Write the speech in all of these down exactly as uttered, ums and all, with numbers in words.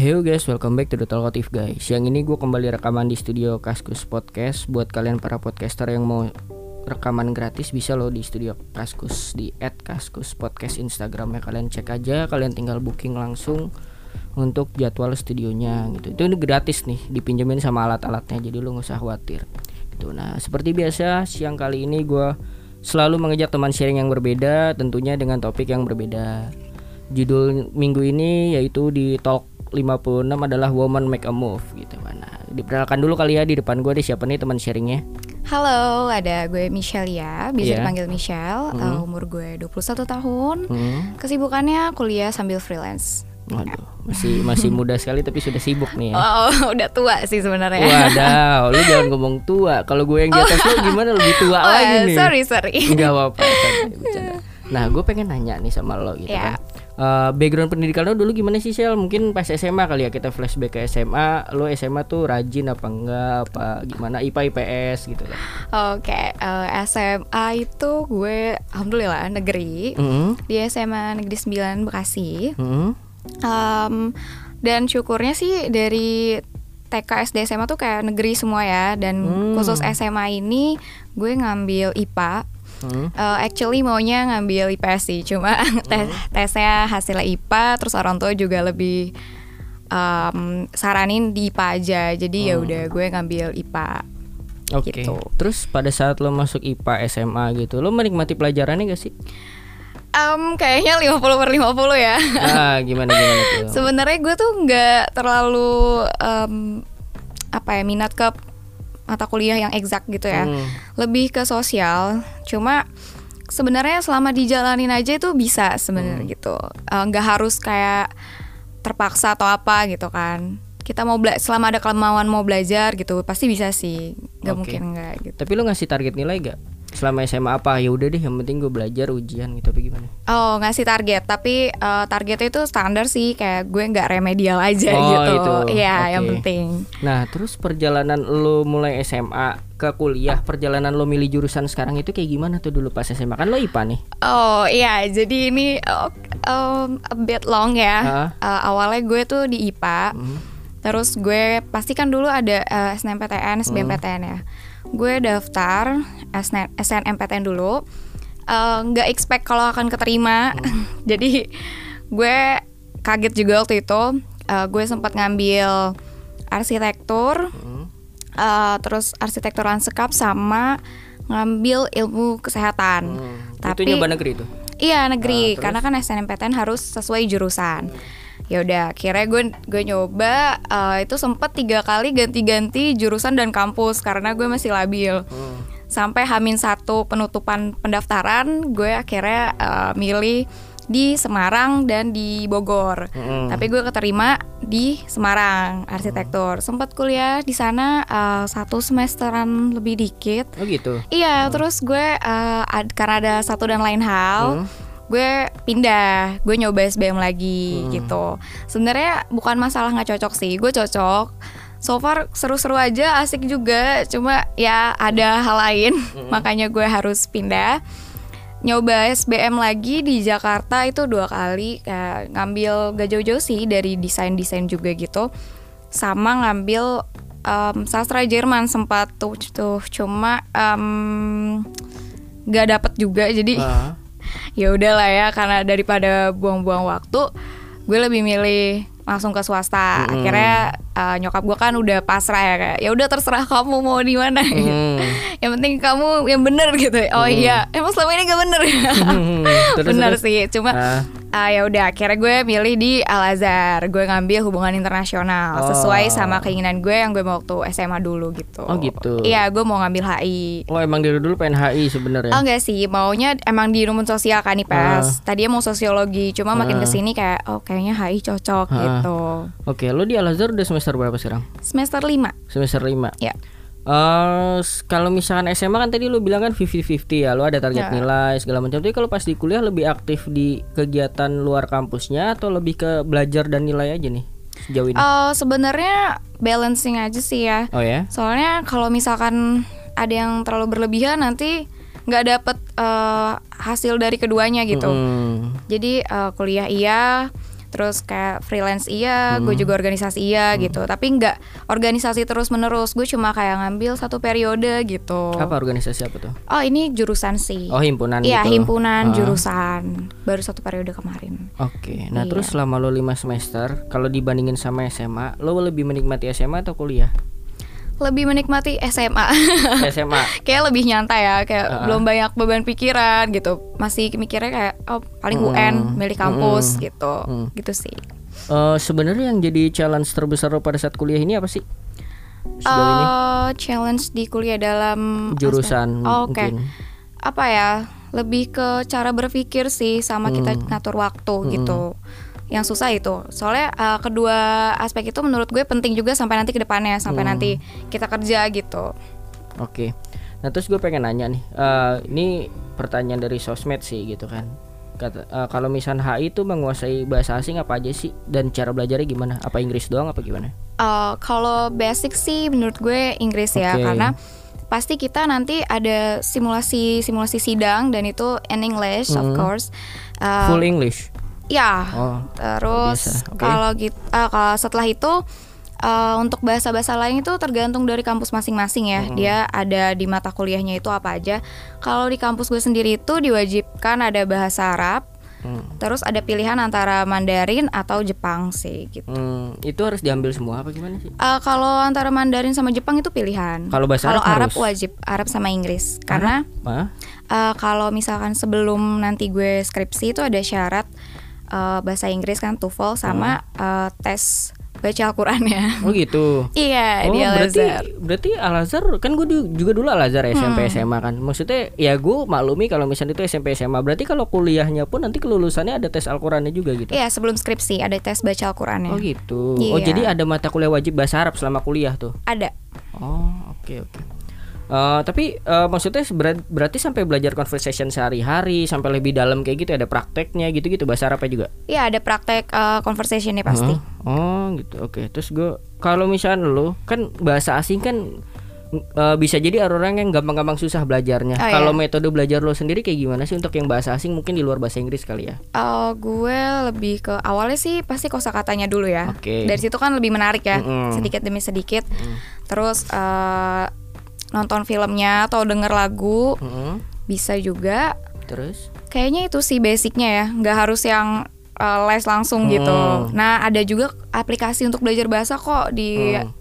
Hey guys, welcome back to the Talkative guys. Yang ini gue kembali rekaman di studio Kaskus Podcast. Buat kalian para podcaster yang mau rekaman gratis, bisa loh di studio Kaskus di et kaskus podcast Instagramnya. Kalian cek aja, kalian tinggal booking langsung untuk jadwal studionya gitu. Itu gratis nih, dipinjemin sama alat-alatnya, jadi lo gak usah khawatir gitu. Nah seperti biasa, siang kali ini gue selalu mengajak teman sharing yang berbeda, tentunya dengan topik yang berbeda. Judul minggu ini yaitu di Talk lima puluh enam adalah Woman Make a Move gitu. Nah, diperkenalkan dulu kali ya, di depan gue ada siapa nih teman sharingnya? Halo, ada gue Michelle ya, bisa yeah. dipanggil Michelle. Mm-hmm. uh, Umur gue dua puluh satu tahun. Mm-hmm. Kesibukannya kuliah sambil freelance. Waduh, masih masih muda sekali tapi sudah sibuk nih ya. Oh, udah tua sih sebenarnya. Waduh, lu jangan ngomong tua. Kalau gue yang di atas oh. lu gimana, lebih tua oh, lagi nih. Sorry, sorry. Enggak apa-apa, bercanda. Nah, gue pengen nanya nih sama lo gitu yeah. kan. Uh, background pendidikan lo dulu gimana sih, Sel? Mungkin pas S M A kali ya, kita flashback ke S M A. Lo S M A tuh rajin apa enggak? Apa gimana? I P A I P S gitu kan. Oke, okay, uh, S M A itu gue alhamdulillah negeri. Mm-hmm. Di S M A Negeri sembilan Bekasi. Mm-hmm. um, Dan syukurnya sih dari T K S D S M A tuh kayak negeri semua ya. Dan mm. khusus S M A ini gue ngambil I P A. Hmm. Uh, actually maunya ngambil I P S sih, cuma tes tesnya hasilnya I P A, terus orang tua juga lebih um, saranin di I P A aja, jadi hmm. ya udah gue ngambil I P A. Oke. Okay. Gitu. Terus pada saat lo masuk I P A S M A gitu, lo menikmati pelajarannya gak sih? Um, kayaknya lima puluh per lima puluh ya. Ah, gimana gimana tuh? Sebenarnya gue tuh nggak terlalu um, apa ya minat ke mata kuliah yang exact gitu ya, hmm. lebih ke sosial. Cuma sebenarnya selama dijalanin aja itu bisa sebenarnya hmm. gitu, nggak uh, harus kayak terpaksa atau apa gitu kan. Kita mau bela- selama ada kemauan mau belajar gitu pasti bisa sih, nggak okay. mungkin nggak gitu. Tapi lo ngasih target nilai gak? Selama S M A apa? Ya udah deh, yang penting gue belajar ujian gitu, apa gimana? Oh, ngasih target, tapi uh, targetnya itu standar sih, kayak gue nggak remedial aja oh, gitu. Iya, okay. Yang penting. Nah, terus perjalanan lo mulai S M A ke kuliah, perjalanan lo milih jurusan sekarang itu kayak gimana tuh dulu pas S M A? Kan lo I P A nih. Oh iya, jadi ini uh, um, a bit long ya. Uh-huh. Uh, awalnya gue tuh di I P A, hmm. terus gue pastikan dulu ada uh, S N M P T N, S B M P T N hmm. ya. Gue daftar S N M P T N dulu, nggak uh, expect kalau akan keterima. hmm. Jadi gue kaget juga waktu itu. uh, Gue sempat ngambil arsitektur, hmm. uh, terus arsitektur lanskap sama ngambil ilmu kesehatan. hmm. Tapi itu nyoba negeri tuh? Iya negeri, uh, karena kan S N M P T N harus sesuai jurusan. hmm. Ya udah, akhirnya gue gue nyoba uh, itu sempat tiga kali ganti-ganti jurusan dan kampus karena gue masih labil. Hmm. Sampai Hamin satu penutupan pendaftaran, gue akhirnya uh, milih di Semarang dan di Bogor. Hmm. Tapi gue keterima di Semarang arsitektur. Sempat kuliah di sana uh, satu semesteran lebih dikit. Oh gitu. Iya, hmm. terus gue uh, ad, karena ada satu dan lain hal. Hmm. Gue pindah, gue nyoba S B M lagi hmm. gitu. Sebenarnya bukan masalah nggak cocok sih, gue cocok. So far seru-seru aja, asik juga. Cuma ya ada hal lain, hmm. makanya gue harus pindah. Nyoba S B M lagi di Jakarta itu dua kali, kayak ngambil gak jauh-jauh sih dari desain-desain juga gitu. Sama ngambil um, sastra Jerman sempat tuh, tuh. Cuma um, gak dapet juga, jadi. Uh. Ya udahlah ya, karena daripada buang-buang waktu, gue lebih milih langsung ke swasta. Hmm. Akhirnya uh, nyokap gue kan udah pasrah ya, kayak ya udah terserah kamu mau di mana. Hmm. Gitu. Yang penting kamu yang bener gitu. Oh hmm. iya, emang selama ini gak bener ya. Hmm. Bener terus. Sih, cuma uh. uh, ya udah akhirnya gue milih di Al Azhar. Gue ngambil hubungan internasional oh. sesuai sama keinginan gue yang gue mau waktu S M A dulu gitu. Oh gitu. Iya, gue mau ngambil H I. Oh emang dari dulu pengen H I sebenarnya? Oh enggak sih, maunya emang di rumun sosial kan I P S. Uh. Tadinya mau sosiologi, cuma uh. makin kesini kayak oh kayaknya H I cocok uh. gitu. Oke, lo di Al Azhar udah semester berapa sekarang? Semester lima. Semester lima. Ya. Uh, kalau misalkan S M A kan tadi lu bilang kan lima puluh lima puluh ya, lu ada target ya. Nilai segala macam. Tapi kalau pas di kuliah lebih aktif di kegiatan luar kampusnya atau lebih ke belajar dan nilai aja nih sejauh ini? Uh, sebenarnya balancing aja sih ya. Oh ya? Soalnya kalau misalkan ada yang terlalu berlebihan nanti nggak dapet uh, hasil dari keduanya gitu. Hmm. Jadi uh, kuliah iya. terus kayak freelance iya, Hmm. gue juga organisasi iya gitu. Tapi nggak organisasi terus menerus. Gue cuma kayak ngambil satu periode gitu. Apa organisasi apa tuh? Oh ini jurusan sih. Oh himpunan Iya gitu. Ah. himpunan jurusan. Baru satu periode kemarin. Oke, nah Iya. terus selama lo lima semester, kalau dibandingin sama S M A, lo lebih menikmati S M A atau kuliah? Lebih menikmati S M A. S M A. Kayak lebih nyantai ya, kayak Uh-uh. belum banyak beban pikiran gitu. Masih mikirnya kayak oh paling U Hmm. N, milih kampus Hmm. gitu. Hmm. Gitu sih. Eh, sebenarnya yang jadi challenge terbesar lo pada saat kuliah ini apa sih? Sejauh ini Eh, challenge di kuliah dalam jurusan aspek- oh, Oke. mungkin. Apa ya? Lebih ke cara berpikir sih sama kita Hmm. ngatur waktu Hmm. gitu. Yang susah itu. Soalnya eh, kedua aspek itu menurut gue penting juga sampai nanti ke depannya, sampai Hmm. nanti kita kerja gitu. Oke. Nah terus gue pengen nanya nih, eh, ini pertanyaan dari sosmed sih gitu kan. Kata, eh, kalau misalnya H I itu menguasai bahasa asing apa aja sih dan cara belajarnya gimana? Apa Inggris doang apa gimana? Eh, kalau basic sih menurut gue Inggris ya, Oke. karena pasti kita nanti ada simulasi simulasi sidang dan itu in English of Hmm. course. Eh, Full English. Ya, Oh, terus biasa. Oke. kalau gitu, eh, kalau setelah itu eh, untuk bahasa-bahasa lain itu tergantung dari kampus masing-masing ya. Mm-mm. Dia ada di mata kuliahnya itu apa aja. Kalau di kampus gue sendiri itu diwajibkan ada bahasa Arab. Hmm. Terus ada pilihan antara Mandarin atau Jepang sih gitu. Hmm, itu harus diambil semua apa gimana sih? Eh, kalau antara Mandarin sama Jepang itu pilihan. Kalau bahasa Kalau Arab Arab harus? wajib Arab sama Inggris. Karena Hah? eh, kalau misalkan sebelum nanti gue skripsi itu ada syarat eh, bahasa Inggris kan TOEFL sama eh, tes baca Al-Qur'annya. Oh gitu. Iya, Oh di berarti Al-Azhar. berarti Al Azhar kan gue du- juga dulu Al Azhar S M P Hmm. S M A kan. Maksudnya ya gue maklumi kalau misalnya itu S M P S M A. Berarti kalau kuliahnya pun nanti kelulusannya ada tes Al-Qur'annya juga gitu. Iya, sebelum skripsi ada tes baca Al-Qur'annya. Oh gitu. Oh Iya. jadi ada mata kuliah wajib bahasa Arab selama kuliah tuh. Ada. Oh oke oke. Eh, tapi eh, maksudnya berat- berarti sampai belajar conversation sehari-hari sampai lebih dalam kayak gitu ada prakteknya gitu-gitu bahasa Arabnya juga. Iya, ada praktek eh, conversation nih pasti. Hah? Oh gitu. Oke. Terus gue kalau misalnya lo kan bahasa asing kan eh, bisa jadi orang yang gampang-gampang susah belajarnya. Oh, Kalau iya. metode belajar lo sendiri kayak gimana sih untuk yang bahasa asing mungkin di luar bahasa Inggris kali ya? Eh, gue lebih ke awalnya sih pasti kosakatanya dulu ya. Oke. Dari situ kan lebih menarik ya, Mm-mm. sedikit demi sedikit. Terus eh, nonton filmnya atau denger lagu Mm-mm. bisa juga. Terus? Kayaknya itu sih basicnya ya, nggak harus yang eh, les langsung gitu. Hmm. Nah ada juga aplikasi untuk belajar bahasa kok di Hmm.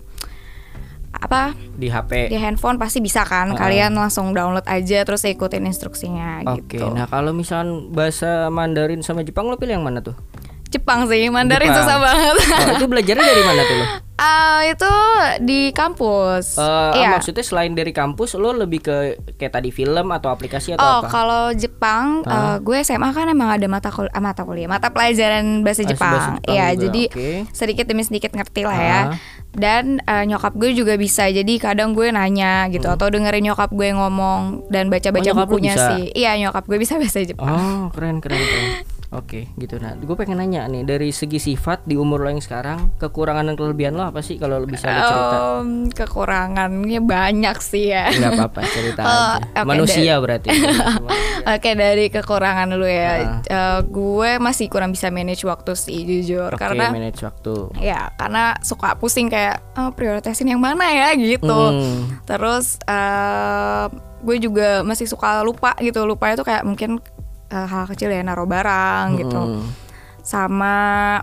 apa Di H P. di handphone pasti bisa kan. Uh-uh. Kalian langsung download aja terus ikutin instruksinya Oke. gitu. Nah kalau misalnya bahasa Mandarin sama Jepang lo pilih yang mana tuh? Jepang sih, Mandarin Jepang. susah banget. Oh, itu belajarnya dari mana tuh lo? Ah, itu di kampus. Eh, Iya. Maksudnya selain dari kampus lo lebih ke kayak tadi film atau aplikasi atau Oh, apa? kalau Jepang, Ah. eh, gue S M A kan emang ada mata kul- ah, mata kuliah, mata pelajaran Ah, bahasa bahasa Jepang. Jepang Iya, juga, jadi oke. sedikit demi sedikit ngerti lah ya. Ah. Dan eh, nyokap gue juga bisa, jadi kadang gue nanya gitu atau dengerin nyokap gue ngomong dan baca-baca Hmm. Oh, nyokap lu bukunya bisa? sih. Iya, nyokap gue bisa bahasa Jepang. Oh keren keren keren. Oke gitu. Nah gue pengen nanya nih dari segi sifat di umur lo yang sekarang kekurangan dan kelebihan lo apa sih kalau lo bisa lo cerita? Em, kekurangannya banyak sih ya. Nggak apa-apa cerita Oh, aja. oke, Manusia berarti. Oke, dari kekurangan dulu Ah. ya. Eh, gue masih kurang bisa manage waktu sih jujur, Oke karena manage waktu. ya karena suka pusing kayak oh, prioritasin yang mana ya gitu. Hmm. Terus eh, gue juga masih suka lupa gitu. Lupa itu kayak mungkin eh, hal kecil ya, naruh barang gitu. Hmm. Sama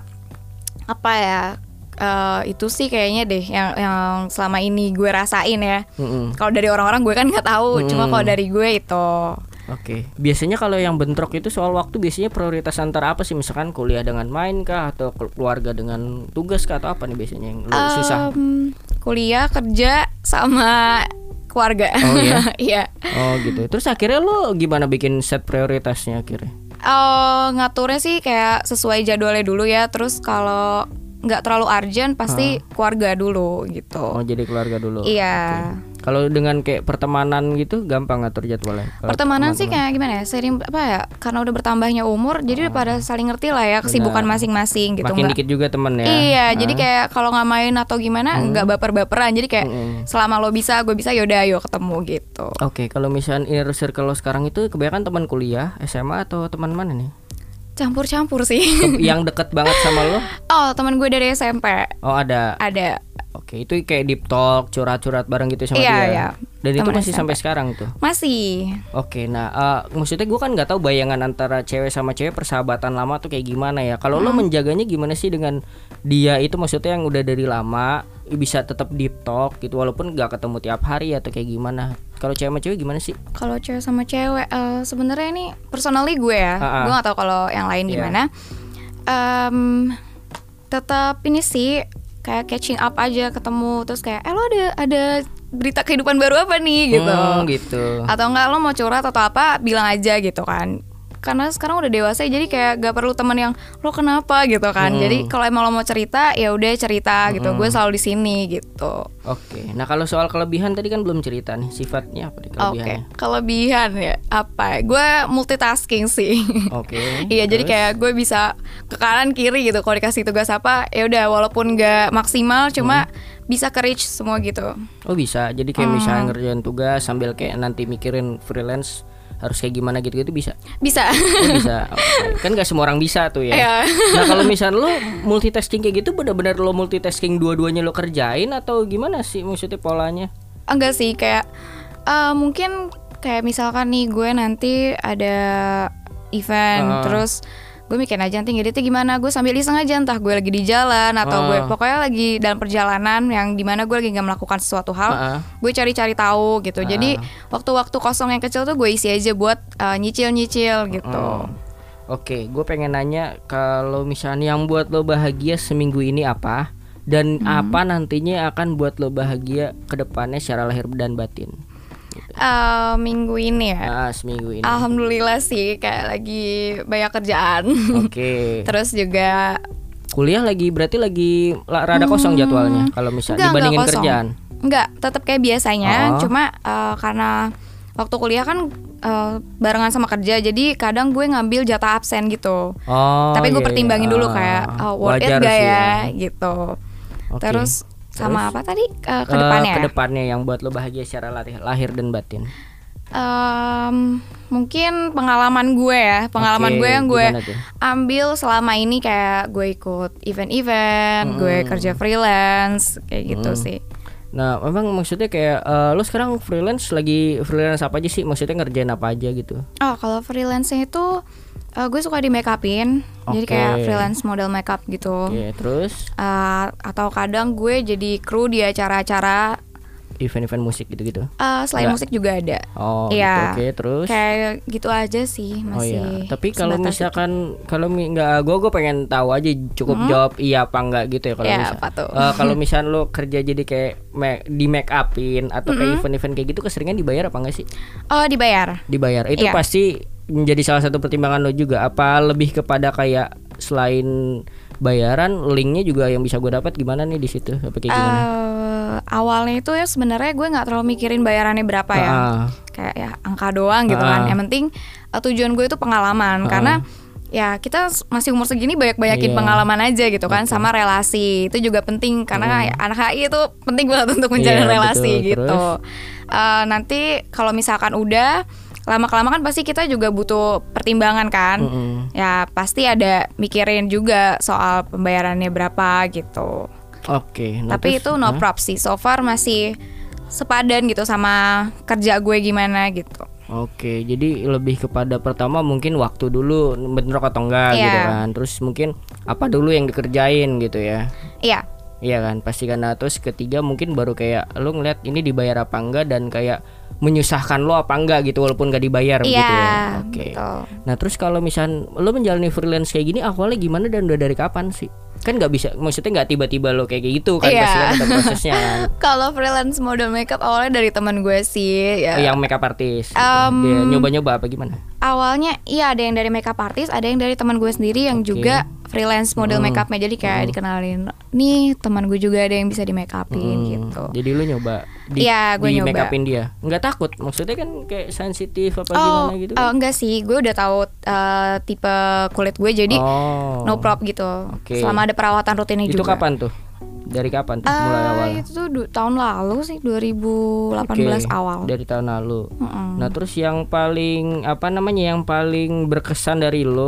apa ya? eh, itu sih kayaknya deh yang yang selama ini gue rasain ya. Hmm. Kalau dari orang-orang gue kan nggak tahu, cuma Hmm. kalau dari gue itu. Oke. Biasanya kalau yang bentrok itu soal waktu biasanya prioritas antara apa sih? Misalkan kuliah dengan main kah atau kelu- keluarga dengan tugas kah atau apa nih biasanya yang lo susah? Em, kuliah, kerja, sama keluarga. Oh, iya? Iya. Oh gitu. Terus akhirnya lo gimana bikin set prioritasnya akhirnya? Oh, ngaturnya sih kayak sesuai jadwalnya dulu ya. Terus kalau nggak terlalu urgent pasti keluarga dulu gitu. Oh jadi keluarga dulu. Iya. Oke. Kalau dengan kayak pertemanan gitu gampang ngatur jadwalnya. Kalau Pertemanan sih teman-teman. kayak gimana ya? Sering apa ya? Karena udah bertambahnya umur, jadi udah pada saling ngerti lah ya kesibukan Benar. masing-masing gitu. makin nggak- dikit juga temen ya. Iya, Ah. jadi kayak kalau nggak main atau gimana nggak baper-baperan. Jadi kayak Mm-mm. selama lo bisa, gue bisa, yaudah ayo ketemu gitu. Oke, kalau misalnya inner circle lo sekarang itu kebanyakan teman kuliah, S M A atau teman mana nih? campur-campur sih. Yang deket banget sama lo? Oh, teman gue dari S M P. Oh, ada. Ada. Oke, itu kayak deep talk, curhat-curhat bareng gitu sama Iya, dia. iya. Dan itu Teman masih S M P. sampai sekarang tuh. Masih. Oke, nah uh, maksudnya gue kan nggak tahu bayangan antara cewek sama cewek persahabatan lama tuh kayak gimana ya. Kalau lo Hmm. menjaganya gimana sih dengan dia itu, maksudnya yang udah dari lama bisa tetap deep talk gitu walaupun nggak ketemu tiap hari atau kayak gimana? Kalau cewek sama cewek gimana sih? Kalau cewek sama cewek, eh, sebenarnya ini personally gue ya. Ah, ah. Gue nggak tahu kalau yang lain Iya. gimana. Em, tetap ini sih kayak catching up aja, ketemu terus kayak, eh lo ada ada berita kehidupan baru apa nih gitu. Hmm, gitu. Atau enggak lo mau curhat atau apa, bilang aja gitu kan. Karena sekarang udah dewasa jadi kayak gak perlu temen yang lo kenapa gitu kan. Hmm. Jadi kalau emang lo mau cerita ya udah cerita gitu. Hmm. Gue selalu di sini gitu. Oke, nah kalau soal kelebihan tadi kan belum cerita nih, sifatnya apa nih Oke, kelebihannya? kelebihan ya apa? Gue multitasking sih. Oke. Iya, jadi terus? kayak gue bisa ke kanan kiri gitu. Kalau dikasih tugas apa, ya udah walaupun nggak maksimal, cuma bisa ke reach semua gitu. Oh bisa, jadi kayak Hmm. misalnya ngerjain tugas sambil kayak nanti mikirin freelance harus kayak gimana gitu-gitu bisa? Bisa. Oh bisa, oke. Kan gak semua orang bisa tuh ya. Iya. Nah kalau misalnya lo multitasking kayak gitu benar-benar lo multitasking dua-duanya lo kerjain atau gimana sih maksudnya polanya? Enggak sih, kayak eh, mungkin kayak misalkan nih gue nanti ada event, Ah. terus gue mikirin aja nanti ngeditnya gimana, gue sambil iseng aja, entah gue lagi di jalan atau Ah. gue pokoknya lagi dalam perjalanan yang dimana gue lagi nggak melakukan sesuatu hal, Ah. gue cari-cari tahu gitu. Ah. Jadi waktu-waktu kosong yang kecil tuh gue isi aja buat eh, nyicil-nyicil gitu. Hmm. Oke, gue pengen nanya kalau misalnya yang buat lo bahagia seminggu ini apa dan Hmm. apa nantinya akan buat lo bahagia ke depannya secara lahir dan batin? Eh, minggu ini ya, Ah, seminggu ini. alhamdulillah sih kayak lagi banyak kerjaan. Oke. Terus juga Kuliah lagi berarti lagi la- rada kosong jadwalnya kalau misalnya Enggak, dibandingin enggak kosong. kerjaan. Enggak, tetap kayak biasanya. Oh. Cuma eh, karena waktu kuliah kan eh, barengan sama kerja, jadi kadang gue ngambil jatah absen gitu. Oh. Tapi gue iya, pertimbangin iya. dulu Ah, kayak oh, worth it wajar gak sih ya, gitu. Oke. Terus sama Terus? apa tadi Eh, ke Eh, depannya? ke depannya yang buat lo bahagia secara lahir, lahir dan batin. Em, mungkin pengalaman gue ya, pengalaman Oke, gue yang gue gimana tuh? ambil selama ini kayak gue ikut event-event, gue Hmm. kerja freelance kayak gitu Hmm. sih. Nah, memang maksudnya kayak eh, lo sekarang freelance lagi freelance apa aja sih? Maksudnya ngerjain apa aja gitu? Oh, kalau freelance-nya itu eh, gue suka di make upin, jadi Oke. kayak freelance model make up gitu. Oke, terus Eh, atau kadang gue jadi kru di acara-acara. event-event musik gitu-gitu. eh, selain Nggak. musik juga ada. Oh, Iya. gitu. Oke, terus Kayak gitu aja sih Oh masih. iya, tapi kalau sebatas misalkan kalau mi- nggak, gue gue pengen tahu aja cukup Hmm? jawab iya apa enggak gitu ya kalau Ya, misal. apa tuh? Eh, kalau misal lo kerja jadi kayak me- di make upin atau kayak event-event kayak gitu keseringan dibayar apa enggak sih? itu. Oh, dibayar. Dibayar. Itu Iya. pasti menjadi salah satu pertimbangan lo juga. Apa lebih kepada kayak selain bayaran, linknya juga yang bisa gue dapat gimana nih di situ? Apa kayak gimana? Eh, awalnya itu ya sebenarnya gue nggak terlalu mikirin bayarannya berapa ya, Ah. kayak ya angka doang gitu kan. Ah. Yang penting eh, tujuan gue itu pengalaman, Ah. karena ya kita s- masih umur segini banyak-banyakin Iya. pengalaman aja gitu kan, sama relasi itu juga penting karena ya, anak H I itu penting banget untuk menjalin Hmm. Iya, relasi betul. gitu. Eh, nanti kalau misalkan udah lama-kelamaan kan pasti kita juga butuh pertimbangan kan. Mm-mm. Ya pasti ada mikirin juga soal pembayarannya berapa gitu. Oke. nah Tapi terus- itu no Hah? props sih. So far masih sepadan gitu sama kerja gue gimana gitu. Oke, jadi lebih kepada pertama mungkin waktu dulu bentrok atau enggak Iya. gitu kan. Terus mungkin apa dulu yang dikerjain gitu ya. Iya. Iya kan, pasti kan. Nah, terus ketiga mungkin baru kayak lu ngeliat ini dibayar apa enggak dan kayak menyusahkan lo apa enggak gitu walaupun gak dibayar gitu Iya. ya. Oke. Betul. Nah, terus kalau misal lo menjalani freelance kayak gini awalnya gimana dan udah dari kapan sih? Kan nggak bisa, maksudnya nggak tiba-tiba lo kayak gitu kan, Iya. pasti kan ada prosesnya kan. Kalau freelance model makeup awalnya dari teman gue sih. Ya. Yang makeup artist, gitu. Um, Dia nyoba-nyoba apa gimana? Awalnya iya ada yang dari makeup artist, ada yang dari teman gue sendiri yang Oke. juga freelance model Hmm. makeupnya. Jadi kayak dikenalin, nih teman gue juga ada yang bisa di make upin Hmm, gitu. Jadi lu nyoba di, Iya, gue di nyoba. make upin dia. Nggak takut? Maksudnya kan kayak sensitif apa Oh, gimana gitu eh, kan? enggak sih, gue udah tahu eh, tipe kulit gue, jadi Oh. no prop gitu. Oke. Selama ada perawatan rutinnya Itu juga. kapan tuh? Dari kapan tuh mulai Eh, awal? itu tuh du- tahun lalu sih, dua ribu delapan belas Oke, awal. Dari tahun lalu. Mm-mm. Nah, terus yang paling apa namanya yang paling berkesan dari lo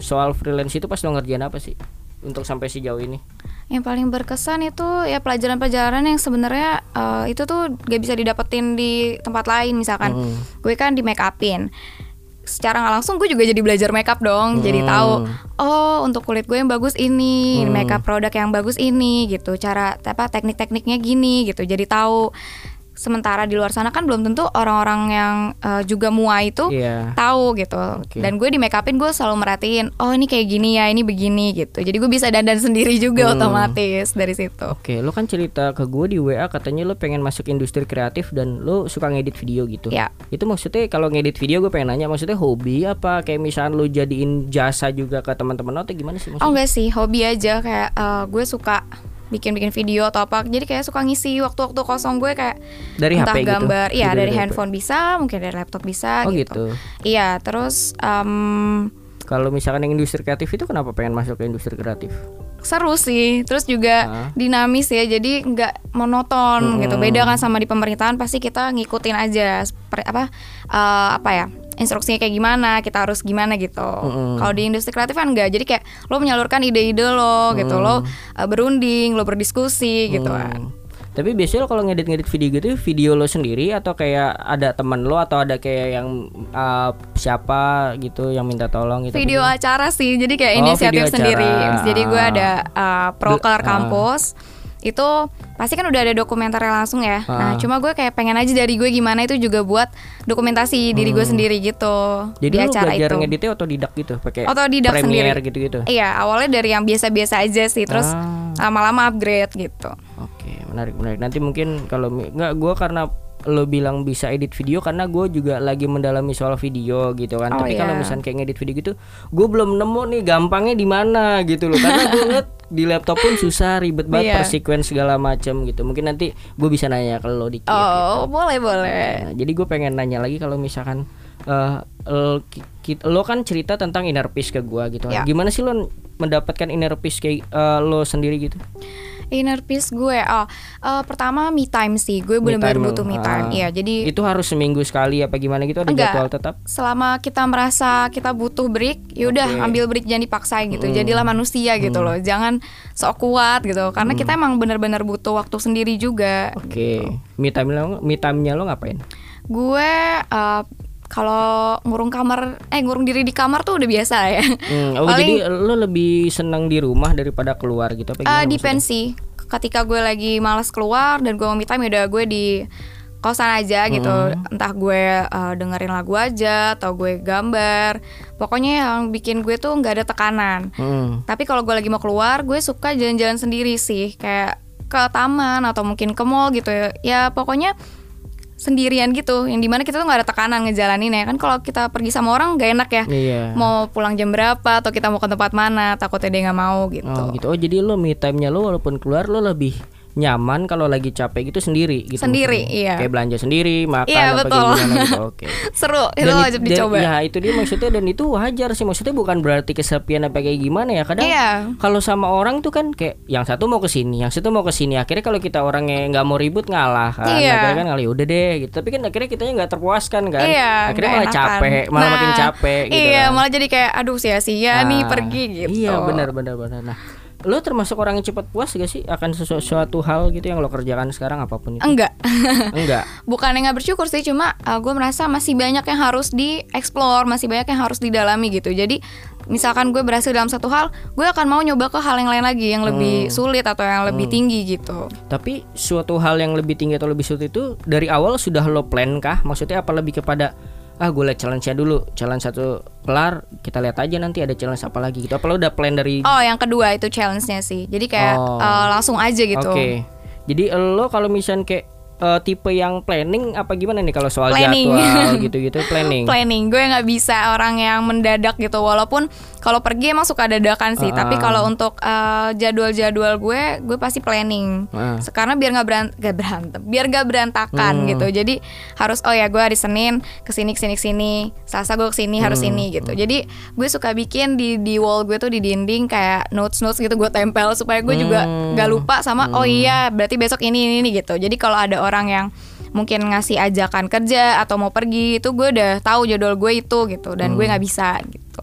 soal freelance itu pas lo ngerjain apa sih untuk sampai sejauh ini? Yang paling berkesan itu ya pelajaran-pelajaran yang sebenarnya uh, itu tuh gak bisa didapetin di tempat lain. Misalkan hmm. gue kan di make upin, secara nggak langsung gue juga jadi belajar makeup dong, hmm. jadi tahu oh untuk kulit gue yang bagus ini, hmm. makeup produk yang bagus ini gitu, cara apa teknik-tekniknya gini gitu, jadi tahu. Sementara di luar sana kan belum tentu orang-orang yang uh, juga muai itu yeah. tahu gitu. Okay. Dan gue di make upin gue selalu merhatiin, oh ini kayak gini ya, ini begini gitu. Jadi gue bisa dandan sendiri juga hmm. otomatis dari situ. Oke, okay. Lo kan cerita ke gue di W A katanya lo pengen masuk industri kreatif dan lo suka ngedit video gitu. Yeah. Itu maksudnya kalau ngedit video gue pengen nanya, maksudnya hobi apa kayak misalnya lo jadiin jasa juga ke teman-teman lo atau gimana sih maksudnya? Oh enggak sih, hobi aja kayak uh, gue suka bikin-bikin video atau apa, jadi kayak suka ngisi waktu-waktu kosong gue kayak dari entah H P gambar, gitu? iya dari, dari handphone H P. Bisa, mungkin dari laptop bisa oh, gitu. gitu. Iya, terus um, kalau misalkan yang industri kreatif itu kenapa pengen masuk ke industri kreatif? Seru sih, terus juga Hah? dinamis ya, jadi nggak monoton hmm. gitu. Beda kan sama di pemerintahan, pasti kita ngikutin aja seperti apa uh, apa ya instruksinya kayak gimana, kita harus gimana gitu. Mm-hmm. Kalau di industri kreatif kan enggak, jadi kayak lo menyalurkan ide-ide lo gitu, mm. lo uh, berunding, lo berdiskusi mm. gitu kan. Tapi biasanya lo kalau ngedit-ngedit video gitu, video lo sendiri atau kayak ada teman lo atau ada kayak yang uh, siapa gitu yang minta tolong gitu? Video acara sih, jadi kayak oh, inisiatif sendiri. Jadi gue ada uh, proker kampus. Uh. Itu pasti kan udah ada dokumenternya langsung ya. Ah. Nah cuma gue kayak pengen aja dari gue gimana itu juga buat dokumentasi hmm. diri gue sendiri gitu. Jadi di lu acara belajar itu. ngeditnya otodidak gitu, pakai otodidak Premiere sendiri gitu-gitu. Iya, awalnya dari yang biasa-biasa aja sih, terus ah. lama-lama upgrade gitu. Oke, menarik menarik. Nanti mungkin kalau nggak gue karena lo bilang bisa edit video karena gue juga lagi mendalami soal video gitu kan. Oh, Tapi yeah. kalau misalnya kayak ngedit video gitu, gue belum nemu nih gampangnya di mana gitu loh. Karena gue ngeliat di laptop pun susah, ribet banget yeah. per sequence segala macam gitu. Mungkin nanti gue bisa nanya ke lo dikit. Oh, gitu. boleh boleh. Nah, jadi gue pengen nanya lagi kalau misalkan uh, lo, lo kan cerita tentang inner peace ke gue gitu. Yeah. Gimana sih lo mendapatkan inner peace kayak uh, lo sendiri gitu? Inner peace gue, oh uh, pertama me time sih, gue benar-benar butuh me time. Iya, uh, jadi itu harus seminggu sekali apa gimana gitu? Ada enggak, jadwal tetap? Selama kita merasa kita butuh break, yaudah okay. ambil break, jangan dipaksain gitu. Mm. Jadilah manusia gitu mm. loh, jangan sok kuat gitu. Karena mm. kita emang benar-benar butuh waktu sendiri juga. Oke, okay. gitu. me time lo, me time-nya lo ngapain? Gue uh, kalau ngurung kamar, eh ngurung diri di kamar tuh udah biasa ya. Hmm, oh Paling, jadi lo lebih senang di rumah daripada keluar gitu? Apa uh, depends sih. Ketika gue lagi malas keluar dan gue mau me time, udah gue di kosan aja gitu. Hmm. Entah gue uh, dengerin lagu aja atau gue gambar. Pokoknya yang bikin gue tuh nggak ada tekanan. Hmm. Tapi kalau gue lagi mau keluar, gue suka jalan-jalan sendiri sih, kayak ke taman atau mungkin ke mall gitu ya. Ya pokoknya sendirian gitu, yang dimana kita tuh nggak ada tekanan ngejalanin ya kan. Kalau kita pergi sama orang nggak enak ya, iya. mau pulang jam berapa atau kita mau ke tempat mana, takutnya dia nggak mau gitu. Oh gitu. Oh jadi lo me time-nya lo walaupun keluar lo lebih nyaman kalau lagi capek gitu sendiri gitu. Sendiri, maksudnya. Iya. Kayak belanja sendiri, makan iya, apa betul. gimana gitu. Oke. Seru, itu dan, wajib dicoba. Dan, ya itu dia maksudnya, dan itu wajar sih, maksudnya bukan berarti kesepian apa kayak gimana ya. Kadang iya. kalau sama orang tuh kan kayak yang satu mau ke sini, yang satu mau ke sini. Akhirnya kalau kita orangnya nggak mau ribut ngalah kan. Iya. Akhirnya kan ngalah udah deh gitu. Tapi kan akhirnya kitanya nggak terpuaskan kan. Iya, akhirnya malah capek, malah nah, makin capek gitu. Iya, kan. malah jadi kayak aduh sia-sia nah, nih pergi gitu. Iya, benar benar benar. Nah, lo termasuk orang yang cepat puas gak sih akan sesuatu, suatu hal gitu yang lo kerjakan sekarang apapun itu? Enggak. Enggak. Bukan yang gak bersyukur sih, cuma uh, gue merasa masih banyak yang harus dieksplor, masih banyak yang harus didalami gitu. Jadi misalkan gue berhasil dalam satu hal, gue akan mau nyoba ke hal yang lain lagi yang lebih hmm. sulit atau yang lebih hmm. tinggi gitu. Tapi suatu hal yang lebih tinggi atau lebih sulit itu dari awal sudah lo plan kah? Maksudnya apa lebih kepada ah gue liat challenge-nya dulu, challenge satu kelar, kita lihat aja nanti ada challenge apa lagi gitu. Apa lo udah plan dari? Oh, yang kedua itu challenge-nya sih. Jadi kayak oh. uh, langsung aja gitu. Oke. Okay. Jadi lo kalau misalnya kayak uh, tipe yang planning apa gimana nih kalau soal planning. Jadwal gitu-gitu planning? Planning. Gue nggak bisa orang yang mendadak gitu. Walaupun kalau pergi emang suka dadakan sih. Uh-uh. Tapi kalau untuk uh, jadwal-jadwal gue, gue pasti planning. Uh. Karena biar nggak berant- berantem, biar nggak berantakan hmm. gitu. Jadi harus oh ya gue hari Senin kesini kesini kesini, Selasa gue kesini hmm. harus ini gitu. Jadi gue suka bikin di di wall gue tuh di dinding kayak notes notes gitu gue tempel supaya gue hmm. juga nggak lupa sama hmm. oh iya berarti besok ini ini, ini gitu. Jadi kalau ada orang yang mungkin ngasih ajakan kerja atau mau pergi itu gue udah tahu jadwal gue itu gitu dan hmm. gue nggak bisa gitu.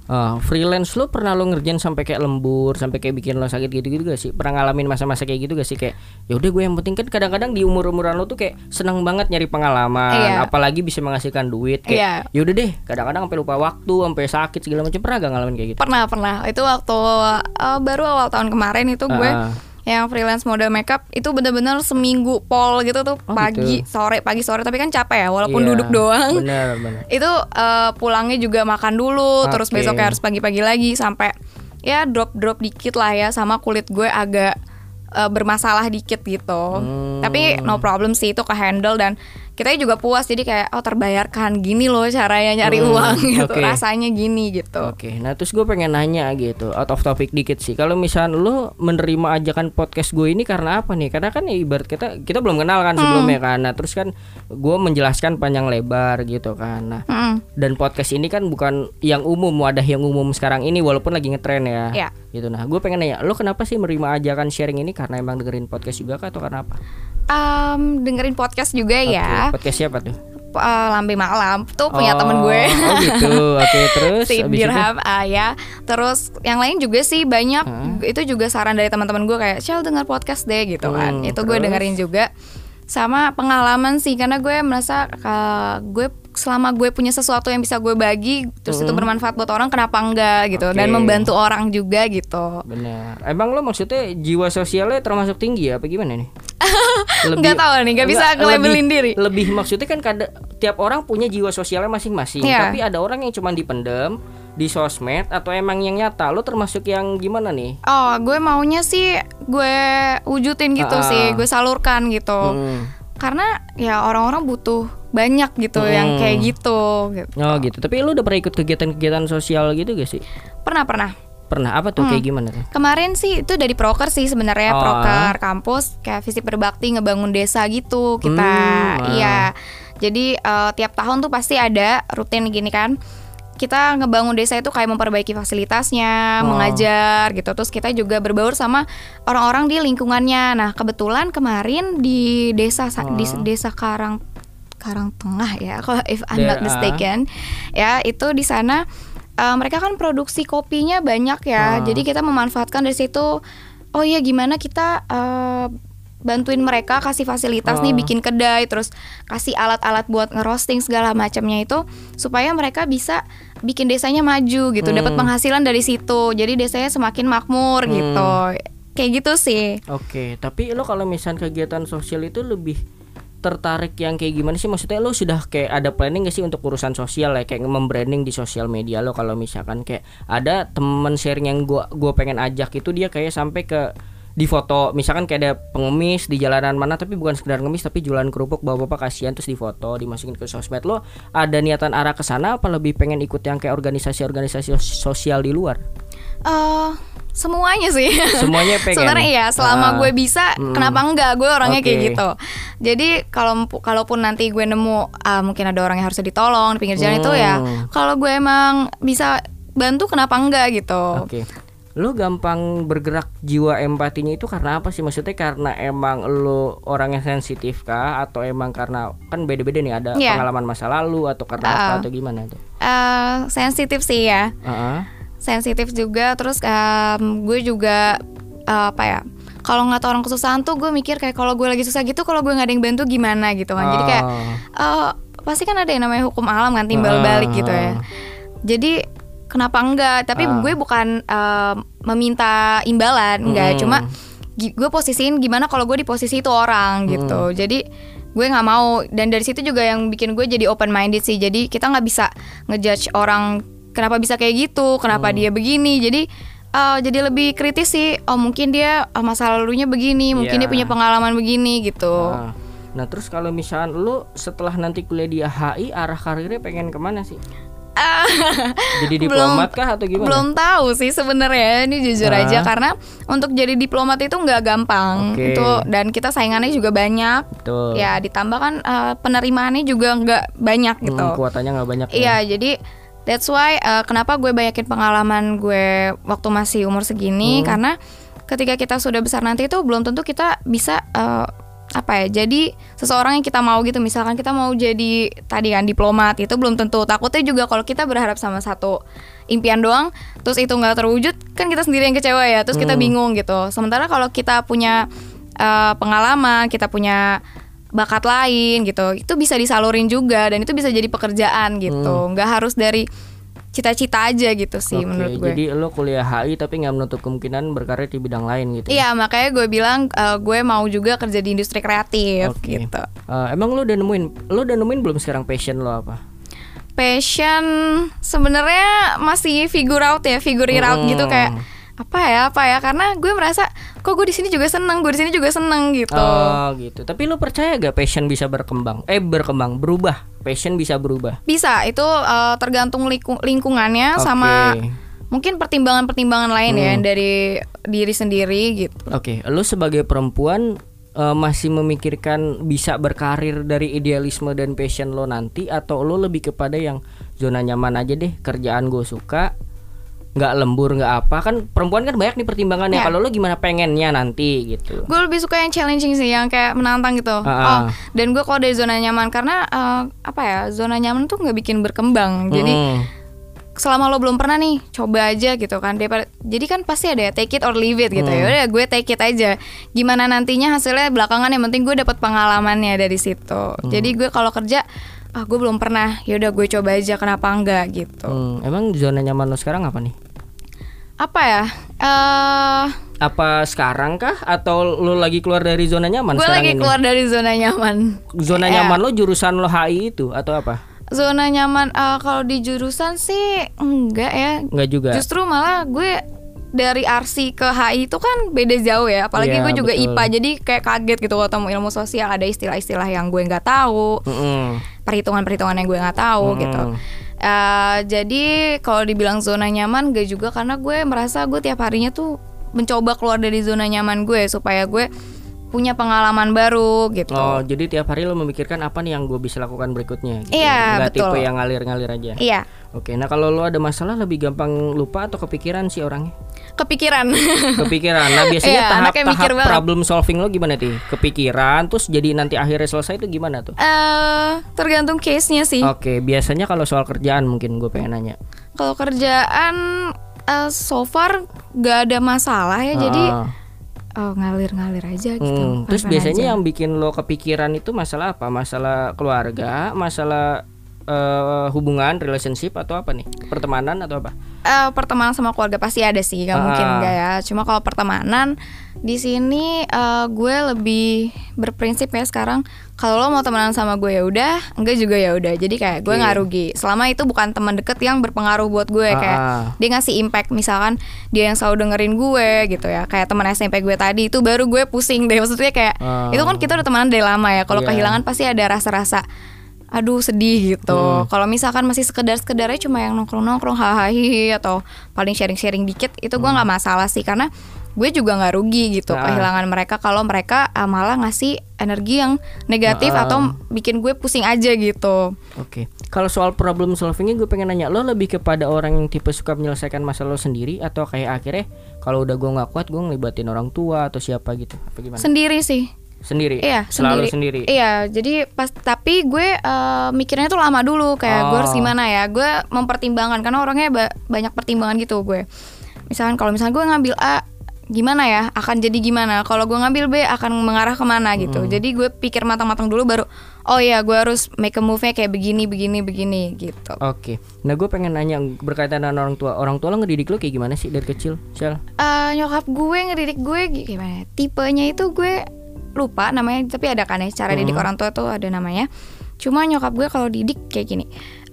Uh, freelance lo pernah lo ngerjain sampai kayak lembur, sampai kayak bikin lo sakit gitu-gitu gak sih? Pernah ngalamin masa-masa kayak gitu gak sih? Kayak ya udah gue yang penting kan kadang-kadang di umur-umuran lo tuh kayak seneng banget nyari pengalaman, iya. apalagi bisa menghasilkan duit kayak iya. ya udah deh, kadang-kadang sampai lupa waktu, sampai sakit segala macam. Pernah gak ngalamin kayak gitu? Pernah, pernah. Itu waktu uh, baru awal tahun kemarin itu gue uh. yang freelance model makeup itu bener-bener seminggu pol gitu tuh, oh, pagi gitu. sore pagi sore tapi kan capek ya walaupun yeah, duduk doang. Bener, bener. Itu uh, pulangnya juga makan dulu, okay. terus besoknya harus pagi-pagi lagi sampai ya drop-drop dikit lah ya, sama kulit gue agak uh, bermasalah dikit gitu. Hmm. Tapi no problem sih, itu ke handle dan kita juga puas, jadi kayak oh terbayarkan gini loh caranya nyari hmm, uang gitu, okay. rasanya gini gitu. Oke, okay. Nah terus gue pengen nanya gitu, out of topic dikit sih. Kalau misalnya lo menerima ajakan podcast gue ini karena apa nih? Karena kan ya ibarat kita kita belum kenal kan sebelumnya hmm. kan. Nah terus kan gue menjelaskan panjang lebar gitu kan. Nah hmm. dan podcast ini kan bukan yang umum, wadah yang umum sekarang ini walaupun lagi ngetren ya. Yeah. Gitu. Nah gue pengen nanya, lo kenapa sih menerima ajakan sharing ini? Karena emang dengerin podcast juga kah atau karena apa? Um, dengerin podcast juga okay. ya. Podcast siapa tuh? Uh, Lambe Malam tuh punya oh, temen gue. Oh gitu. Oke, okay, terus si Dirham uh, ya. Terus yang lain juga sih banyak. Hmm. Itu juga saran dari teman-teman gue kayak Shell denger podcast deh gitu kan. Hmm, itu terus? Gue dengerin juga. Sama pengalaman sih, karena gue merasa uh, gue selama gue punya sesuatu yang bisa gue bagi terus hmm. itu bermanfaat buat orang, kenapa enggak gitu, okay. dan membantu orang juga gitu. Benar. Emang lo maksudnya jiwa sosialnya termasuk tinggi ya apa gimana nih? Nggak tahu nih, nggak bisa nge-labelin diri. Lebih maksudnya kan kada, tiap orang punya jiwa sosialnya masing-masing, yeah. tapi ada orang yang cuma dipendem di sosmed atau emang yang nyata. Lo termasuk yang gimana nih? Oh, gue maunya sih gue wujudin gitu uh-uh. sih, gue salurkan gitu. Hmm. Karena ya orang-orang butuh banyak gitu hmm. yang kayak gitu, gitu. Oh gitu. Tapi lu udah pernah ikut kegiatan-kegiatan sosial gitu gak sih? Pernah, pernah. Pernah, apa tuh hmm. kayak gimana tuh? Kemarin sih itu dari proker sih sebenarnya, oh. proker kampus kayak visi berbakti ngebangun desa gitu kita. Hmm, iya. Jadi uh, tiap tahun tuh pasti ada rutin gini kan. Kita ngebangun desa itu kayak memperbaiki fasilitasnya, oh. mengajar gitu. Terus kita juga berbaur sama orang-orang di lingkungannya. Nah, kebetulan kemarin di desa oh. di desa Karang Karang Tengah ya, kalau if I'm not mistaken, ya itu di sana uh, mereka kan produksi kopinya banyak ya. Oh. Jadi kita memanfaatkan dari situ. Oh iya, gimana kita uh, bantuin mereka, kasih fasilitas oh. nih, bikin kedai, terus kasih alat-alat buat ngerosting segala macamnya itu supaya mereka bisa bikin desanya maju gitu, hmm. dapat penghasilan dari situ. Jadi desanya semakin makmur hmm. gitu. Kayak gitu sih. Oke, okay. Tapi lo kalau misalnya kegiatan sosial itu lebih tertarik yang kayak gimana sih? Maksudnya lo sudah kayak ada planning gak sih untuk urusan sosial ya, kayak membranding di sosial media lo? Kalau misalkan kayak ada temen sharing yang gua gua pengen ajak itu, dia kayak sampai ke di foto, misalkan kayak ada pengemis di jalanan mana tapi bukan sekedar ngemis tapi jualan kerupuk, bapak-bapak kasihan, terus difoto dimasukin ke sosmed. Lo ada niatan arah ke sana apa lebih pengen ikut yang kayak organisasi-organisasi sosial di luar? Uh, semuanya sih. Semuanya pengen. Sebenarnya iya, selama uh, gue bisa, hmm. kenapa enggak? Gue orangnya okay. kayak gitu. Jadi kalau kalaupun nanti gue nemu uh, mungkin ada orang yang harus ditolong di pinggir jalan hmm. itu ya, kalau gue emang bisa bantu kenapa enggak gitu. Oke. Okay. Lo gampang bergerak jiwa empatinya itu karena apa sih? Maksudnya karena emang lo orang yang sensitif kah? Atau emang karena kan beda-beda nih, ada yeah. pengalaman masa lalu atau karena uh, apa atau gimana tuh? Uh, sensitif sih ya. Uh-huh. Sensitif juga, terus um, gue juga uh, apa ya? Kalau ngeliat orang kesusahan tuh gue mikir kayak kalau gue lagi susah gitu, kalau gue nggak ada yang bantu gimana gitu kan? Oh. Jadi kayak uh, pasti kan ada yang namanya hukum alam kan, timbal balik uh. gitu ya. Jadi kenapa enggak? Tapi uh. gue bukan uh, meminta imbalan, enggak. Hmm. Cuma gi- gue posisiin gimana kalau gue di posisi itu orang gitu. Hmm. Jadi gue nggak mau. Dan dari situ juga yang bikin gue jadi open minded sih. Jadi kita nggak bisa ngejudge orang kenapa bisa kayak gitu, kenapa hmm. dia begini. Jadi uh, jadi lebih kritis sih. Oh mungkin dia uh, masa lalunya begini, mungkin yeah. dia punya pengalaman begini gitu. Uh. Nah terus kalau misalnya lo setelah nanti kuliah di H I, arah karirnya pengen kemana sih? Jadi diplomat belum, kah atau gimana? Belum tahu sih sebenarnya, ini jujur ah. aja, karena untuk jadi diplomat itu nggak gampang. Okay. Itu dan kita saingannya juga banyak. Betul. Ya ditambah kan uh, penerimaannya juga nggak banyak gitu. Hmm, kuotanya nggak banyak. Iya ya. Jadi that's why uh, kenapa gue banyakin pengalaman gue waktu masih umur segini, hmm. karena ketika kita sudah besar nanti itu belum tentu kita bisa uh, apa ya, jadi seseorang yang kita mau gitu. Misalkan kita mau jadi tadi kan diplomat, itu belum tentu. Takutnya juga kalau kita berharap sama satu impian doang terus itu nggak terwujud, kan kita sendiri yang kecewa ya, terus kita Hmm. bingung gitu. Sementara kalau kita punya uh, pengalaman, kita punya bakat lain gitu, itu bisa disalurin juga dan itu bisa jadi pekerjaan gitu. Nggak harus dari cita-cita aja gitu sih. Oke, menurut gue. jadi lo kuliah H I tapi nggak menutup kemungkinan berkarir di bidang lain gitu. Iya, makanya gue bilang uh, gue mau juga kerja di industri kreatif Oke. gitu. Uh, emang lo udah nemuin, lo udah nemuin belum sekarang passion lo apa? Passion sebenarnya masih figure out ya, figure it out Hmm. gitu, kayak apa ya apa ya karena gue merasa kok gue di sini juga seneng, gue di sini juga seneng gitu. Oh gitu. Tapi lo percaya gak passion bisa berkembang? Eh berkembang, berubah. Passion bisa berubah. Bisa, itu uh, tergantung lingku- lingkungannya Oke. sama mungkin pertimbangan-pertimbangan lain ya Hmm. dari diri sendiri gitu. Oke, lo sebagai perempuan uh, masih memikirkan bisa berkarir dari idealisme dan passion lo nanti, atau lo lebih kepada yang zona nyaman aja deh, kerjaan gue suka, nggak lembur nggak apa, kan perempuan kan banyak nih pertimbangannya. Ya. Kalau lo gimana pengennya nanti gitu? Gue lebih suka yang challenging sih, yang kayak menantang gitu. Ah, Oh, ah. dan gue kalau dari zona nyaman karena uh, apa ya, zona nyaman tuh nggak bikin berkembang. Jadi Hmm. selama lo belum pernah nih, coba aja gitu kan. Daripada, jadi kan pasti ada ya, take it or leave it gitu. Hmm. Ya udah, gue take it aja. Gimana nantinya hasilnya belakangan, yang penting gue dapat pengalamannya dari situ. Hmm. Jadi gue kalau kerja, ah gue belum pernah, ya udah gue coba aja, kenapa enggak gitu. Hmm, emang zona nyaman lo sekarang apa nih? Apa ya? Eh, Apa sekarang kah? Atau lo lagi keluar dari zona nyaman gue sekarang lagi ini? keluar dari zona nyaman. Zona Ya. nyaman lo jurusan lo H I itu atau apa? Zona nyaman eh, kalau di jurusan sih enggak ya. Enggak juga. Justru malah gue dari R C ke H I itu kan beda jauh ya. Apalagi Iya, gue juga betul. I P A, jadi kayak kaget gitu kalau temu ilmu sosial, ada istilah-istilah yang gue nggak tahu, Mm-mm. perhitungan-perhitungan yang gue nggak tahu Mm-mm. gitu. Eh, jadi kalau dibilang zona nyaman gak juga, karena gue merasa gue tiap harinya tuh mencoba keluar dari zona nyaman gue supaya gue punya pengalaman baru gitu. Oh, jadi tiap hari lo memikirkan apa nih yang gue bisa lakukan berikutnya gitu. Iya, Nggak betul. tipe yang ngalir-ngalir aja. Iya, Oke, nah kalau lo ada masalah lebih gampang lupa atau kepikiran sih orangnya? kepikiran. Kepikiran. Nah, biasanya Iya, anaknya mikir tahap-tahap banget. problem solving lo gimana sih? Kepikiran terus jadi nanti akhirnya selesai itu gimana tuh? Eh, tergantung case-nya sih. Oke, biasanya kalau soal kerjaan mungkin gue pengen nanya. Kalau kerjaan eh, so far gak ada masalah ya, jadi Ah. oh, ngalir-ngalir aja gitu. Hmm, terus fun-fun biasanya aja. yang bikin lo kepikiran itu masalah apa? Masalah keluarga, masalah eh, hubungan, relationship atau apa nih? Pertemanan atau apa? Eh, pertemanan sama keluarga pasti ada sih, nggak Ah. mungkin enggak ya. Cuma kalau pertemanan di sini eh, gue lebih berprinsip ya sekarang. Kalau lo mau temenan sama gue ya udah, enggak juga ya udah. Jadi kayak gue Oke. nggak rugi. Selama itu bukan teman deket yang berpengaruh buat gue, Ah. kayak dia ngasih impact. Misalkan dia yang selalu dengerin gue gitu ya, kayak teman S M P gue tadi, itu baru gue pusing deh. Maksudnya kayak Ah. itu kan kita udah temenan dari lama ya. Kalau Iya. kehilangan pasti ada rasa-rasa aduh sedih gitu. Hmm. Kalau misalkan masih sekedar-sekedarnya cuma yang nongkrong-nongkrong hahaha atau paling sharing-sharing dikit, itu gue nggak masalah sih, karena gue juga nggak rugi gitu Nah. kehilangan mereka kalau mereka ah, malah ngasih energi yang negatif Nah. atau bikin gue pusing aja gitu. Oke. Kalau soal problem solvingnya gue pengen nanya, lo lebih kepada orang yang tipe suka menyelesaikan masalah lo sendiri, atau kayak akhirnya kalau udah gue nggak kuat gue ngelibatin orang tua atau siapa gitu? Apa gimana? Sendiri sih. Sendiri. Iya, Selalu sendiri. sendiri. Iya, jadi pas tapi gue eh, mikirnya tuh lama dulu, kayak gue harus Oh. gimana ya. Gue mempertimbangkan karena orangnya ba- banyak pertimbangan gitu gue. Misalkan kalau misalkan gue ngambil A, gimana ya? Akan jadi gimana? Kalau gue ngambil B akan mengarah kemana gitu. Hmm. Jadi gue pikir matang-matang dulu baru oh ya gue harus make a move-nya kayak begini begini begini gitu. Oke. Nah gue pengen nanya berkaitan dengan orang tua. Orang tua lo ngedidik lo kayak gimana sih dari kecil, Shal? Eh, nyokap gue ngedidik gue gimana? ya? Tipenya itu gue lupa namanya, tapi ada kan ya cara didik Hmm. orang tua tuh ada namanya. Cuma nyokap gue kalau didik kayak gini,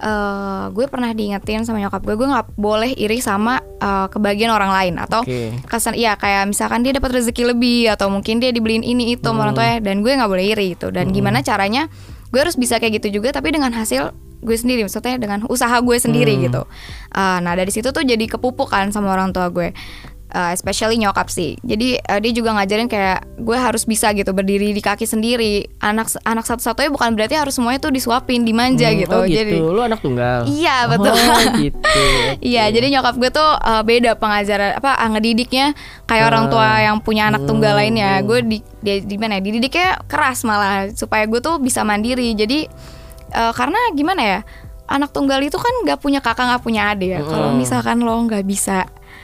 eh gue pernah diingetin sama nyokap gue, gue nggak boleh iri sama eh, kebahagiaan orang lain atau Oke. kesan, iya kayak misalkan dia dapat rezeki lebih atau mungkin dia dibeliin ini itu sama orang tuanya, dan gue nggak boleh iri itu. Dan gimana caranya gue harus bisa kayak gitu juga, tapi dengan hasil gue sendiri, maksudnya dengan usaha gue sendiri Hmm. gitu. Eh, nah dari situ tuh jadi kepupuk kan sama orang tua gue. Uh, especially nyokap sih. Jadi uh, dia juga ngajarin kayak gue harus bisa gitu berdiri di kaki sendiri. Anak anak satu-satunya bukan berarti harus semuanya tuh disuapin, dimanja hmm, gitu. Oh gitu. Jadi lu anak tunggal. Iya betul. Oh gitu. Iya, jadi nyokap gue tuh uh, beda pengajaran apa uh, ngedidiknya kayak uh, orang tua yang punya anak tunggal hmm, lainnya. Gue di di, di mana ya? Dididiknya keras malah supaya gue tuh bisa mandiri. Jadi uh, karena gimana ya? Anak tunggal itu kan nggak punya kakak, nggak punya adik ya. Hmm. Kalau misalkan lo nggak bisa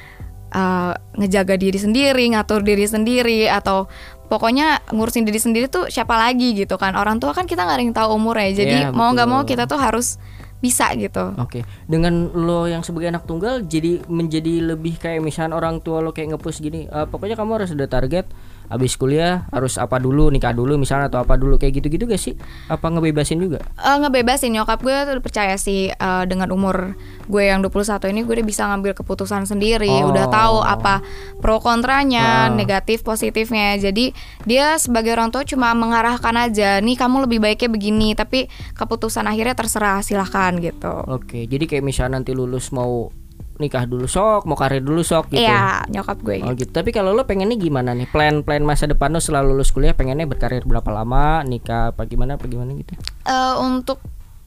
Uh, ngejaga diri sendiri, ngatur diri sendiri, atau pokoknya ngurusin diri sendiri tuh siapa lagi gitu kan. Orang tua kan kita gak ada yang tahu umurnya. Jadi ya, mau gak mau kita tuh harus bisa gitu. Oke, dengan lo yang sebagai anak tunggal jadi menjadi lebih kayak misalnya orang tua lo kayak nge-push gini, uh, pokoknya kamu harus ada target abis kuliah harus apa dulu, nikah dulu misalnya, atau apa dulu kayak gitu-gitu gak sih? Apa ngebebasin juga? Uh, ngebebasin, nyokap gue tuh percaya sih uh, dengan umur gue yang dua puluh satu ini gue udah bisa ngambil keputusan sendiri, oh. udah tahu apa pro kontranya, uh. negatif positifnya. Jadi dia sebagai orang tua cuma mengarahkan aja, nih kamu lebih baiknya begini, tapi keputusan akhirnya terserah, silahkan gitu. Oke, jadi kayak misalnya nanti lulus mau nikah dulu sok, mau karir dulu sok gitu. Iya, nyokap gue gitu. Oh gitu. Tapi kalau lo pengennya gimana nih? Plan-plan masa depan lo setelah lulus kuliah pengennya berkarir berapa lama, nikah apa gimana apa gimana gitu? Uh, untuk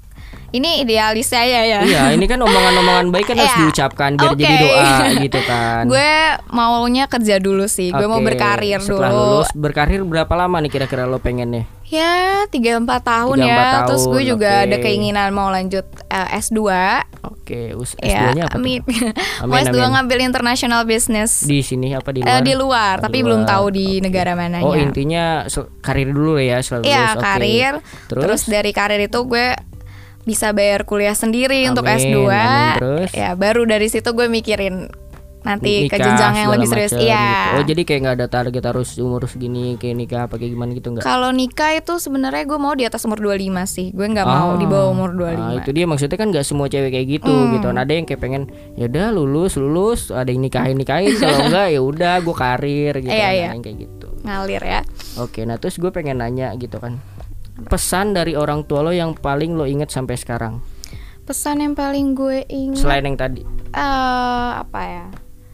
ini idealis saya ya. Iya, ini kan omongan-omongan baik kan harus diucapkan biar okay. jadi doa gitu kan. Gue maunya kerja dulu sih. Gue okay. mau berkarir Setelah dulu. Setelah lulus berkarir berapa lama nih kira-kira lo pengennya? Ya tiga empat tahun tiga, ya tahun, Terus gue juga okay. ada keinginan mau lanjut uh, S dua. Oke, okay. S ya, dua-nya apa? Amin. Amin, mau S dua amin. ngambil international business. Di sini apa di luar? Uh, di luar, oh, tapi di luar. belum tahu di okay. negara mananya. Oh intinya karir dulu ya setelah lulus. Iya okay. karir. Terus? Terus dari karir itu gue bisa bayar kuliah sendiri amin, untuk S dua. Amin, terus? Ya baru dari situ gue mikirin nanti nikah, ke jenjang yang lebih serius. Iya. Gitu. Oh jadi kayak nggak ada target harus umur segini kayak nikah apa kayak gimana gitu nggak? Kalau nikah itu sebenarnya gue mau di atas umur dua puluh lima sih. Gue nggak ah, mau di bawah umur dua puluh lima. Nah, itu dia maksudnya kan nggak semua cewek kayak gitu hmm. gitu. Nah, ada yang kayak pengen ya udah lulus lulus, ada yang nikahin nikahin kalau enggak ya udah gue karir gitu. Iya, kan, iya. Yang kayak gitu. Ngalir ya. Oke, nah terus gue pengen nanya gitu kan. Pesan dari orang tua lo yang paling lo inget sampai sekarang? Pesan yang paling gue ingat selain yang tadi? Uh, apa ya?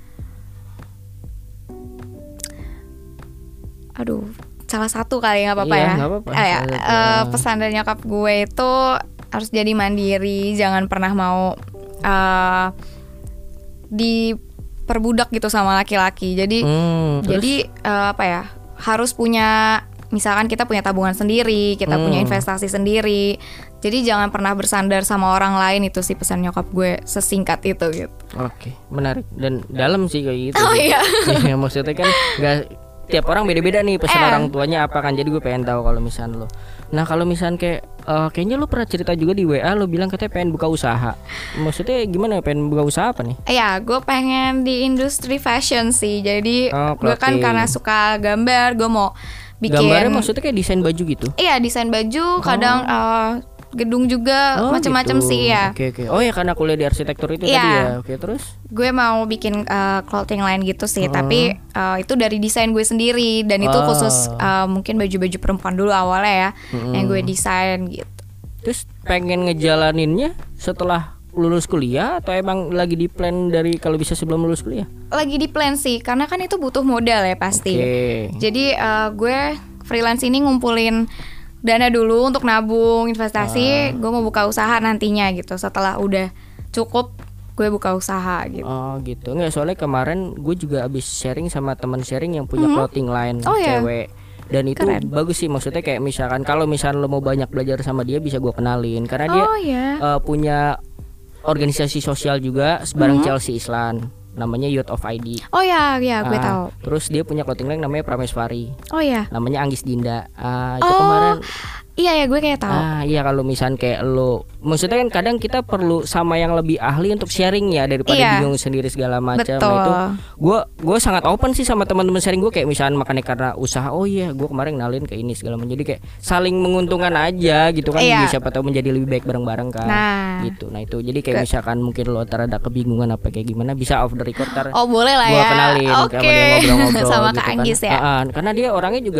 Aduh, salah satu kali nggak apa-apa iya, ya. Gak apa-apa. Eh, ya uh, pesan dari nyokap gue itu harus jadi mandiri, jangan pernah mau uh, diperbudak gitu sama laki-laki. Jadi, hmm, jadi uh, apa ya? Harus punya, misalkan kita punya tabungan sendiri, kita hmm. punya investasi sendiri. Jadi jangan pernah bersandar sama orang lain, itu sih pesan nyokap gue sesingkat itu gitu. Oke, menarik dan dalam sih kayak gitu. Oh sih. iya. Ya, maksudnya kan nggak tiap orang beda-beda nih pesan eh. orang tuanya apa kan, jadi gue pengen tahu kalau misalnya lo. Nah kalau misalnya kayak uh, kayaknya lo pernah cerita juga di W A, lo bilang katanya pengen buka usaha. Maksudnya gimana, pengen buka usaha apa nih? Iya, gue pengen di industri fashion sih. Jadi oh, gue kan karena suka gambar, gue mau bikin. Gambarnya maksudnya kayak desain baju gitu? Iya, desain baju, kadang oh. uh, gedung juga, oh, macam-macam gitu. sih ya. Oke oke. Oh ya karena kuliah di arsitektur itu yeah. tadi ya. Oke terus? Gue mau bikin uh, clothing line gitu sih, uh. tapi uh, itu dari desain gue sendiri dan itu oh. khusus uh, mungkin baju-baju perempuan dulu awalnya ya, hmm. yang gue desain gitu. Terus pengen ngejalaninnya setelah lulus kuliah atau emang lagi di plan dari kalau bisa sebelum lulus kuliah? Lagi di plan sih, karena kan itu butuh modal ya pasti. Okay. Jadi uh, gue freelance ini ngumpulin dana dulu untuk nabung investasi, ah. gue mau buka usaha nantinya gitu. Setelah udah cukup, gue buka usaha gitu. Oh gitu. Nggak, soalnya kemarin gue juga abis sharing sama teman sharing yang punya mm-hmm. clothing line oh, cewek. Yeah. Dan itu keren. Bagus sih, maksudnya kayak misalkan kalau misalkan lo mau banyak belajar sama dia bisa gue kenalin karena dia oh, yeah. uh, punya organisasi sosial juga bareng mm-hmm. Chelsea Islan. Namanya Youth of I D. Oh ya, ya gue ah, tahu. Terus dia punya clothing line namanya Prameswari. Oh ya. Namanya Anggis Dinda. Ah, itu oh, kemarin. Iya ya, gue kayak tahu. Ah, iya kalau misalnya kayak lo, maksudnya kan kadang kita perlu sama yang lebih ahli untuk sharing ya daripada iya. bingung sendiri segala macam. Betul. Nah, itu gue gue sangat open sih sama teman-teman sharing gue kayak misalnya makanya karena usaha. Oh iya, gue kemarin ngenalin ke ini segala macam. Jadi kayak saling menguntungkan aja gitu kan. Iya. Siapa tahu menjadi lebih baik bareng-bareng kan. Nah. Gitu. Nah itu jadi kayak misalkan mungkin lo terada kebingungan apa kayak gimana bisa off the record tar. Oh boleh lah gua ya. Gue kenalin okay. sama dia ngobrol-ngobrol sama gitu Kak Anggis kan. ya. Uh-uh. Karena dia orangnya juga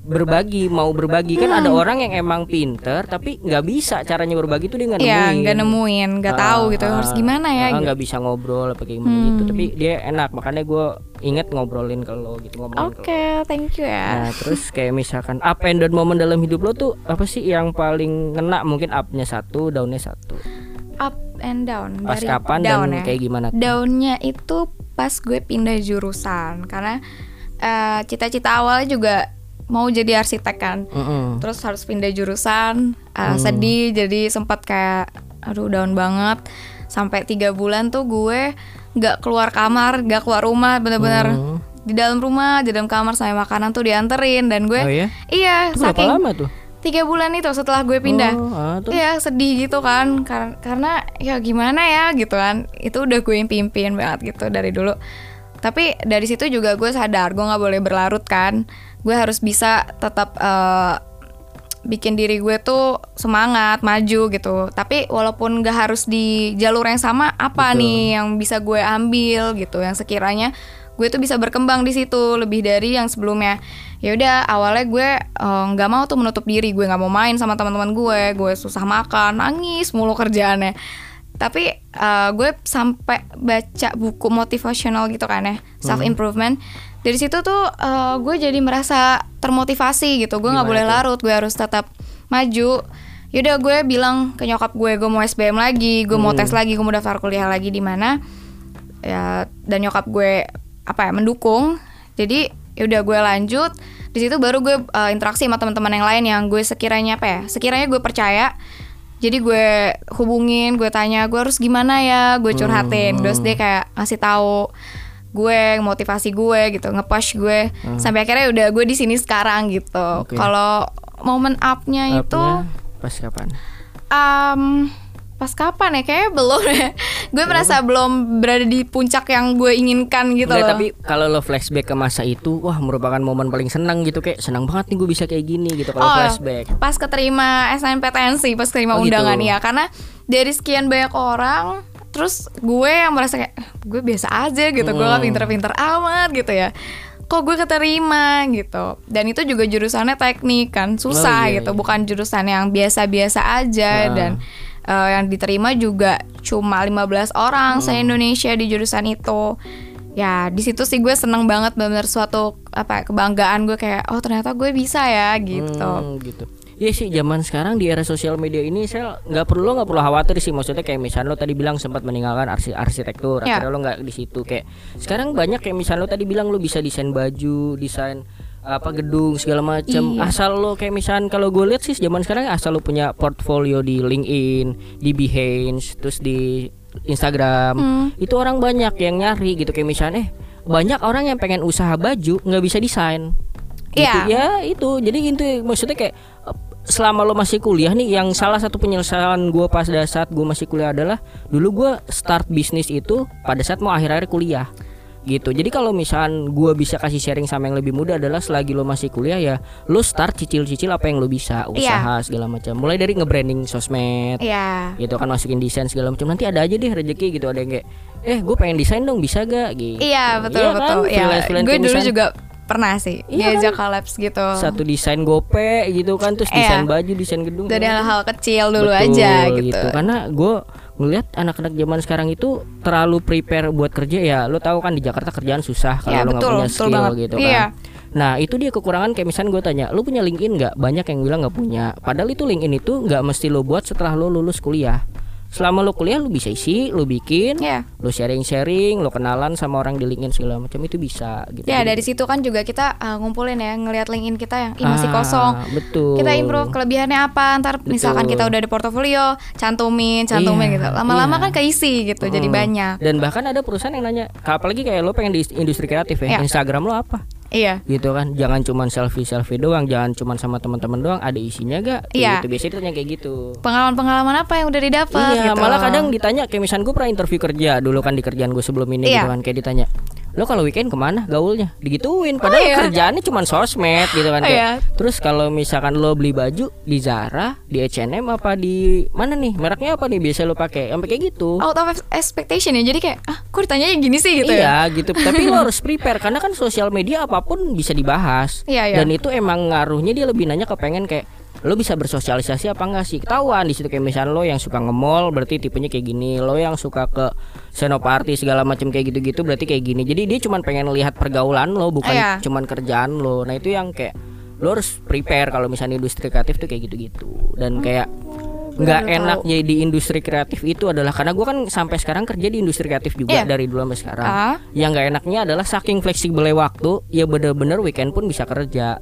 berbagi, mau berbagi kan ada orang yang emang pinter tapi nggak bisa caranya berbagi tuh dia nggak nemuin. Iya, nggak nemuin, nggak Ah, tahu gitu ah, harus gimana ya. ah, gitu. nggak bisa ngobrol apa kayak gimana gitu. Tapi dia enak, makanya gue inget ngobrolin ke lo gitu, ngobrolin ke lo. Oke, thank you ya. Nah terus kayak misalkan up and down momen dalam hidup lo tuh apa sih yang paling ngena? Mungkin up-nya satu, down-nya satu. Up and down. Pas dari kapan down dan ya. kayak gimana tuh? Downnya itu pas gue pindah jurusan karena eh, cita-cita awalnya juga mau jadi arsitek kan. Mm-mm. Terus harus pindah jurusan, uh, sedih, jadi sempat kayak aduh down banget. Sampai tiga bulan tuh gue nggak keluar kamar, nggak keluar rumah, bener-bener Hmm. di dalam rumah, di dalam kamar sampai makanan tuh dianterin. Dan gue Oh iya? iya Itu berapa saking lama tuh? tiga bulan itu setelah gue pindah. Oh, ah, terus? Iya sedih gitu kan, Kar- karena ya gimana ya gitu kan. Itu udah gue impiin banget gitu dari dulu. Tapi dari situ juga gue sadar gue nggak boleh berlarut kan. Gue harus bisa tetap eh, bikin diri gue tuh semangat maju gitu. Tapi walaupun gak harus di jalur yang sama, apa Betul. nih yang bisa gue ambil gitu, yang sekiranya gue tuh bisa berkembang di situ lebih dari yang sebelumnya. Ya udah awalnya gue nggak mau tuh menutup diri, gue nggak mau main sama teman-teman gue, gue susah makan, nangis mulu kerjaannya. Tapi eh, gue sampai baca buku motivational gitu kan ya, self improvement. Dari situ tuh eh, gue jadi merasa termotivasi gitu. Gue nggak Gimana boleh tuh? larut, gue harus tetap maju. Yaudah gue bilang ke nyokap gue, gue mau S B M lagi, gue mau Hmm. tes lagi, gue mau daftar kuliah lagi di mana. Ya dan nyokap gue apa ya mendukung. Jadi yaudah gue lanjut. Di situ baru gue eh, interaksi sama teman-teman yang lain yang gue sekiranya apa ya, sekiranya gue percaya. Jadi gue hubungin, gue tanya gue harus gimana ya, gue curhatin. Terus dia kayak ngasih tahu gue, motivasi gue gitu, nge-push gue sampai akhirnya udah gue di sini sekarang gitu. Oke. Kalau momen up-nya itu Up-nya pas kapan? um, pas kapan ya? Kayaknya belum ya. Gue merasa belum berada di puncak yang gue inginkan gitu Enggak, loh. tapi kalau lo flashback ke masa itu, wah merupakan momen paling senang gitu, kayak senang banget nih gue bisa kayak gini gitu kalau Oh, flashback. pas keterima S N P T N sih, pas keterima Oh, gitu. undangan ya. Karena dari sekian banyak orang, terus gue yang merasa kayak "Eh, gue biasa aja gitu, gue gak Hmm. pinter-pinter amat gitu ya. Kok gue keterima gitu. Dan itu juga jurusannya teknik kan, susah Oh, iya, gitu, iya. bukan jurusan yang biasa-biasa aja. Ah. Dan eh, yang diterima juga cuma lima belas orang Hmm. se-Indonesia di jurusan itu. Ya di situ sih gue seneng banget, benar-benar suatu apa kebanggaan gue kayak oh ternyata gue bisa ya gitu. Hmm, gitu. Iya sih, zaman sekarang di era sosial media ini saya nggak perlu lo nggak perlu khawatir sih, maksudnya kayak misalnya lo tadi bilang sempat meninggalkan arsi arsitektur, Ya. akhirnya lo nggak di situ, kayak sekarang banyak kayak misalnya lo tadi bilang lo bisa desain baju, desain apa gedung segala macam. Iya. Asal lo kayak misalnya kalau gue lihat sih zaman sekarang asal lo punya portfolio di LinkedIn, di Behance, terus di Instagram, Hmm. itu orang banyak yang nyari gitu, kayak misalnya eh banyak orang yang pengen usaha baju nggak bisa desain. Gitu. Iya. Ya itu jadi itu maksudnya kayak eh, selama lo masih kuliah nih, yang salah satu penyelesaian gue pas pada saat gue masih kuliah adalah dulu gue start bisnis itu pada saat mau akhir-akhir kuliah gitu. Jadi kalau misalkan gue bisa kasih sharing sama yang lebih muda adalah selagi lo masih kuliah ya lo start cicil-cicil apa yang lo bisa, usaha segala macam, mulai dari nge-branding sosmed Iya. gitu kan, masukin desain segala macam, nanti ada aja deh rezeki gitu. Ada yang kayak eh gue pengen desain dong, bisa gak gitu. Iya betul Iya betul. kan? Iya. Freelance-freelance Gue kayak dulu misalnya juga pernah sih Iya diajak kan? collabs gitu. satu desain gope gitu kan, terus Iya. desain baju, desain gedung Dari segala macam. hal-hal kecil dulu Betul, aja gitu. Karena gue ngelihat anak-anak zaman sekarang itu terlalu prepare buat kerja ya. Lo tahu kan di Jakarta kerjaan susah kalau Ya, lo nggak betul, punya betul skill banget. gitu kan. Iya. Nah itu dia kekurangan, kayak misalnya gue tanya lo punya LinkedIn nggak? Banyak yang bilang nggak punya. Padahal itu LinkedIn itu nggak mesti lo buat setelah lo lulus kuliah. Selama lo kuliah lo bisa isi, lo bikin, Iya. lo sharing-sharing, lo kenalan sama orang di LinkedIn segala macam, itu bisa gitu. Ya Jadi- dari situ kan juga kita uh, ngumpulin ya, ngelihat LinkedIn kita yang Ih, masih Ah, kosong. Betul. Kita improve kelebihannya apa, ntar misalkan kita udah ada portofolio, cantumin, cantumin Iya, gitu. Lama-lama iya. kan keisi gitu, jadi Mm. banyak. Dan bahkan ada perusahaan yang nanya, apalagi kayak lo pengen di industri kreatif ya, Iya. Instagram lo apa? Iya. Gitu kan, jangan cuman selfie selfie doang, jangan cuman sama teman-teman doang, ada isinya gak? Kayak Iya. gitu. Biasanya ditanya kayak gitu. Pengalaman-pengalaman apa yang udah didapat Iya, gitu. malah kadang ditanya kayak misalnya gue pernah interview kerja dulu kan di kerjaan gue sebelum ini Iya. gitu kan, kayak ditanya lo kalau weekend kemana gaulnya digituin, padahal oh, iya. kerjaannya cuma sosmed gitu kan. Oh, kayak, iya. Terus kalau misalkan lo beli baju di Zara, di H and M apa di mana nih, mereknya apa nih biasa lo pakai, sampai kayak gitu. Out of expectation ya, jadi kayak ah kok ditanyanya gini sih gitu iya, ya. gitu. Tapi lo harus prepare karena kan sosial media apapun bisa dibahas. Iya, iya. Dan itu emang ngaruhnya dia lebih nanya ke pengen kayak lo bisa bersosialisasi apa enggak sih, ketahuan di situ. Kayak misalnya lo yang suka nge-mall berarti tipenya kayak gini, lo yang suka ke senoparty segala macam kayak gitu-gitu berarti kayak gini. Jadi dia cuma pengen lihat pergaulan lo, bukan Iya. cuman kerjaan lo. Nah itu yang kayak lo harus prepare kalau misalnya industri kreatif tuh kayak gitu-gitu. Dan kayak nggak baru enak tahu. jadi industri kreatif itu adalah karena gue kan sampai sekarang kerja di industri kreatif juga. Iya. Dari dulu sampai sekarang. Ah. Yang nggak enaknya adalah saking fleksibelnya waktu, ya bener-bener weekend pun bisa kerja.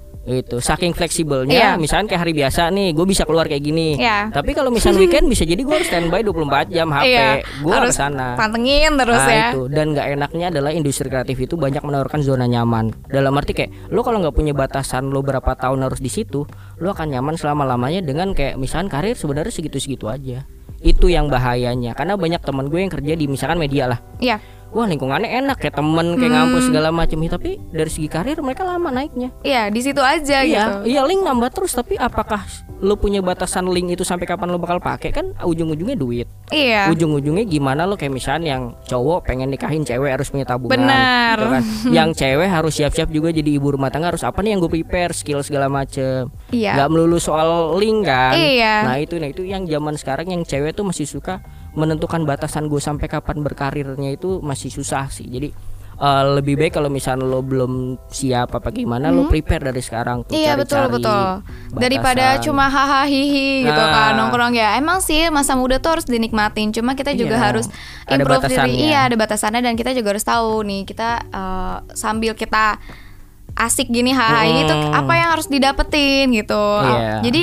Itu saking fleksibelnya, Iya. misalkan kayak hari biasa nih gue bisa keluar kayak gini. Iya. Tapi kalau misalnya weekend bisa jadi gue harus standby dua puluh empat jam H P. Iya, Gue harus harus sana. pantengin terus Nah, ya. itu. Dan nggak enaknya adalah industri kreatif itu banyak menawarkan zona nyaman. Dalam arti kayak lo kalau nggak punya batasan lo berapa tahun harus di situ, lo akan nyaman selama-lamanya dengan kayak misalkan karir sebenarnya segitu-segitu aja. Itu yang bahayanya. Karena banyak teman gue yang kerja di misalkan media lah. Iya. Wah lingkungannya enak kayak temen kayak Hmm. ngampus segala macam, ya, tapi dari segi karir mereka lama naiknya. Iya, di situ aja Iya, gitu. iya link nambah terus, tapi apakah lo punya batasan link itu sampai kapan lo bakal pakai? Kan ujung-ujungnya duit. Iya. Ujung-ujungnya gimana lo kayak misalnya yang cowok pengen nikahin cewek harus punya tabungan. Benar. Gitu kan. Yang cewek harus siap-siap juga jadi ibu rumah tangga, harus apa nih yang gue prepare, skill segala macem. Iya. Gak melulu soal link kan. Iya. Nah itu, nah itu yang zaman sekarang yang cewek tuh masih suka menentukan batasan gue sampai kapan berkarirnya itu masih susah sih. Jadi uh, lebih baik kalau misalnya lo belum siap apa gimana, lo prepare dari sekarang tuh. Iya betul cari-cari betul. batasan. Daripada cuma hahaha hihi gitu Nah. kan nongkrong ya. Emang sih masa muda tuh harus dinikmatin. Cuma kita juga Iya, harus ada improve batasannya. diri. Iya ada batasannya, dan kita juga harus tahu nih kita uh, sambil kita asik gini hahaha Hmm. itu apa yang harus didapetin gitu. Iya. Jadi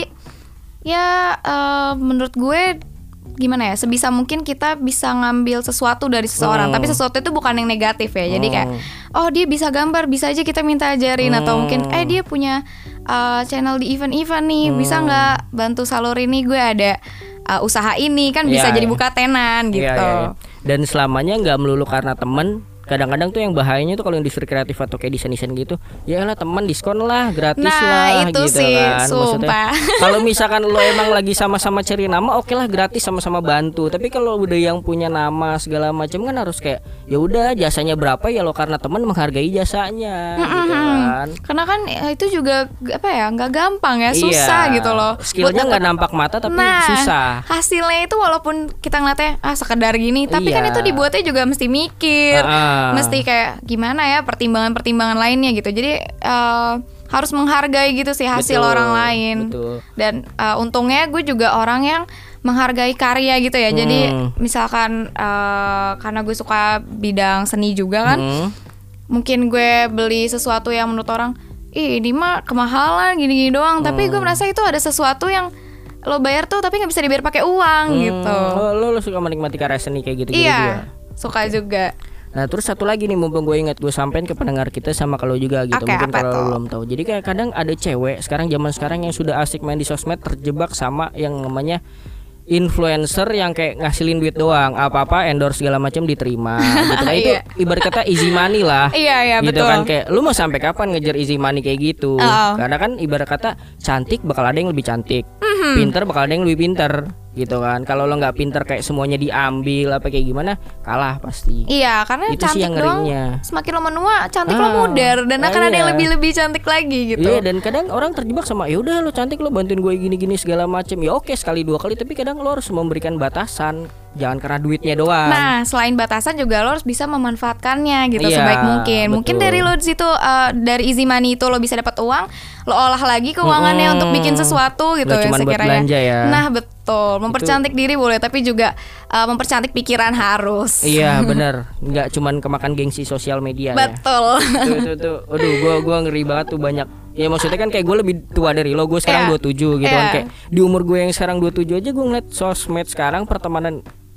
ya uh, menurut gue gimana ya, sebisa mungkin kita bisa ngambil sesuatu dari seseorang, Hmm. tapi sesuatu itu bukan yang negatif ya. Jadi kayak Hmm. oh dia bisa gambar, bisa aja kita minta ajarin. Hmm. Atau mungkin eh dia punya uh, channel di event-event nih, Hmm. bisa nggak bantu salur ini, gue ada uh, usaha ini kan, bisa Iya, jadi iya. buka tenan gitu. Iya, iya, iya. Dan selamanya nggak melulu karena temen. Kadang-kadang tuh yang bahayanya tuh kalau industri kreatif atau kayak desain-desain gitu, ya lah teman diskon lah, gratis Nah, lah itu gitu sih, kan. sumpah. Kalau misalkan lo emang lagi sama-sama cari nama, oke lah gratis sama-sama bantu. Tapi kalau udah yang punya nama segala macam kan harus kayak ya udah jasanya berapa ya lo, karena teman menghargai jasanya gitu kan. Karena kan ya, itu juga apa ya, nggak gampang ya, susah Iya. gitu loh. Skillnya Buat nggak dapet- nampak mata tapi nah, susah. hasilnya itu walaupun kita ngeliatnya ah sekedar gini, tapi kan Iya. itu dibuatnya juga mesti mikir, Ah. mesti kayak gimana ya, pertimbangan-pertimbangan lainnya gitu. Jadi eh, harus menghargai gitu sih hasil Betul, orang lain. betul. Dan eh, untungnya gue juga orang yang menghargai karya gitu ya. Jadi Hmm. misalkan eh, karena gue suka bidang seni juga kan, Hmm. mungkin gue beli sesuatu yang menurut orang ih ini mah kemahalan gini-gini doang, tapi gue merasa itu ada sesuatu yang lo bayar tuh tapi nggak bisa dibayar pakai uang gitu. Oh, lo, lo suka menikmati karya seni kayak gitu-gitu juga. Iya, suka juga. Nah terus satu lagi nih, mumpung gue ingat, gue sampein ke pendengar kita sama kalau juga gitu. Oke, Mungkin apa kalau tuh? lo belum tahu. Jadi kayak kadang ada cewek sekarang, zaman sekarang yang sudah asik main di sosmed, terjebak sama yang namanya influencer yang kayak ngasilin duit doang, apa-apa endorse segala macam diterima gitu. Nah, itu Iya. ibarat kata easy money lah. Iya, iya, gitu betul. kan, kayak lu mau sampai kapan ngejar easy money kayak gitu? Oh. Karena kan ibarat kata cantik bakal ada yang lebih cantik, Mhm. pinter bakal ada yang lebih pinter gitu kan. Kalau lo nggak pinter kayak semuanya diambil apa kayak gimana, kalah pasti. Iya, karena Itu sih cantik yang doang. ngerinya. Semakin lo menua, cantik lo Ah, mudar, dan ah, akan ada yang iya. lebih-lebih cantik lagi gitu. Iya, dan kadang orang terjebak sama ya udah lo cantik, lo bantuin gue gini-gini segala macem. Ya oke sekali dua kali, tapi kadang lo harus memberikan batasan, jangan karena duitnya doang. Nah, selain batasan juga lo harus bisa memanfaatkannya gitu Iya, sebaik mungkin. Mungkin betul. dari lo di situ uh, dari easy money itu lo bisa dapat uang, lo olah lagi keuangannya Mm-mm. untuk bikin sesuatu gitu Nggak ya cuman buat sekiranya. belanja ya. Nah, betul. Mempercantik diri boleh, tapi juga uh, mempercantik pikiran harus. Iya benar, nggak cuman kemakan gengsi sosial media ya. Betul. Tuh, tuh, tuh. Aduh, gue gua ngeri banget tuh banyak. Ya maksudnya kan kayak gue lebih tua dari lo, gue sekarang Iya. dua puluh tujuh gitu kan. Iya. Kayak di umur gue yang sekarang dua puluh tujuh aja gue ngeliat sosmed sekarang, pertemanan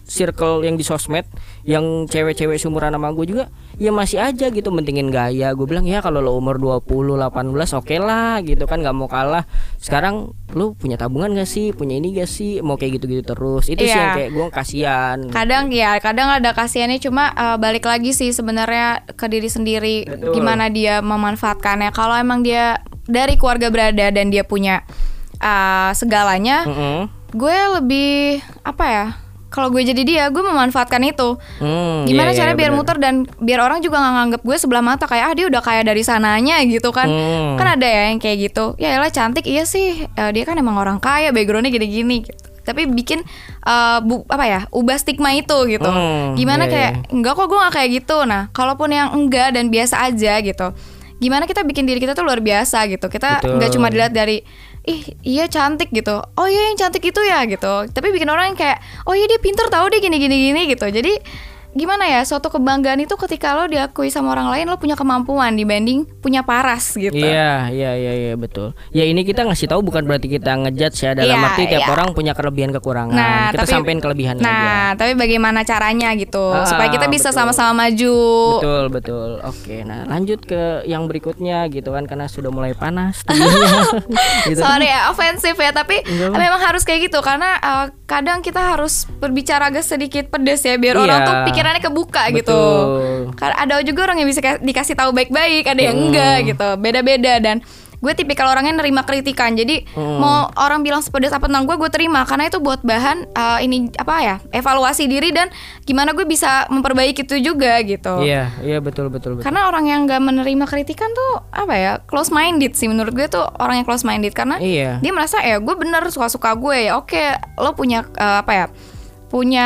circle yang di sosmed yang cewek-cewek seumuran sama gue juga ya masih aja gitu mentingin gaya. Gue bilang ya kalau lo umur dua puluh delapan belas oke okay lah gitu kan, nggak mau kalah. Sekarang lo punya tabungan gak sih, punya ini gak sih, mau kayak gitu-gitu terus. Itu Iya. sih yang kayak gue kasihan. Kadang ya, kadang ada kasihannya, cuma uh, balik lagi sih sebenarnya ke diri sendiri. Betul. Gimana dia memanfaatkannya. Kalau emang dia dari keluarga berada dan dia punya uh, segalanya, Mm-hmm. gue lebih apa ya? Kalau gue jadi dia, gue memanfaatkan itu. Hmm, Gimana iya, caranya iya, biar bener. muter dan biar orang juga nggak nganggep gue sebelah mata kayak ah dia udah kaya dari sananya gitu kan. Hmm. Kan ada ya yang kayak gitu. Ya elah cantik iya sih, eh, dia kan emang orang kaya, backgroundnya gini-gini gitu. Tapi bikin uh, bu, apa ya ubah stigma itu gitu. Hmm, Gimana iya, kayak iya. enggak kok gue nggak kayak gitu. Nah kalaupun yang enggak dan biasa aja gitu, gimana kita bikin diri kita tuh luar biasa gitu. Kita Betul. nggak cuma dilihat dari ih iya cantik gitu, oh iya yang cantik itu ya gitu. Tapi bikin orang yang kayak oh iya dia pinter tahu dia gini gini gini gitu. Jadi gimana ya, suatu kebanggaan itu ketika lo diakui sama orang lain lo punya kemampuan dibanding punya paras gitu. Iya, iya, iya, iya, betul. Ya ini kita ngasih tahu bukan berarti kita ngejudge ya, dalam Iya, arti tiap iya. orang punya kelebihan kekurangan. Nah, kita tapi- sampein kelebihannya aja. Nah, tapi bagaimana caranya gitu Ah, supaya kita bisa betul. sama-sama maju. Betul, betul. Oke, nah lanjut ke yang berikutnya gitu kan, karena sudah mulai panas studionya. Gitu. Sorry ya, ofensif ya, tapi Enggak. memang harus kayak gitu karena uh, kadang kita harus berbicara agak sedikit pedes ya biar Iya. orang tuh pikirannya kebuka gitu. Betul. Karena ada juga orang yang bisa ka- dikasih tahu baik-baik, ada yang Hmm. enggak gitu. Beda-beda dan gue tipikal orangnya nerima kritikan. Jadi Hmm. mau orang bilang sepedes apa tentang gue, gue terima karena itu buat bahan uh, ini apa ya, evaluasi diri dan gimana gue bisa memperbaiki itu juga gitu. Iya, iya, betul, betul, betul. Karena orang yang nggak menerima kritikan tuh apa ya, close minded sih menurut gue tuh orang yang close minded karena Iya. dia merasa ya gue bener suka-suka gue ya oke lo punya uh, apa ya punya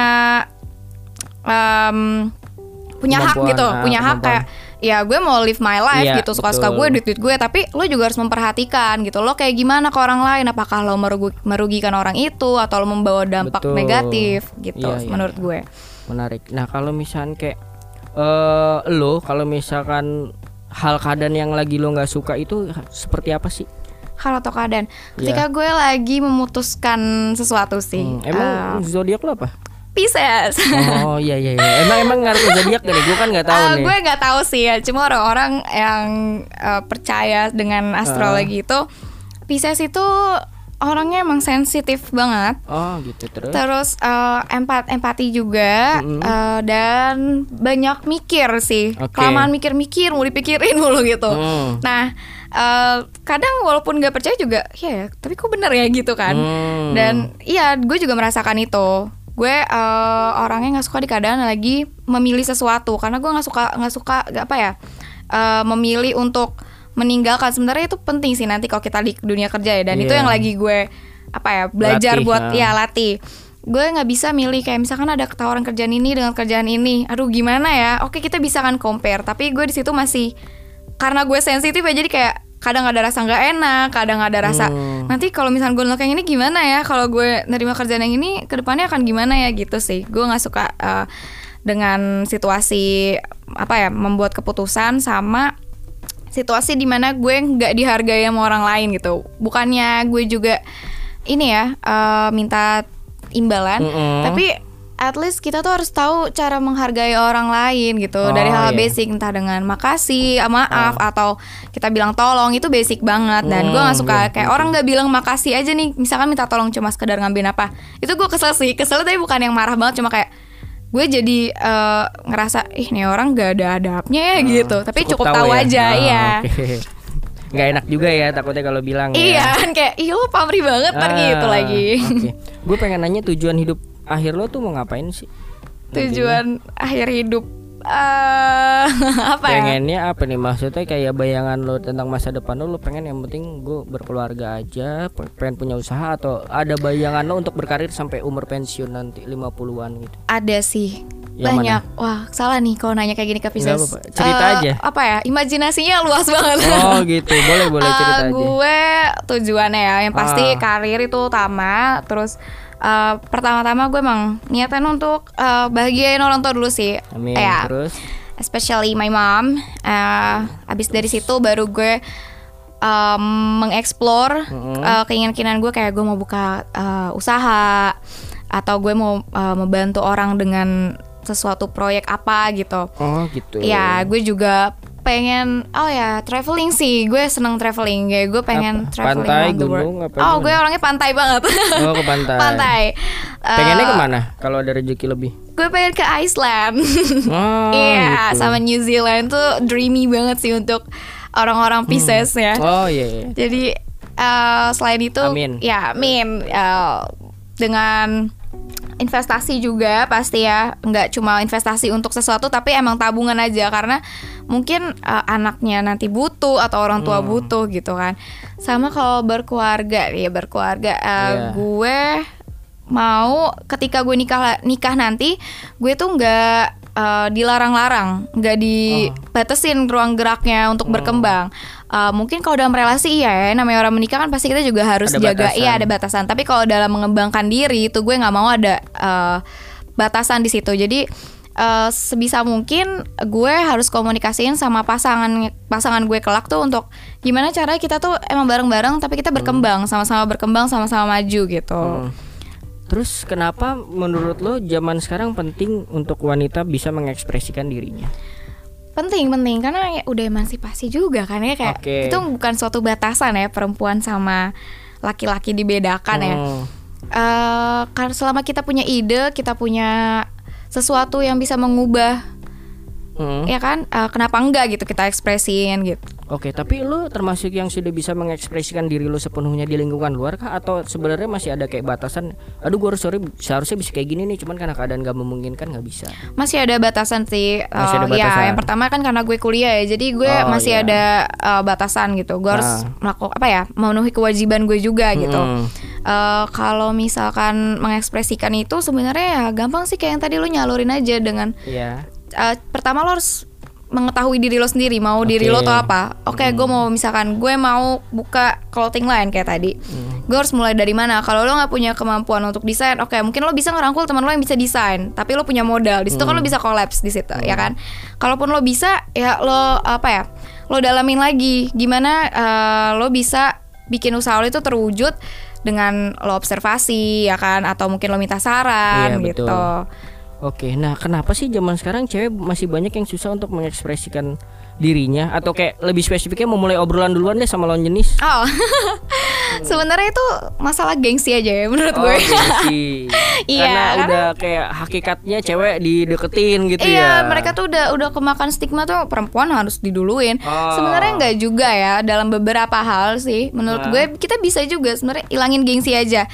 um, punya hak Kemampuan, gitu ah, punya hak kemampuan. kayak ya gue mau live my life Iya, gitu suka-suka betul. gue duit-duit gue, tapi lo juga harus memperhatikan gitu lo kayak gimana ke orang lain, apakah lo merugi- merugikan orang itu atau lo membawa dampak Betul. negatif gitu Iya, iya, menurut iya. gue. Menarik. Nah, kalau misalkan kayak eh lo kalau misalkan hal keadaan yang lagi lo nggak suka itu seperti apa sih? Hal atau keadaan ketika gue lagi memutuskan sesuatu sih. Hmm, emang Uh, zodiak lo apa? Pisces. Oh iya iya iya. Emang emang ngaruh ke zodiak gak nih? Gue kan nggak tahu Uh, nih. gue nggak tahu sih ya, cuma orang-orang yang uh, percaya dengan astrologi itu Pisces itu orangnya emang sensitif banget. Oh gitu terus. Terus uh, empat empati juga Mm-mm. uh, dan banyak mikir sih. Oke. Kelamaan mikir-mikir, mau dipikirin mulu gitu. Hmm. Nah, uh, kadang walaupun nggak percaya juga, ya, ya, tapi kok bener ya gitu kan. Hmm. Dan iya, gue juga merasakan itu. Gue uh, orangnya nggak suka di keadaan lagi memilih sesuatu karena gue nggak suka nggak suka nggak apa ya uh, memilih untuk meninggalkan. Sebenarnya itu penting sih nanti kalau kita di dunia kerja ya, dan itu Iya. yang lagi gue apa ya belajar Latih, buat ha. ya latih. Gue nggak bisa milih kayak misalkan ada tawaran kerjaan ini dengan kerjaan ini, aduh gimana ya, oke kita bisa kan compare, tapi gue di situ masih karena gue sensitif ya, jadi kayak kadang ada rasa nggak enak, kadang ada rasa Hmm. nanti kalau misalnya gue nolak yang ini gimana ya, kalau gue nerima kerjaan yang ini kedepannya akan gimana ya gitu sih. Gue nggak suka uh, dengan situasi apa ya membuat keputusan sama situasi dimana gue nggak dihargai sama orang lain gitu. Bukannya gue juga ini ya uh, minta imbalan, Mm-mm. tapi at least kita tuh harus tahu cara menghargai orang lain gitu. Oh, Dari hal iya. basic, entah dengan makasih, maaf, atau kita bilang tolong, itu basic banget. Dan gue nggak Hmm, suka iya, kayak betul. orang nggak bilang makasih aja nih, misalkan minta tolong cuma sekedar ngambilin apa, itu gue kesel sih. Kesel tapi bukan yang marah banget, cuma kayak gue jadi eh, ngerasa ih nih orang gak ada adabnya ya gitu. Tapi cukup, tahu, ya? aja Oh, ya. oke. Nggak enak juga ya takutnya kalau bilang ya. Iya kan kayak ih lo pamrih banget kan gitu lagi. Oke. Gue pengen nanya tujuan hidup akhir lo tuh mau ngapain sih? Tujuan akhir hidup eh apa ya? Pengennya apa nih, maksudnya kayak bayangan lo tentang masa depan lo, lo pengen yang penting gue berkeluarga aja, pe- pengen punya usaha, atau ada bayangan lo untuk berkarir sampai umur pensiun nanti lima puluhan gitu? Ada sih. Yang Banyak. Wah, salah nih kalau nanya kayak gini ke Pisces. Nggak apa-apa. Cerita Eh, aja. Apa ya? Imajinasinya luas banget. Oh gitu, boleh boleh Eh, cerita aja. Gue tujuannya ya, yang pasti Ah. karir itu utama. Terus eh, pertama-tama gue emang niatan untuk eh, bahagiain orang tua dulu sih. Amin. Ya, Terus? especially my mom. Eh, abis dari situ baru gue um, mengeksplor Mm-mm. uh, keinginan-keinginan gue, kayak gue mau buka uh, usaha, atau gue mau uh, membantu orang dengan sesuatu proyek apa gitu. Oh gitu. Ya gue juga pengen, oh ya traveling sih, gue seneng traveling, kayak gue pengen apa? Traveling pantai, around the world. gunung, apa Oh gimana? gue orangnya pantai banget. Oh ke pantai. Pantai. Pengennya Uh, kemana kalau ada rezeki lebih? Gue pengen ke Iceland. Oh, Iya, gitu. sama New Zealand tuh dreamy banget sih untuk orang-orang Pisces ya. Oh iya. iya. Jadi uh, selain itu, Amin. ya amin. Uh, dengan investasi juga pasti ya, nggak cuma investasi untuk sesuatu tapi emang tabungan aja, karena mungkin uh, anaknya nanti butuh atau orang tua Hmm. butuh gitu kan. Sama kalau berkeluarga ya berkeluarga, uh, Iya. gue mau ketika gue nikah nikah nanti gue tuh nggak uh, dilarang-larang, nggak dibatasin ruang geraknya untuk Hmm. berkembang. Uh, mungkin kalau dalam relasi iya ya, namanya orang menikah kan pasti kita juga harus Ada jaga, batasan. iya ada batasan. Tapi kalau dalam mengembangkan diri itu gue nggak mau ada uh, batasan di situ. Jadi uh, sebisa mungkin gue harus komunikasiin sama pasangan pasangan gue kelak tuh untuk gimana caranya kita tuh emang bareng-bareng tapi kita berkembang, sama-sama berkembang, sama-sama maju gitu. Hmm. Terus kenapa menurut lo zaman sekarang penting untuk wanita bisa mengekspresikan dirinya? Penting penting karena ya udah emansipasi juga kan ya, kayak Oke. itu bukan suatu batasan ya, perempuan sama laki-laki dibedakan ya. Hmm. Eh, karena selama kita punya ide, kita punya sesuatu yang bisa mengubah, Hmm. ya kan? Eh, kenapa enggak gitu kita ekspresiin gitu? Oke, tapi lo termasuk yang sudah bisa mengekspresikan diri lo sepenuhnya di lingkungan luar kah? Atau sebenarnya masih ada kayak batasan? Aduh, gue harus sorry, seharusnya bisa kayak gini nih, cuman karena keadaan gak memungkinkan nggak bisa. Masih ada batasan sih. Masih ada Eh, ya, batasan. yang pertama kan karena gue kuliah ya, jadi gue Oh, masih iya. ada eh, batasan gitu. Gue harus Ah. melakukan apa ya? Memenuhi kewajiban gue juga gitu. Hmm. Eh, kalau misalkan mengekspresikan itu sebenarnya ya gampang sih, kayak yang tadi lo nyalurin aja dengan Iya. eh, pertama lo harus mengetahui diri lo sendiri, mau diri Oke. lo tuh apa. Oke, gue mau misalkan gue mau buka clothing line kayak tadi. Gue harus mulai dari mana? Kalau lo nggak punya kemampuan untuk desain, oke mungkin lo bisa ngerangkul teman lo yang bisa desain, tapi lo punya modal. Di situ kan lo bisa collapse di situ, ya kan? Kalaupun lo bisa, ya lo apa ya? Lo dalamin lagi gimana eh, lo bisa bikin usaha lo itu terwujud dengan lo observasi, ya kan? Atau mungkin lo minta saran Iya, gitu. betul. Oke, nah kenapa sih zaman sekarang cewek masih banyak yang susah untuk mengekspresikan dirinya? Atau kayak lebih spesifiknya memulai obrolan duluan deh sama lawan jenis? Oh, sebenarnya itu masalah gengsi aja ya menurut gue. gengsi. Iya, Karena karena- udah kayak hakikatnya cewek dideketin gitu ya. Iya, mereka tuh udah udah kemakan stigma tuh perempuan harus diduluin. Oh. Sebenarnya nggak juga ya, dalam beberapa hal sih. Menurut Nah. gue kita bisa juga sebenarnya ilangin gengsi aja.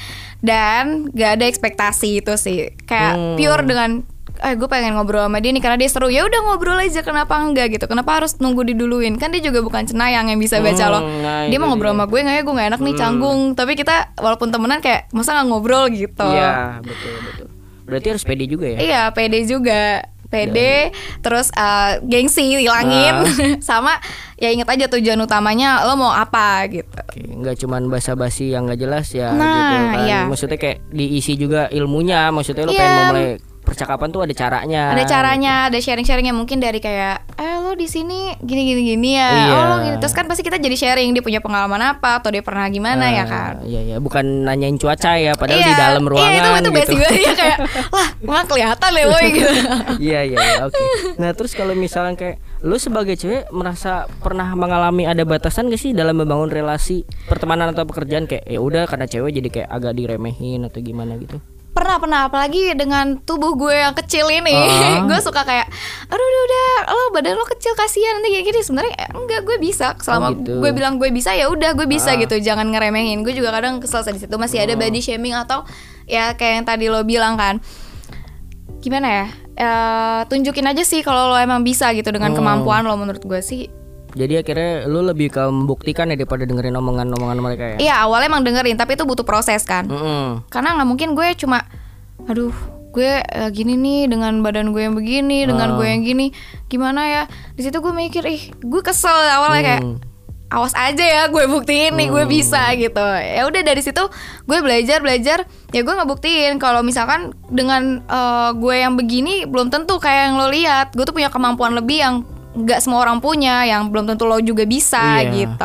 Dan nggak ada ekspektasi itu sih. Kayak Hmm. pure dengan eh gue pengen ngobrol sama dia nih karena dia seru, ya udah ngobrol aja, kenapa enggak gitu, kenapa harus nunggu diduluin, kan dia juga bukan cenayang yang bisa baca Hmm, lo, nah dia itu mau ngobrol dia. sama gue nggak ya, gue nggak enak nih canggung, tapi kita walaupun temenan kayak masa nggak ngobrol gitu. Iya, betul betul. Berarti harus pede juga ya. Iya, pede juga. Pede, terus uh, gengsi hilangin, Ah. sama ya inget aja tujuan utamanya lo mau apa gitu. Oke, nggak cuman basa-basi yang nggak jelas ya Nah, gitu kan. iya. Maksudnya kayak diisi juga ilmunya. Maksudnya lo Iya. pengen memulai percakapan tuh ada caranya. Ada caranya, ada sharing-sharingnya, mungkin dari kayak, eh lo di sini gini gini gini ya, Iya. oh lo gini, terus kan pasti kita jadi sharing dia punya pengalaman apa atau dia pernah gimana ya kan. Ah, Iya ya, bukan nanyain cuaca ya, padahal Iya, di dalam ruangan iya, itu itu gitu. basic banget ya, kayak lah emang kelihatan ya woy gitu. Iya iya iya, oke. Nah terus kalau misalnya kayak lu sebagai cewek merasa pernah mengalami ada batasan gak sih dalam membangun relasi pertemanan atau pekerjaan, kayak ya udah karena cewek jadi kayak agak diremehin atau gimana gitu? Pernah pernah apalagi dengan tubuh gue yang kecil ini. Ah. Gue suka kayak aduh udah udah lo badan lo kecil kasihan nanti kayak gini. Sebenarnya eh, enggak, gue bisa selama Oh, gitu. gue bilang gue bisa ya udah gue bisa Ah. gitu, jangan ngeremehin. Gue juga kadang kesel di situ, masih ada body shaming atau ya kayak yang tadi lo bilang kan, gimana ya, Eh, tunjukin aja sih kalau lo emang bisa gitu dengan Hmm. kemampuan lo. Menurut gue sih Jadi akhirnya lu lebih ke membuktikan ya daripada dengerin omongan-omongan mereka ya? iya, awalnya emang dengerin tapi itu butuh proses kan. Mm-mm. Karena nggak mungkin gue cuma aduh gue eh, gini nih dengan badan gue yang begini, dengan Ah. gue yang gini, gimana ya. Di situ gue mikir ih gue kesel awalnya kayak Hmm. awas aja ya gue buktiin nih gue bisa gitu. Ya udah dari situ gue belajar belajar ya gue ngebuktiin kalau misalkan dengan eh, gue yang begini belum tentu kayak yang lo lihat. Gue tuh punya kemampuan lebih yang nggak semua orang punya, yang belum tentu lo juga bisa Iya. gitu.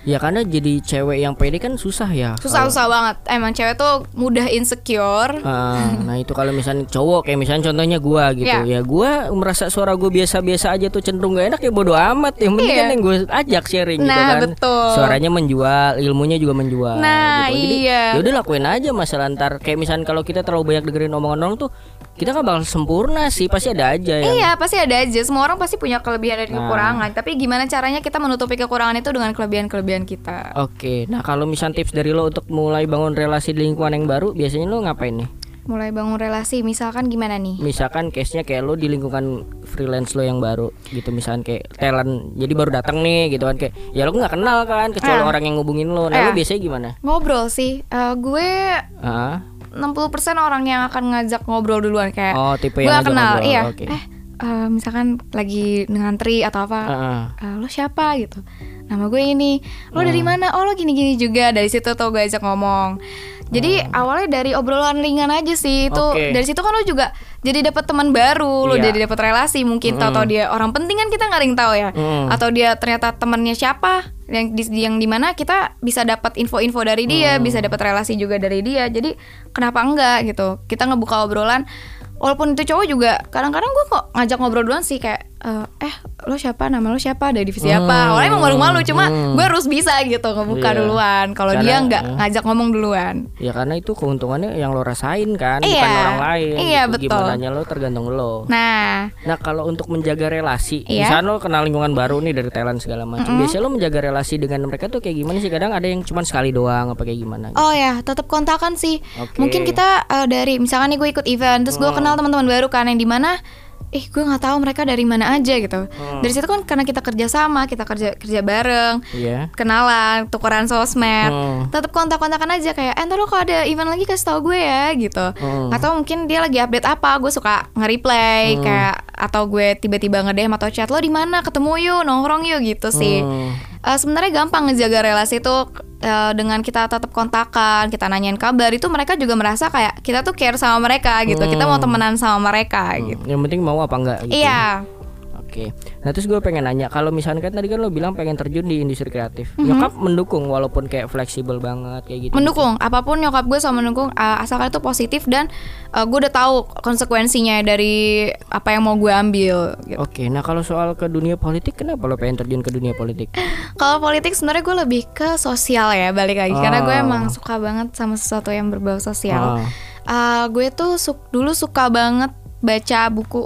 Ya karena jadi cewek yang pede kan susah ya. Susah-susah banget. Emang cewek tuh mudah insecure. Uh, nah itu kalau misalnya cowok kayak misalnya contohnya gua gitu yeah. ya gua merasa suara gua biasa-biasa aja tuh cenderung gak enak ya bodo amat. Yang penting yeah. kan yang gue ajak sharing nah, gitu kan. Betul. Suaranya menjual, ilmunya juga menjual. Nah gitu. Jadi iya. ya udah lakuin aja masalah ntar kayak misalnya kalau kita terlalu banyak dengerin omongan orang tuh kita kan bakal sempurna sih, pasti ada aja yang... Iya pasti ada aja. Semua orang pasti punya kelebihan dan nah. kekurangan. Tapi gimana caranya kita menutupi kekurangan itu dengan kelebihan-kelebihan kita. Oke, nah kalau misalnya tips dari lo untuk mulai bangun relasi di lingkungan yang baru, biasanya lo ngapain nih? Mulai bangun relasi, misalkan gimana nih? Misalkan case-nya kayak lo di lingkungan freelance lo yang baru gitu, misalkan kayak talent, jadi baru datang nih gitu kan, kayak ya lo nggak kenal kan, kecuali eh. orang yang ngubungin lo. Nah eh. lo biasanya gimana? Ngobrol sih, uh, gue uh. enam puluh persen orang yang akan ngajak ngobrol duluan kayak oh, tipe gue yang kenal, ngobrol. iya Okay. Eh uh, misalkan lagi ngantri atau apa, uh-uh. uh, lo siapa gitu, nama gue ini, lo uh. dari mana, oh lo gini-gini juga, dari situ tuh gue ajak ngomong. Jadi hmm. awalnya dari obrolan ringan aja sih itu okay. Dari situ kan lo juga jadi dapat teman baru, lo yeah. jadi dapat relasi mungkin, mm. tahu-tahu dia orang penting kan kita nggak ada yang tahu ya, mm. atau dia ternyata temannya siapa yang di yang dimana kita bisa dapat info-info dari dia, mm. bisa dapat relasi juga dari dia. Jadi kenapa enggak gitu? Kita ngebuka obrolan. Walaupun itu cowok juga kadang-kadang gue kok ngajak ngobrol duluan sih kayak uh, eh lo siapa, nama lo siapa, dari divisi hmm, apa. Awalnya emang malu-malu cuma hmm. gue harus bisa gitu ngebuka yeah. duluan. Kalau dia nggak uh, ngajak ngomong duluan. Ya karena itu keuntungannya yang lo rasain kan, iya, bukan orang lain. Iya gitu. betul. Gimananya lo tergantung lo. Nah, nah kalau untuk menjaga relasi, iya? misalnya lo kenal lingkungan baru nih dari Thailand segala macam. Mm-hmm. Biasanya lo menjaga relasi dengan mereka tuh kayak gimana sih? Kadang ada yang cuma sekali doang apa kayak gimana? Gitu. Oh ya, tetap kontakan sih. Okay. Mungkin kita uh, dari misalkan nih gue ikut event, terus gue hmm. kenal teman-teman baru kan yang di mana eh gue nggak tahu mereka dari mana aja gitu. Hmm. Dari situ kan karena kita kerja sama, kita kerja kerja bareng, yeah. kenalan, tukeran sosmed, hmm. tetap kontak-kontakan aja kayak, eh ntar lo kalau ada event lagi kasih tau gue ya gitu. Hmm. Atau mungkin dia lagi update apa, gue suka nge-reply hmm. kayak, atau gue tiba-tiba nge-D M atau chat, lo di mana, ketemu yuk, nongkrong yuk gitu sih. Hmm. Uh, sebenarnya gampang ngejaga relasi itu uh, dengan kita tetap kontakan, kita nanyain kabar, itu mereka juga merasa kayak kita tuh care sama mereka gitu. Hmm. Kita mau temenan sama mereka hmm. gitu. Yang penting mau apa enggak gitu. Iya. Oke. Nah terus gue pengen nanya, kalau misalnya kan tadi kan lo bilang pengen terjun di industri kreatif, mm-hmm. nyokap mendukung walaupun kayak fleksibel banget kayak gitu? Mendukung, gitu. Apapun nyokap gue sama mendukung, uh, asalkan itu positif dan uh, gue udah tahu konsekuensinya dari apa yang mau gue ambil. Gitu. Oke. Nah kalau soal ke dunia politik, kenapa lo pengen terjun ke dunia politik? Kalau politik sebenarnya gue lebih ke sosial ya, balik lagi, oh. karena gue emang suka banget sama sesuatu yang berbau sosial. Oh. Uh, gue tuh su- dulu suka banget baca buku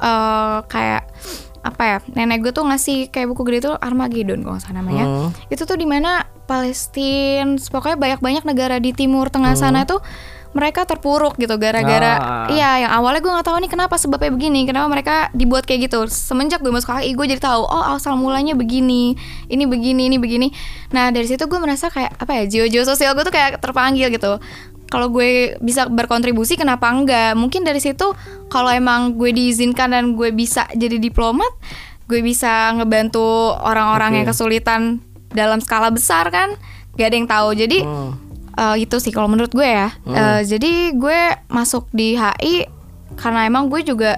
uh, kayak apa ya, nenek gue tuh ngasih kayak buku gede tuh Armageddon kalau nggak salah namanya. Hmm. Itu tuh dimana Palestina, pokoknya banyak-banyak negara di Timur Tengah hmm. sana tuh mereka terpuruk gitu gara-gara ah. iya, yang awalnya gue nggak tahu nih kenapa sebabnya begini, kenapa mereka dibuat kayak gitu. Semenjak gue masuk K I gue jadi tahu, oh asal mulanya begini, ini begini, ini begini. Nah dari situ gue merasa kayak apa ya, jiwa-jiwa sosial gue tuh kayak terpanggil gitu. Kalau gue bisa berkontribusi, kenapa enggak? Mungkin dari situ kalau emang gue diizinkan dan gue bisa jadi diplomat, gue bisa ngebantu orang-orang okay. yang kesulitan dalam skala besar kan, gak ada yang tahu. Jadi hmm. uh, itu sih kalau menurut gue ya. Hmm. Uh, jadi gue masuk di H I karena emang gue juga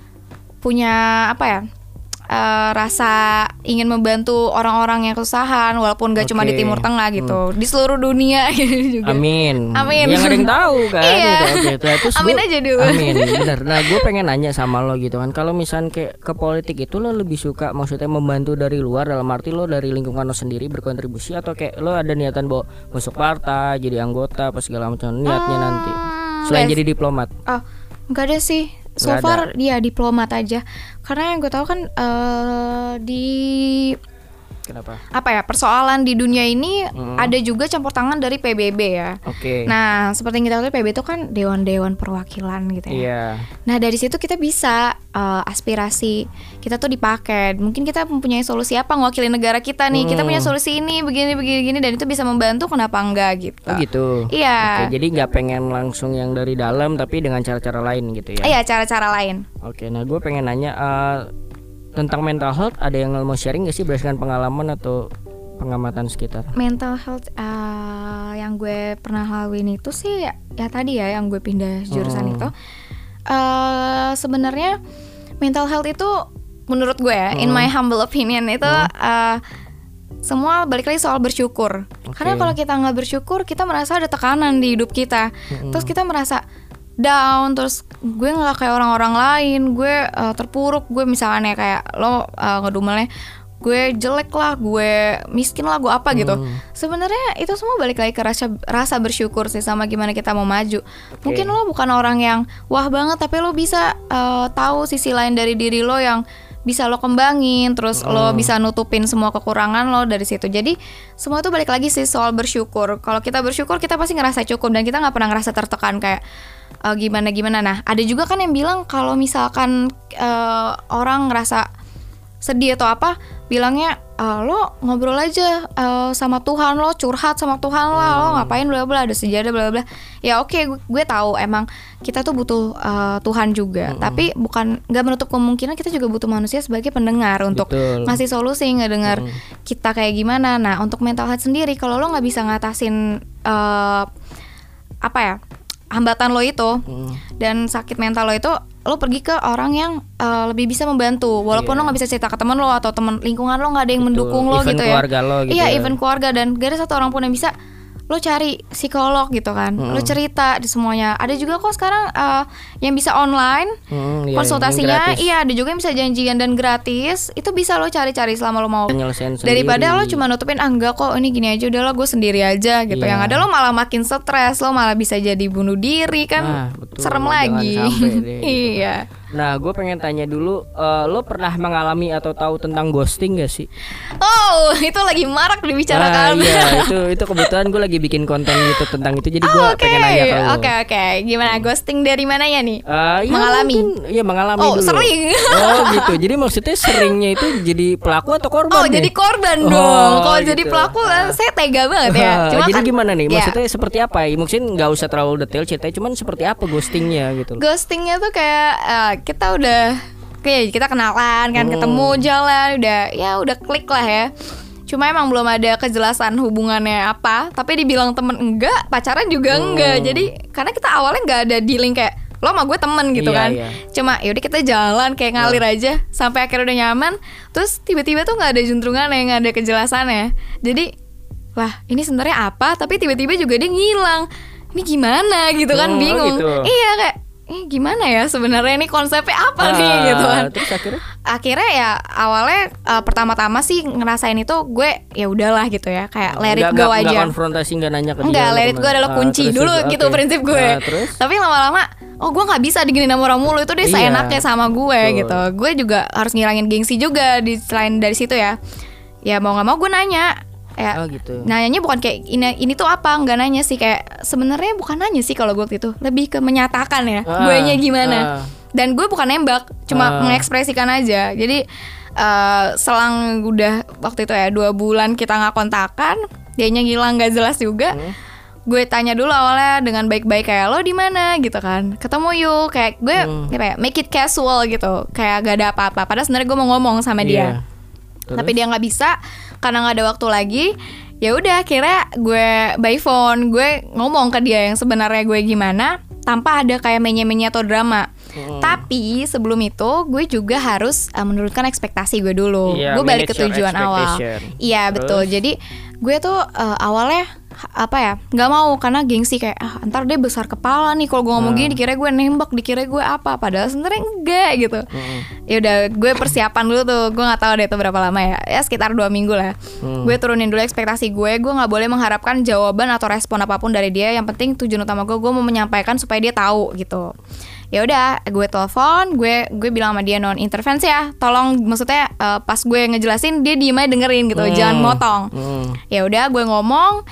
punya apa ya? Uh, rasa ingin membantu orang-orang yang kesusahan walaupun gak okay. cuma di Timur Tengah gitu, hmm. di seluruh dunia juga. Amin. Amin. Yang ada yang tahu kan. Iya. Gitu. Okay. Terus amin gua, aja dulu. Amin. Bener. Nah gue pengen nanya sama lo gitu kan, kalau misalnya kayak ke politik itu lo lebih suka maksudnya membantu dari luar, dalam arti lo dari lingkungan lo sendiri berkontribusi, atau kayak lo ada niatan bawa masuk partai, jadi anggota apa segala macam niatnya hmm, nanti selain yes. jadi diplomat? Oh nggak ada sih. So far dia ya, diplomat aja. Karena yang gue tahu kan uh, di Kenapa? Apa ya, persoalan di dunia ini hmm. ada juga campur tangan dari P B B ya. Oke. Okay. Nah, seperti yang kita tahu P B B itu kan dewan-dewan perwakilan gitu ya. Iya. Yeah. Nah, dari situ kita bisa uh, aspirasi kita tuh dipakai. Mungkin kita mempunyai solusi apa ngewakili negara kita nih. Hmm. Kita punya solusi ini begini begini gini dan itu bisa membantu, kenapa enggak gitu. Oh gitu. Iya. Oke, jadi nggak pengen langsung yang dari dalam tapi dengan cara-cara lain gitu ya. Iya, cara-cara lain. Oke, nah gue pengen nanya uh, tentang mental health, ada yang mau sharing gak sih berdasarkan pengalaman atau pengamatan sekitar? Mental health uh, yang gue pernah laluin itu sih ya, ya tadi ya yang gue pindah jurusan hmm. itu uh, sebenarnya mental health itu menurut gue ya, hmm. in my humble opinion itu hmm. uh, semua balik lagi soal bersyukur. Okay. Karena kalau kita nggak bersyukur, kita merasa ada tekanan di hidup kita. Mm-hmm. Terus kita merasa down, terus gue nggak kayak orang-orang lain, gue uh, terpuruk, gue misalnya kayak lo uh, ngedumelnya, gue jelek lah, gue miskin lah, gue apa gitu. Mm. Sebenarnya itu semua balik lagi ke rasa rasa bersyukur sih sama gimana kita mau maju. Okay. Mungkin lo bukan orang yang wah banget, tapi lo bisa uh, tahu sisi lain dari diri lo yang bisa lo kembangin, terus hmm. lo bisa nutupin semua kekurangan lo dari situ. Jadi semua itu balik lagi sih soal bersyukur. Kalau kita bersyukur, kita pasti ngerasa cukup dan kita nggak pernah ngerasa tertekan kayak uh, gimana gimana. Nah, ada juga kan yang bilang kalau misalkan uh, orang ngerasa sedih atau apa, bilangnya uh, lo ngobrol aja uh, sama Tuhan, lo curhat sama Tuhan lah, hmm. lo ngapain bla bla, ada sejadah bla bla. Ya oke, okay, gue, gue tahu emang kita tuh butuh uh, Tuhan juga, hmm. tapi bukan nggak menutup kemungkinan kita juga butuh manusia sebagai pendengar untuk Betul. ngasih solusi, ngedengar hmm. kita kayak gimana. Nah, untuk mental health sendiri, kalau lo nggak bisa ngatasin uh, apa ya hambatan lo itu hmm. dan sakit mental lo itu, lo pergi ke orang yang uh, lebih bisa membantu, walaupun yeah. lo nggak bisa cerita ke teman lo atau teman lingkungan lo nggak ada yang Betul. mendukung lo even gitu keluarga ya. Lo gitu iya, ya. even keluarga, dan gak ada satu orang pun yang bisa. Lo cari psikolog gitu kan, hmm. lo cerita di semuanya. Ada juga kok sekarang uh, yang bisa online hmm, iya, konsultasinya, iya ada juga yang bisa janjian dan gratis. Itu bisa lo cari-cari selama lo mau. Daripada lo cuma nutupin ah enggak kok ini gini aja, udah lo gue sendiri aja gitu. Yeah. Yang ada lo malah makin stres, lo malah bisa jadi bunuh diri kan, nah, betul, serem lagi. Deh, iya. Gitu. Nah, gue pengen tanya dulu, uh, lo pernah mengalami atau tahu tentang ghosting gak sih? Oh, itu lagi marak dibicarakan. Ah, iya, itu itu kebetulan gue lagi bikin konten gitu tentang itu, jadi gue oh, okay. pengen nanya ke lo. Oke okay, oke, okay. Gimana ghosting dari mananya nih? Uh, ya mengalami? Iya mengalami oh, dulu. Oh sering. Oh gitu, jadi maksudnya seringnya itu jadi pelaku atau korban? Oh nih? Jadi korban dong. Oh, kalau gitu. Jadi pelaku uh. saya tega banget ya. Cuma jadi kan, gimana nih? Maksudnya ya. seperti apa? Mungkin nggak usah terlalu detail ceritanya, cuman seperti apa ghostingnya gitu? Ghostingnya tuh kayak uh, kita udah Oke, kita kenalan kan, hmm. ketemu jalan, udah ya udah klik lah ya. Cuma emang belum ada kejelasan hubungannya apa, tapi dibilang temen enggak, pacaran juga hmm. enggak. Jadi karena kita awalnya nggak ada dealing kayak lo sama gue temen gitu iya, kan. Iya. Cuma yaudah kita jalan kayak ngalir nah. aja sampai akhirnya udah nyaman. Terus tiba-tiba tuh nggak ada juntrungannya, nggak ada kejelasannya. Jadi wah ini sebenarnya apa? Tapi tiba-tiba juga dia ngilang. Ini gimana gitu kan, oh, bingung. Gitu. Iya kayak Eh gimana ya sebenarnya ini konsepnya apa ah, nih gitu kan. Terus akhirnya? Akhirnya ya awalnya uh, pertama-tama sih ngerasain itu gue ya udahlah gitu ya kayak let it go gak, aja. Enggak konfrontasi, enggak nanya ke dia. Enggak, let it go adalah kunci ah, dulu gitu okay. prinsip gue. Nah, tapi lama-lama oh gue nggak bisa diginin sama orang mulu, itu dia iya. seenaknya sama gue Betul. gitu. Gue juga harus ngilangin gengsi juga di selain dari situ ya. Ya mau nggak mau gue nanya. Ya, oh gitu. Nanyanya bukan kayak ini ini tuh apa, nggak nanya sih kayak sebenarnya bukan nanya sih kalau gue waktu itu lebih ke menyatakan ya ah, gue nya gimana ah. dan gue bukan nembak, cuma ah. mengekspresikan aja. Jadi uh, selang udah waktu itu ya dua bulan kita nggak kontakan, dianya ngilang nggak jelas juga. Hmm. Gue tanya dulu awalnya dengan baik-baik kayak lo di mana gitu kan, ketemu yuk kayak gue hmm. kayak make it casual gitu, kayak gak ada apa-apa. Padahal sebenarnya gue mau ngomong sama dia, yeah. tapi dia nggak bisa karena nggak ada waktu lagi. Ya udah akhirnya gue by phone gue ngomong ke dia yang sebenarnya gue gimana tanpa ada kayak menye-menye atau drama. Hmm. Tapi sebelum itu gue juga harus uh, menurunkan ekspektasi gue dulu. Yeah, gue balik ke tujuan awal. Iya betul. Jadi gue tuh uh, awalnya apa ya nggak mau karena gengsi kayak ah ntar dia besar kepala nih kalau gue ngomong gini, dikira gue nembak, dikira gue apa, padahal sebenarnya enggak gitu. hmm. Ya udah gue persiapan dulu tuh, gue nggak tahu deh itu berapa lama ya ya sekitar dua minggu lah. hmm. Gue turunin dulu ekspektasi gue gue nggak boleh mengharapkan jawaban atau respon apapun dari dia, yang penting tujuan utama gue gue mau menyampaikan supaya dia tahu gitu. Ya udah gue telepon, gue gue bilang sama dia non intervensi ya, tolong maksudnya uh, pas gue ngejelasin dia diem aja dengerin gitu, hmm. jangan motong. hmm. Ya udah gue ngomong,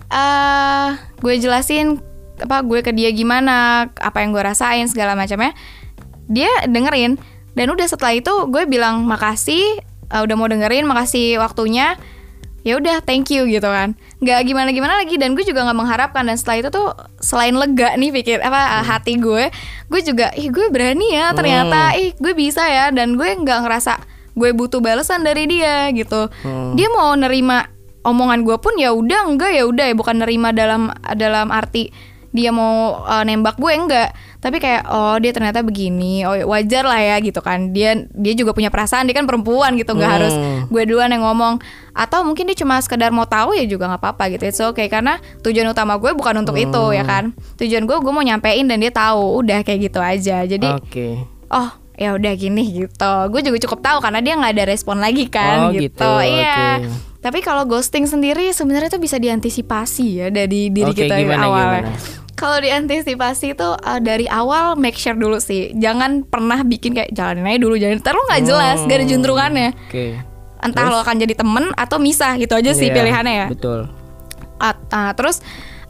Uh, gue jelasin apa gue ke dia gimana, apa yang gue rasain segala macamnya. Dia dengerin dan udah setelah itu gue bilang makasih uh, udah mau dengerin, makasih waktunya. Ya udah thank you gitu kan, nggak gimana gimana lagi. Dan gue juga nggak mengharapkan, dan setelah itu tuh selain lega nih pikir apa hmm. hati gue, gue juga ih gue berani ya ternyata, hmm. ih gue bisa ya. Dan gue nggak ngerasa gue butuh balasan dari dia gitu. hmm. Dia mau nerima omongan gue pun ya udah enggak ya udah ya bukan nerima dalam dalam arti dia mau uh, nembak gue, enggak. Tapi kayak oh dia ternyata begini, oh wajar lah ya gitu kan. Dia dia juga punya perasaan, dia kan perempuan gitu, nggak hmm. harus gue duluan yang ngomong. Atau mungkin dia cuma sekedar mau tahu ya juga nggak apa-apa gitu. It's okay, karena tujuan utama gue bukan untuk hmm. itu ya kan. Tujuan gue gue mau nyampein dan dia tahu, udah kayak gitu aja. Jadi okay. oh ya udah gini gitu. Gue juga cukup tahu karena dia nggak ada respon lagi kan oh, gitu. gitu. Iya. Okay. Tapi kalau ghosting sendiri sebenarnya tuh bisa diantisipasi ya dari diri okay, kita dari awal. Gimana? Kalau diantisipasi itu uh, dari awal make sure dulu sih. Jangan pernah bikin kayak jalanin aja dulu, jangan ntar lo nggak jelas, hmm. gak ada juntrungannya. Okay. Entah terus? Lo akan jadi temen atau misah gitu aja sih yeah, pilihannya ya. Betul. Uh, uh, terus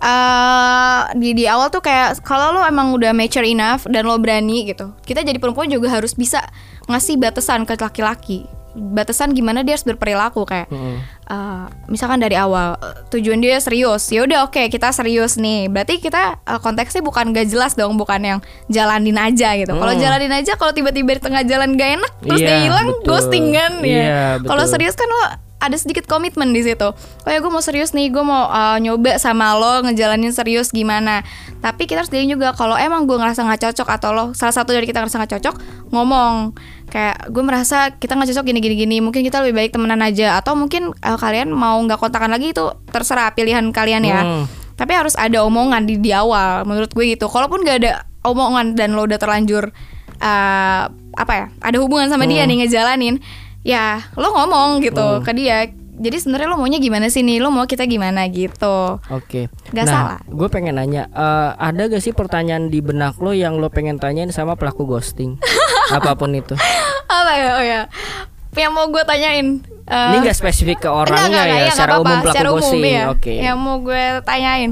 uh, di di awal tuh kayak kalau lo emang udah mature enough dan lo berani gitu, kita jadi perempuan juga harus bisa ngasih batasan ke laki-laki. Batasan gimana dia harus berperilaku kayak hmm. uh, misalkan dari awal uh, tujuan dia serius, ya udah oke okay, kita serius nih, berarti kita uh, konteksnya bukan gak jelas dong, bukan yang jalanin aja gitu. hmm. Kalau jalanin aja, kalau tiba-tiba di tengah jalan gak enak terus yeah, dia hilang, ghosting kan ya. yeah, Kalau serius kan lo ada sedikit komitmen di situ. Oh ya gue mau serius nih, gue mau uh, nyoba sama lo ngejalanin serius gimana. Tapi kita harus lihat juga kalau emang gue ngerasa nggak cocok atau lo salah satu dari kita ngerasa nggak cocok, ngomong kayak gue merasa kita nggak cocok gini gini gini. Mungkin kita lebih baik temenan aja, atau mungkin uh, kalian mau nggak kontakan lagi, itu terserah pilihan kalian ya. Hmm. Tapi harus ada omongan di di awal menurut gue gitu. Kalaupun nggak ada omongan dan lo udah terlanjur uh, apa ya ada hubungan sama hmm. dia nih ngejalanin, ya lo ngomong gitu hmm. ke dia. Jadi sebenarnya lo maunya gimana sih nih, lo mau kita gimana gitu. Oke. Gak nah, salah. Gue pengen nanya, uh, ada gak sih pertanyaan di benak lo yang lo pengen tanyain sama pelaku ghosting? Apapun itu. Apa ya? Oh ya. Yang mau gue tanyain. Uh, Ini gak spesifik ke orangnya enggak, enggak, ya, ya, secara umum pelaku secara ghosting. Ya. Oke. Okay. Yang mau gue tanyain,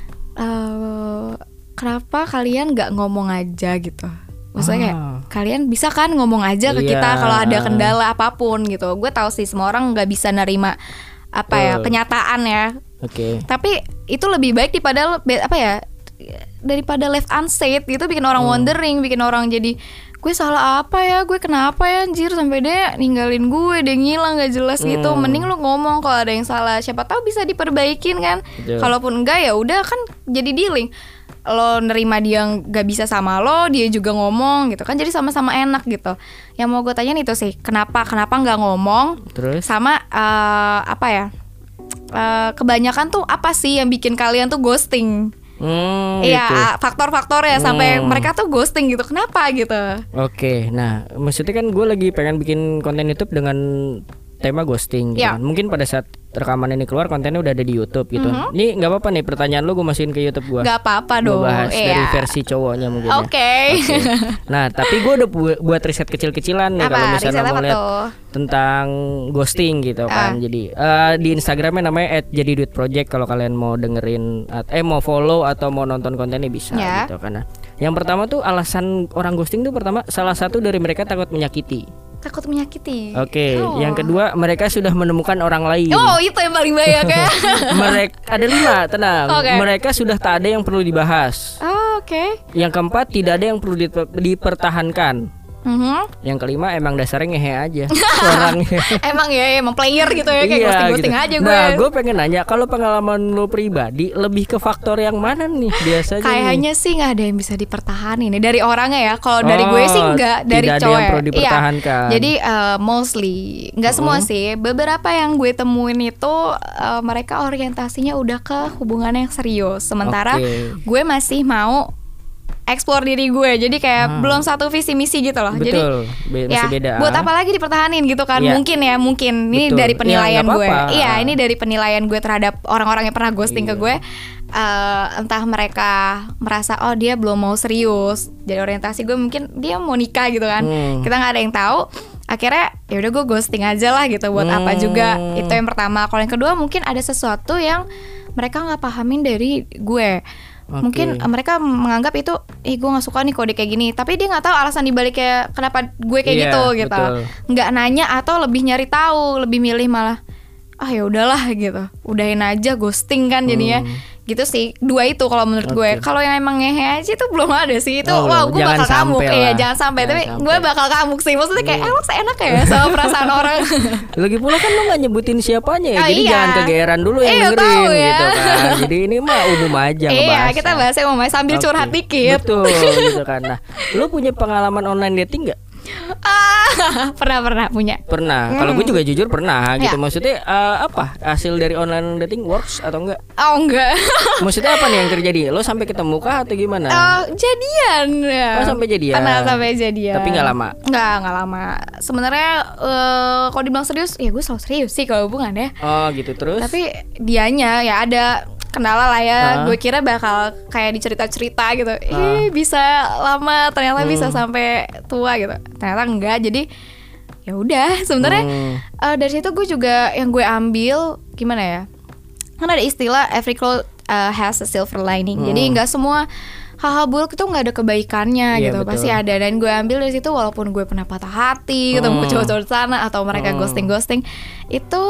uh, kenapa kalian gak ngomong aja gitu? Maksudnya kayak ah. kalian bisa kan ngomong aja ke yeah. kita kalau ada kendala apapun gitu. Gue tahu sih semua orang nggak bisa nerima apa ya uh. kenyataan ya. Oke. Okay. Tapi itu lebih baik daripada apa ya daripada left unsaid gitu, bikin orang hmm. wondering, bikin orang jadi gue salah apa ya, gue kenapa ya anjir sampai dia ninggalin gue, dia ngilang nggak jelas hmm. gitu. Mending lu ngomong kalau ada yang salah, siapa tahu bisa diperbaikin kan. Betul. Kalaupun enggak ya udah kan jadi dealing. Lo nerima dia gak bisa sama lo, dia juga ngomong gitu kan, jadi sama-sama enak gitu. Yang mau gue tanyain itu sih, kenapa kenapa nggak ngomong. Terus? Sama uh, apa ya uh, kebanyakan tuh apa sih yang bikin kalian tuh ghosting. Hmm, iya gitu. Faktor-faktornya hmm. sampai mereka tuh ghosting gitu, kenapa gitu. Oke, nah maksudnya kan gue lagi pengen bikin konten YouTube dengan tema ghosting gitu yeah. kan. Mungkin pada saat rekaman ini keluar kontennya udah ada di YouTube gitu. Mm-hmm. Ini nggak apa-apa nih pertanyaan lu gue masukin ke YouTube gue. Nggak apa-apa dong. Gue bahas yeah. dari versi cowoknya mungkin. Oke. Okay. Okay. Nah tapi gue udah bu- buat riset kecil-kecilan nih kalau misalnya mau lihat tentang ghosting gitu kan. Uh. Jadi uh, di Instagramnya namanya et jadi duit project kalau kalian mau dengerin eh mau follow atau mau nonton kontennya bisa yeah. gitu kan. Nah, yang pertama tuh alasan orang ghosting tuh pertama salah satu dari mereka takut menyakiti. Takut menyakiti. Oke, okay. oh. Yang kedua mereka sudah menemukan orang lain. Oh, itu yang paling banyak ya. Mereka ada lima, tenang. Okay. Mereka sudah tak ada yang perlu dibahas. Oh, oke. Okay. Yang keempat tidak ada yang perlu diper- dipertahankan. Mm-hmm. Yang kelima emang dasarnya ngehe aja orangnya. Emang ya, emang player gitu ya, kayak iya, ghosting-ghosting gitu. aja gue. Nah, gue pengen nanya, kalau pengalaman lo pribadi lebih ke faktor yang mana nih biasanya? Kayaknya sih nggak ada yang bisa dipertahanin nih dari orangnya ya. Kalau dari oh, gue sih nggak, dari tidak cowok. Ada yang perlu dipertahankan. Iya. Jadi uh, mostly nggak semua mm-hmm. sih. Beberapa yang gue temuin itu uh, mereka orientasinya udah ke hubungan yang serius. Sementara okay. gue masih mau explore diri gue, jadi kayak hmm. belum satu visi misi gitu loh. Betul, jadi Be- ya, masih beda. Buat apa lagi dipertahanin gitu kan? Ya. Mungkin ya, mungkin ini Betul. dari penilaian ya, gue. apa-apa. Iya, ini dari penilaian gue terhadap orang-orang yang pernah ghosting iya. ke gue. Uh, entah mereka merasa oh dia belum mau serius, jadi orientasi gue mungkin dia mau nikah gitu kan. Hmm. Kita nggak ada yang tahu. Akhirnya ya udah gue ghosting aja lah gitu. Buat hmm. apa juga? Itu yang pertama. Kalau yang kedua mungkin ada sesuatu yang mereka nggak pahamin dari gue. Okay. Mungkin mereka menganggap itu, ih gue nggak suka nih kode kayak gini, tapi dia nggak tahu alasan dibaliknya kenapa gue kayak yeah, gitu gitu. Nggak nanya atau lebih nyari tahu, lebih milih malah ah ya udahlah gitu, udahin aja, ghosting kan jadinya. Hmm. Gitu sih, dua itu kalau menurut gue. Oke. Kalau yang emang ngehe aja itu belum ada sih. Itu Oh, wow, belum. gue Jangan bakal kamuk. sampai Iya, lah. jangan sampai. Jangan Tapi sampai. gue bakal kamuk sih. Maksudnya kayak, Hmm. eh lo seenak ya sama perasaan orang. Lagi pula kan lu gak nyebutin siapanya ya, Oh, jadi iya. jangan kegeeran dulu yang Iya, dengerin tahu ya. gitu kan. Jadi ini mah umum aja Iya, ngebahasnya. kita bahasnya mau sambil Oke. curhat dikit. Betul gitu kan. Nah, lu punya pengalaman online dating gak? Ah, pernah pernah punya. Pernah. Kalau gue juga jujur pernah gitu. Ya. Maksudnya eh, apa? Hasil dari online dating works atau enggak? Oh enggak. Maksudnya apa nih yang terjadi? Lo sampai ketemu kah atau gimana? Oh, jadian ya. Oh, sampai jadian. Pernah sampai jadian. Tapi nggak lama. Nggak nggak lama. Sebenarnya eh, kalau dibilang serius, ya gue selalu serius sih kalau hubungan ya. Oh gitu terus. Tapi dianya ya ada kendala lah ya. Ah. Gue kira bakal kayak dicerita-cerita gitu. Ih bisa lama, ternyata Hmm. bisa sampai tua gitu. Ternyata enggak. Jadi ya udah. Sebenarnya Hmm. eh, dari situ gue juga yang gue ambil gimana ya? Kan ada istilah every cloud uh, has a silver lining. Hmm. Jadi nggak semua hal-hal buruk itu nggak ada kebaikannya Iya, gitu. betul. Pasti ada. Dan gue ambil dari situ walaupun gue pernah patah hati ketemu Hmm. cowok-cowok di sana atau mereka Hmm. ghosting-ghosting itu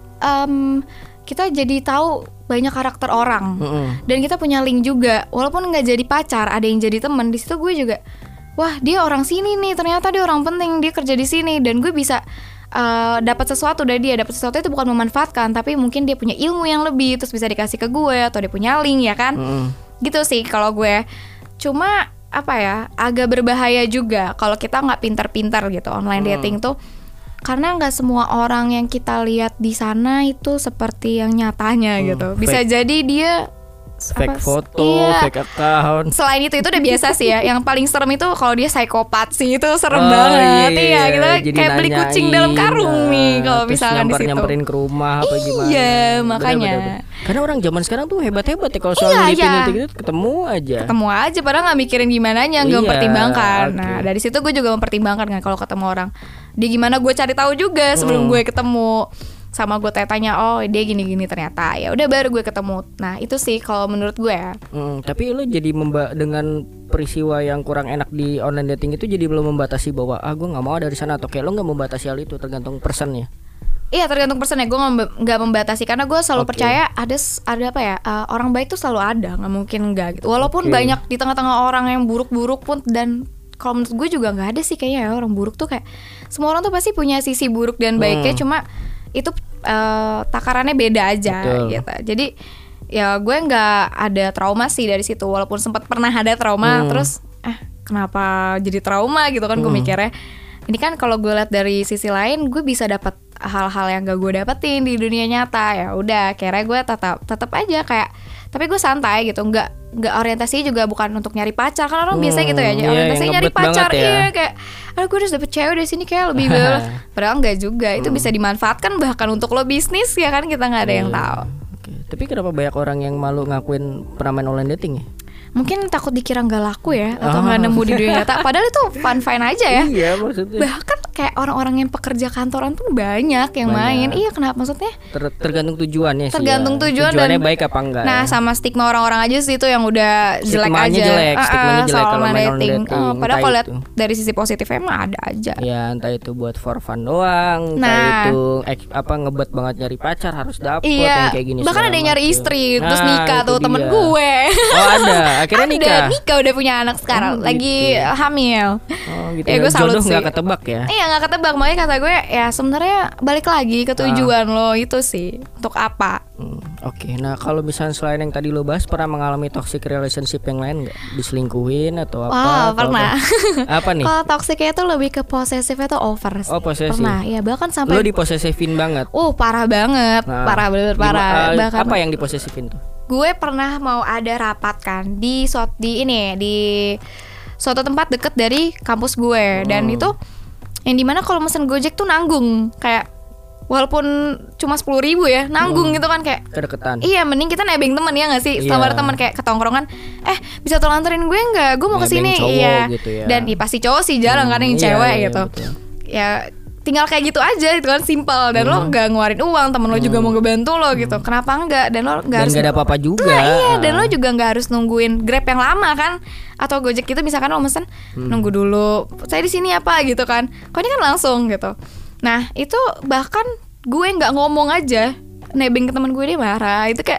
em, kita jadi tahu banyak karakter orang. Mm-mm. Dan kita punya link juga. Walaupun nggak jadi pacar, ada yang jadi teman. Di situ gue juga, wah dia orang sini nih. Ternyata dia orang penting. Dia kerja di sini. Dan gue bisa uh, dapat sesuatu dari dia. Dapat sesuatu itu bukan memanfaatkan, tapi mungkin dia punya ilmu yang lebih, terus bisa dikasih ke gue atau dia punya link ya kan. Mm-mm. Gitu sih kalau gue. Cuma apa ya, agak berbahaya juga kalau kita nggak pintar-pintar gitu online Hmm. dating tuh. Karena nggak semua orang yang kita lihat di sana itu seperti yang nyatanya Hmm, gitu. Bisa fake. jadi dia Fake apa, foto, iya. fake account. Selain itu itu udah biasa sih ya. Yang paling serem itu kalau dia psikopat sih, itu serem Oh, banget. iya, Iya, kita jadi kayak beli nanyain, kucing dalam karung nih kalau terus misalkan di situ. nyamper-nyamperin ke rumah apa gimana. Iya, makanya. Bener-bener. Karena orang zaman sekarang tuh hebat-hebat ya kalau soal Iya, dating iya. gitu ketemu aja. Ketemu aja padahal nggak mikirin gimana nya, nggak Iya, mempertimbangkan. oke. Nah dari situ gue juga mempertimbangkan kan kalau ketemu orang. Dia gimana gue cari tahu juga sebelum Hmm. gue ketemu. Sama gue tanya, oh dia gini-gini ternyata. Ya udah baru gue ketemu. Nah itu sih kalau menurut gue ya. Hmm, tapi lo jadi memba dengan peristiwa yang kurang enak di online dating itu jadi belum membatasi bahwa ah gue nggak mau dari sana atau kayak lo nggak membatasi hal itu tergantung personnya. Iya tergantung personnya. Gue nggak nggak membatasi karena gue selalu Oke. percaya ada s- ada apa ya, uh, orang baik tuh selalu ada, nggak mungkin enggak gitu. Walaupun Oke. banyak di tengah-tengah orang yang buruk-buruk pun, dan kalau menurut gue juga nggak ada sih kayaknya ya orang buruk tuh. Kayak semua orang tuh pasti punya sisi buruk dan baiknya, Hmm. cuma itu uh, takarannya beda aja. Betul. Gitu. Jadi ya gue nggak ada trauma sih dari situ, walaupun sempat pernah ada trauma. Hmm. Terus eh kenapa jadi trauma gitu kan gue Hmm. mikirnya. Ini kan kalau gue lihat dari sisi lain, gue bisa dapat hal-hal yang gak gue dapetin di dunia nyata. Ya udah, akhirnya gue tetap tetap aja kayak, tapi gue santai gitu, nggak nggak orientasinya juga bukan untuk nyari pacar. Kan orang Hmm, biasa gitu ya, iya, orientasinya yang nyari ngebet pacar. banget ya. Iya kayak, aduh gue udah dapet cewek dari sini kayak lebih bel. Padahal nggak juga, itu Hmm. bisa dimanfaatkan bahkan untuk lo bisnis ya kan, kita nggak ada yang Iya. tahu. Oke. Tapi kenapa banyak orang yang malu ngakuin pernah main online dating ya? Mungkin takut dikira nggak laku ya, atau Oh. nggak nemu di dunia nyata. Padahal itu fun fine aja ya. Iya maksudnya. Bahkan kayak orang-orang yang pekerja kantoran pun banyak yang Banyak. main. Iya kenapa maksudnya? Ter- tergantung tujuannya sih. Tergantung ya. tujuan Tujuannya dan- baik apa enggak. Nah ya. sama stigma orang-orang aja sih itu yang udah jelek Stigmanya aja. jelek, Ah, stigmanya ah, jelek soal kalau main online dating. dating, Ah, padahal entah kalau lihat itu. dari sisi positifnya emang ada aja. Ya entah itu buat for fun doang, entah Nah. itu ek- apa ngebet banget nyari pacar harus dapet Iya, yang kayak gini. bahkan segala ada yang nyari macem. istri terus Nah, nikah itu tuh temen dia. gue. Oh ada, akhirnya Ada, nikah. nikah udah punya anak sekarang, Oh, lagi gitu. hamil. Oh gitu. Ya, gue salut Jodoh sih. nggak ketebak ya. Iya nggak ketebak, makanya kata gue ya sebenarnya balik lagi ke tujuan lo itu sih untuk apa. Hmm, Oke, nah kalau misalnya selain yang tadi lo bahas, pernah mengalami toxic relationship yang lain nggak? Diselingkuhin atau apa? Wah atau pernah. Apa, apa nih? Kalau toksiknya itu lebih ke posesifnya tuh over sih. Oh, posesif. Pernah, ya bahkan Lo sampai diposesifin banget. uh parah banget, Nah, parah bener gima- parah. eh, Bahkan apa yang diposesifin tuh? gue pernah mau ada rapat kan di suat di ini di suatu tempat deket dari kampus gue, dan Hmm. itu yang dimana kalau mesen Gojek tuh nanggung, kayak walaupun cuma sepuluh ribu ya nanggung Hmm. gitu kan, kayak Kedekatan. iya mending kita nebeng temen ya nggak sih, setelah Iya. ada temen kayak ketongkrongan, eh bisa tolong anterin gue nggak, gue mau Nebeng kesini. cowok Iya gitu ya. dan ya, pasti cowok sih jarang kan yang Hmm, iya, cewek iya, gitu betul. ya tinggal kayak gitu aja itu kan, simpel, dan lo Hmm. nggak ngeluarin uang, temen lo juga mau ngebantu lo gitu, kenapa enggak, dan lo nggak Dan harus nggak ada apa-apa juga. Nah, iya, dan Ah. lo juga nggak harus nungguin Grab yang lama kan, atau Gojek gitu misalkan lo mesen Hmm. nunggu dulu, saya di sini apa gitu kan, kok ini kan langsung gitu. Nah itu bahkan gue nggak ngomong aja nebeng ke teman gue, dia marah, itu kayak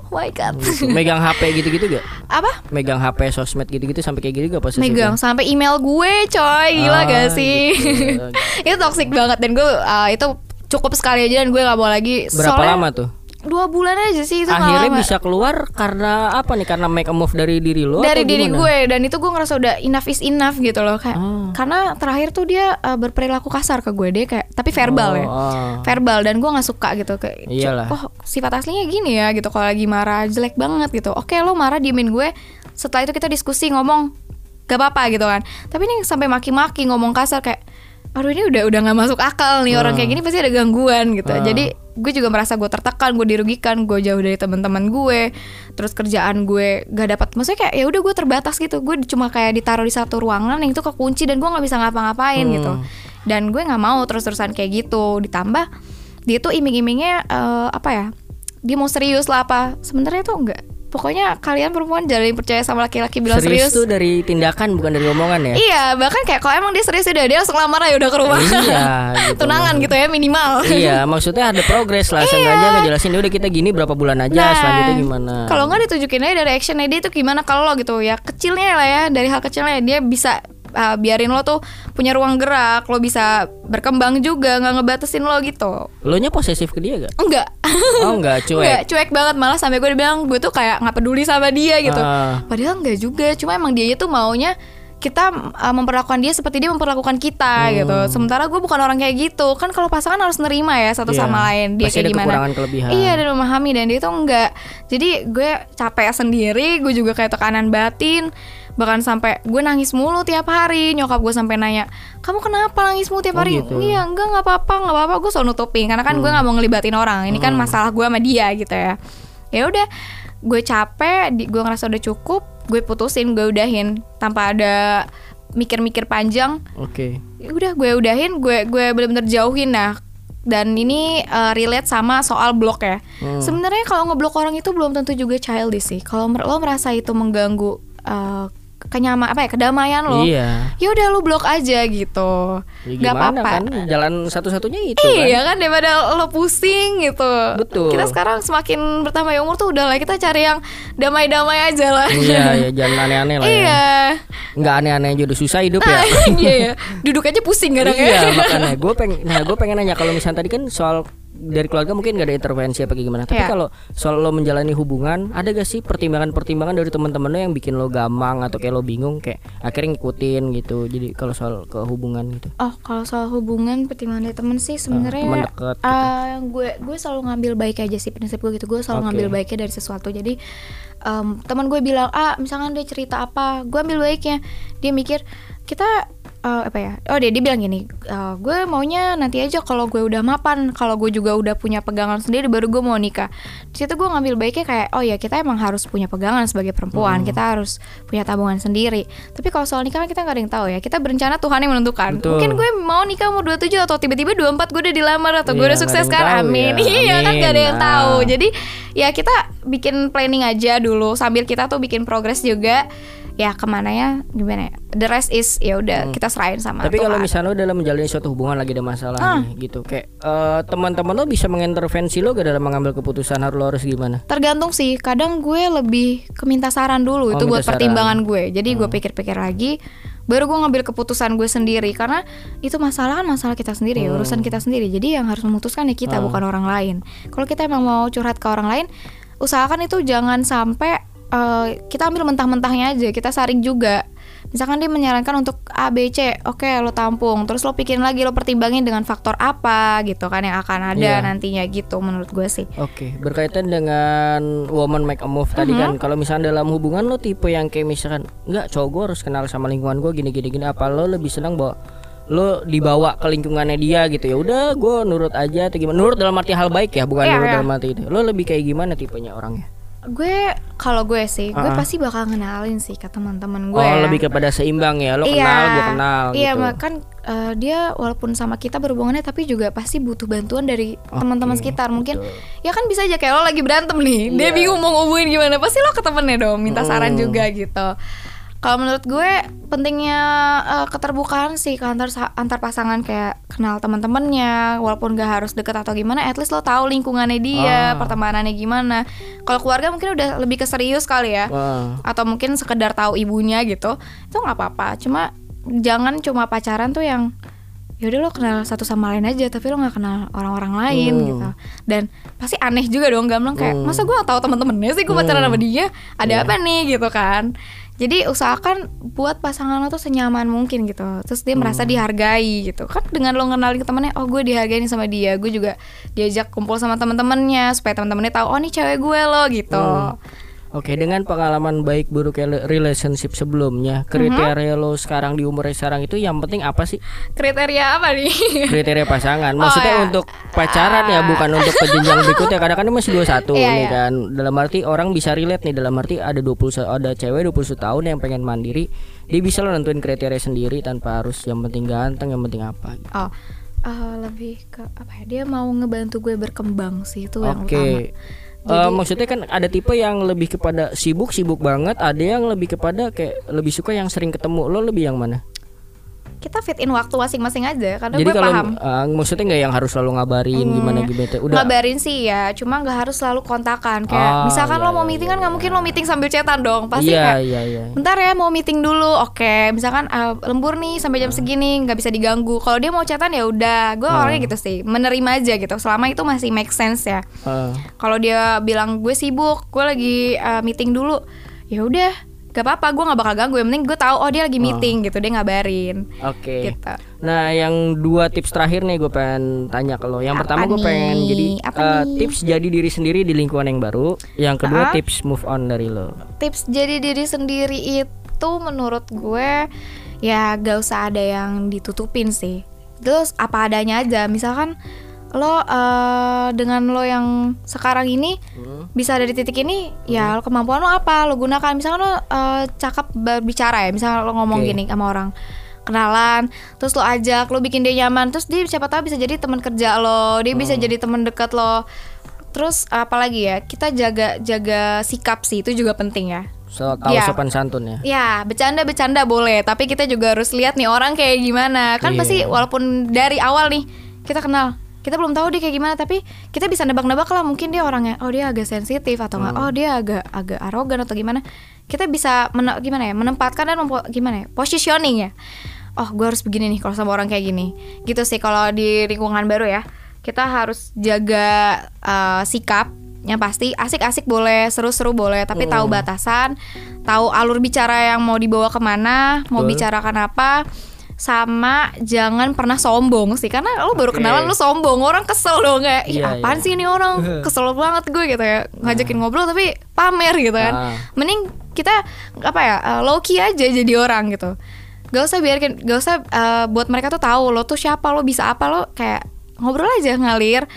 Oh my god. Gitu. Megang H P gitu-gitu gak? Apa? Megang H P sosmed gitu-gitu sampai kayak gitu gak posisi? Megang sampai email gue, coy. Gila ah, gak sih? Gitu. Itu toxic banget dan gue uh, itu cukup sekali aja dan gue gak mau lagi. Berapa soalnya, lama tuh? Dua bulan aja sih itu. Akhirnya bisa keluar karena apa nih? Karena make a move dari diri lo? Dari atau diri gimana? gue. Dan itu gue ngerasa udah enough is enough gitu loh kayak. Oh. Karena terakhir tuh dia uh, berperilaku kasar ke gue. Dia kayak, tapi verbal oh, ya oh. Verbal dan gue gak suka gitu kayak, iyalah. Oh sifat aslinya gini ya gitu. Kalau lagi marah jelek banget gitu. Oke lo marah diemin gue. Setelah itu kita diskusi ngomong gak apa-apa gitu kan. Tapi ini sampai maki-maki ngomong kasar kayak, aduh ini udah udah nggak masuk akal nih, orang kayak gini pasti ada gangguan gitu. Uh. Jadi gue juga merasa gue tertekan, gue dirugikan, gue jauh dari teman-teman gue, terus kerjaan gue gak dapat, maksudnya kayak ya udah gue terbatas gitu. Gue cuma kayak ditaruh di satu ruangan yang itu kekunci dan gue nggak bisa ngapa-ngapain hmm. gitu. Dan gue nggak mau terus-terusan kayak gitu. Ditambah dia tuh iming-imingnya uh, apa ya? Dia mau serius lah apa? Sebenarnya tuh enggak. Pokoknya kalian perempuan jangan percaya sama laki-laki bilang serius. Serius tuh dari tindakan bukan dari omongan ya? Iya, bahkan kayak kalau emang dia serius udah dia langsung lamar ya udah ke rumah. Iya, gitu. Tunangan gitu ya minimal. Iya, maksudnya ada progres lah. Sengaja ngejelasin udah kita gini berapa bulan aja, nah, selanjutnya gimana. Kalau nggak ditunjukin aja dari actionnya dia itu gimana kalau lo gitu ya kecilnya lah ya, dari hal kecilnya dia bisa uh, biarin lo tuh punya ruang gerak, lo bisa berkembang juga, nggak ngebatasin lo gitu. Lo nya posesif ke dia gak? Enggak. Oh enggak, cuek. Enggak, cuek banget, malah sampai gue bilang gue tuh kayak nggak peduli sama dia gitu. Uh. Padahal enggak juga, cuma emang dia tuh maunya kita uh, memperlakukan dia seperti dia memperlakukan kita hmm. gitu. Sementara gue bukan orang kayak gitu. Kan kalau pasangan harus nerima ya satu yeah. sama lain. Dia pasti kayak gimana. Iya, dan memahami, dan dia tuh enggak. Jadi gue capek sendiri, gue juga kayak tekanan batin. Bahkan sampai gue nangis mulu tiap hari. Nyokap gue sampai nanya, kamu kenapa nangis mulu tiap hari? Oh, gitu. Iya enggak, nggak apa-apa, nggak apa-apa. Gue selalu nutupin karena kan hmm. gue nggak mau ngelibatin orang. Ini hmm. kan masalah gue sama dia gitu ya. Ya udah, gue capek, gue ngerasa udah cukup, gue putusin, gue udahin tanpa ada mikir-mikir panjang. Oke. Okay. Udah gue udahin, gue gue benar-benar jauhin. Nah, dan ini uh, relate sama soal blok ya. Hmm. Sebenarnya kalau ngeblok orang itu belum tentu juga childish sih. Kalau lo merasa itu mengganggu uh, kenyamanan apa ya kedamaian lo, iya. Ya udah lo blok aja gitu, ya, nggak apa-apa kan, jalan satu-satunya itu iya kan? Kan daripada lo pusing gitu. Betul. Kita sekarang semakin bertambah umur tuh udah lah kita cari yang damai-damai aja lah. Iya ya, jangan aneh-aneh lah. Iya. Ya. Nggak aneh-aneh aja udah susah hidup ya. Iya ya, duduk aja pusing kadang ya. Iya makanya gue pengen, nah gue pengen nanya kalau misalnya tadi kan soal dari keluarga mungkin gak ada intervensi apa gimana. Tapi yeah. kalau soal lo menjalani hubungan, ada gak sih pertimbangan-pertimbangan dari teman-teman lo yang bikin lo gamang atau kayak lo bingung kayak akhirnya ngikutin gitu. Jadi kalau soal ke hubungan gitu. Oh, kalau soal hubungan pertimbangan dari temen sih sebenarnya uh, teman dekat. Uh, gitu. Gue gue selalu ngambil baik aja sih, prinsip gue gitu. Gue selalu okay. ngambil baiknya dari sesuatu. Jadi um, teman gue bilang, ah misalkan dia cerita apa, gue ambil baiknya. Dia mikir kita Uh, apa ya? Oh dia dia bilang gini, uh, gue maunya nanti aja kalau gue udah mapan, kalau gue juga udah punya pegangan sendiri baru gue mau nikah. Di situ gue ngambil baiknya kayak, oh ya kita emang harus punya pegangan sebagai perempuan, hmm. kita harus punya tabungan sendiri. Tapi kalau soal nikah kita nggak ada yang tahu ya. Kita berencana Tuhan yang menentukan. Betul. Mungkin gue mau nikah umur dua puluh tujuh atau tiba-tiba dua puluh empat gue udah dilamar atau yeah, gue udah sukses kan, amin. Ya. Iya kan nggak ada yang tahu. Jadi ya kita bikin planning aja dulu sambil kita tuh bikin progres juga. Ya kemana ya gimana ya, the rest is ya udah hmm. kita serahin sama tapi Tuhan. Kalau misalnya lo dalam menjalani suatu hubungan lagi ada masalah ah. nih gitu kayak uh, teman-teman lo bisa mengintervensi lo gak dalam mengambil keputusan harus lo harus gimana? Tergantung sih, kadang gue lebih keminta saran dulu. Oh, itu buat saran. Pertimbangan gue. Jadi hmm. gue pikir-pikir lagi baru gue ngambil keputusan gue sendiri, karena itu masalah kan masalah kita sendiri hmm. urusan kita sendiri. Jadi yang harus memutuskan ya kita, hmm. bukan orang lain. Kalau kita emang mau curhat ke orang lain, usahakan itu jangan sampai Uh, kita ambil mentah-mentahnya aja, kita saring juga. Misalkan dia menyarankan untuk A, B, C, oke okay, lo tampung, terus lo pikirin lagi, lo pertimbangin dengan faktor apa gitu kan yang akan ada yeah. nantinya gitu menurut gue sih. Oke, okay. Berkaitan dengan woman make a move tadi uh-huh. kan, kalau misalnya dalam hubungan lo tipe yang kayak misalkan enggak, cowok gue harus kenal sama lingkungan gue gini-gini gini, apa lo lebih senang bawa lo dibawa ke lingkungannya dia gitu, ya udah gue nurut aja atau gimana? Nurut dalam arti hal baik ya, bukan yeah, nurut yeah. dalam arti itu. Lo lebih kayak gimana tipenya orangnya? Gue kalau gue sih, gue uh-uh. pasti bakal ngenalin sih ke teman-teman gue. Oh, ya. Lebih kepada seimbang ya, lo iya, kenal, gue kenal. Iya, gitu. kan uh, dia walaupun sama kita berhubungannya, tapi juga pasti butuh bantuan dari okay. teman-teman sekitar. Mungkin, betul. Ya kan bisa aja kayak lo lagi berantem nih, yeah. dia bingung mau ngubungin gimana, pasti lo ke temennya dong, minta saran hmm. juga gitu. Kalau menurut gue pentingnya uh, keterbukaan sih antar antar pasangan, kayak kenal teman-temannya, walaupun gak harus deket atau gimana, at least lo tahu lingkungannya dia, ah. pertemanannya gimana. Kalau keluarga mungkin udah lebih ke serius kali ya, ah. atau mungkin sekedar tahu ibunya gitu, itu nggak apa-apa. Cuma jangan cuma pacaran tuh yang yaudah lo kenal satu sama lain aja tapi lo nggak kenal orang-orang lain hmm. gitu. Dan pasti aneh juga dong, gamblang kayak hmm. masa gue gak tahu teman-temannya sih gue pacaran hmm. sama dia, ada yeah. apa nih gitu kan. Jadi usahakan buat pasangan lo tuh senyaman mungkin gitu, terus dia hmm. merasa dihargai gitu kan. Dengan lo kenalin ke temennya, oh gue dihargai nih sama dia, gue juga diajak kumpul sama teman-temannya supaya teman-temannya tahu oh nih cewek gue lo gitu. hmm. Oke, dengan pengalaman baik buruk relationship sebelumnya, kriteria uh-huh. lo sekarang di umur sekarang itu yang penting apa sih? Kriteria apa nih? Kriteria pasangan. Maksudnya oh, ya. untuk pacaran ya, bukan untuk jenjang berikutnya. Kadang kan masih dua puluh satu yeah, nih yeah. kan. Dalam arti orang bisa relate nih, dalam arti ada dua puluh ada cewek dua puluh satu tahun yang pengen mandiri, dia bisa lo nentuin kriteria sendiri tanpa harus yang penting ganteng, yang penting apa gitu. Oh. Uh, lebih ke apa ya? Dia mau ngebantu gue berkembang sih, itu yang okay. utama. Jadi, uh, maksudnya kan ada tipe yang lebih kepada sibuk-sibuk banget, ada yang lebih kepada kayak lebih suka yang sering ketemu. Lo lebih yang mana? Kita fit in waktu masing-masing aja, karena jadi gue kalau, paham. Uh, maksudnya nggak yang harus selalu ngabarin hmm, gimana gimana. Udah. Ngabarin sih ya, cuma nggak harus selalu kontakan. Kayak ah, misalkan iya, lo mau meeting iya, kan nggak iya. mungkin lo meeting sambil chatan dong, pasti iya, kayak. Iya, iya. Bentar ya mau meeting dulu, oke. Misalkan uh, lembur nih sampai jam uh. segini, nggak bisa diganggu. Kalau dia mau chatan ya udah, gue uh. orangnya gitu sih, menerima aja gitu. Selama itu masih make sense ya. Uh. Kalau dia bilang gue sibuk, gue lagi uh, meeting dulu, ya udah. Gak apa-apa, gue gak bakal ganggu. Yang penting gue tahu oh dia lagi meeting oh. gitu, dia ngabarin. Oke. Okay. Gitu. Nah, yang dua tips terakhir nih gue pengen tanya ke lo. Yang apa pertama gue pengen jadi uh, tips jadi diri sendiri di lingkungan yang baru. Yang kedua uh, tips move on dari lo. Tips jadi diri sendiri itu menurut gue ya gak usah ada yang ditutupin sih. Terus apa adanya aja. Misalkan lo uh, dengan lo yang sekarang ini hmm. bisa ada di titik ini hmm. ya kemampuan lo apa lo gunakan. Misalkan lo uh, cakep berbicara ya, misalkan lo ngomong okay. gini sama orang, kenalan, terus lo ajak, lo bikin dia nyaman, terus dia siapa tahu bisa jadi teman kerja lo, dia hmm. bisa jadi teman dekat lo. Terus apalagi ya, kita jaga jaga sikap sih, itu juga penting ya. So, tahu ya. Sopan santun ya. Ya, bercanda-bercanda boleh, tapi kita juga harus lihat nih orang kayak gimana. Kan yeah. pasti walaupun dari awal nih kita kenal, kita belum tahu dia kayak gimana, tapi kita bisa nebak-nebak lah, mungkin dia orangnya oh dia agak sensitif atau enggak, hmm. oh dia agak agak arogan atau gimana. Kita bisa men- gimana ya, menempatkan dan mempo- gimana ya, positioning ya. Oh, gue harus begini nih kalau sama orang kayak gini. Gitu sih kalau di lingkungan baru ya. Kita harus jaga uh, sikap. Yang pasti asik-asik boleh, seru-seru boleh, tapi hmm. tahu batasan, tahu alur bicara yang mau dibawa kemana, mau Betul. bicarakan apa. Sama jangan pernah sombong sih, karena lo baru okay. kenalan lo sombong, orang kesel dong kayak ih yeah, apaan yeah. sih ini orang, kesel banget gue gitu ya, ngajakin uh. ngobrol tapi pamer gitu kan. uh. Mending kita apa ya, uh, low key aja jadi orang gitu. Gak usah biarkan, gak usah uh, buat mereka tuh tahu lo tuh siapa, lo bisa apa, lo kayak ngobrol aja ngalir.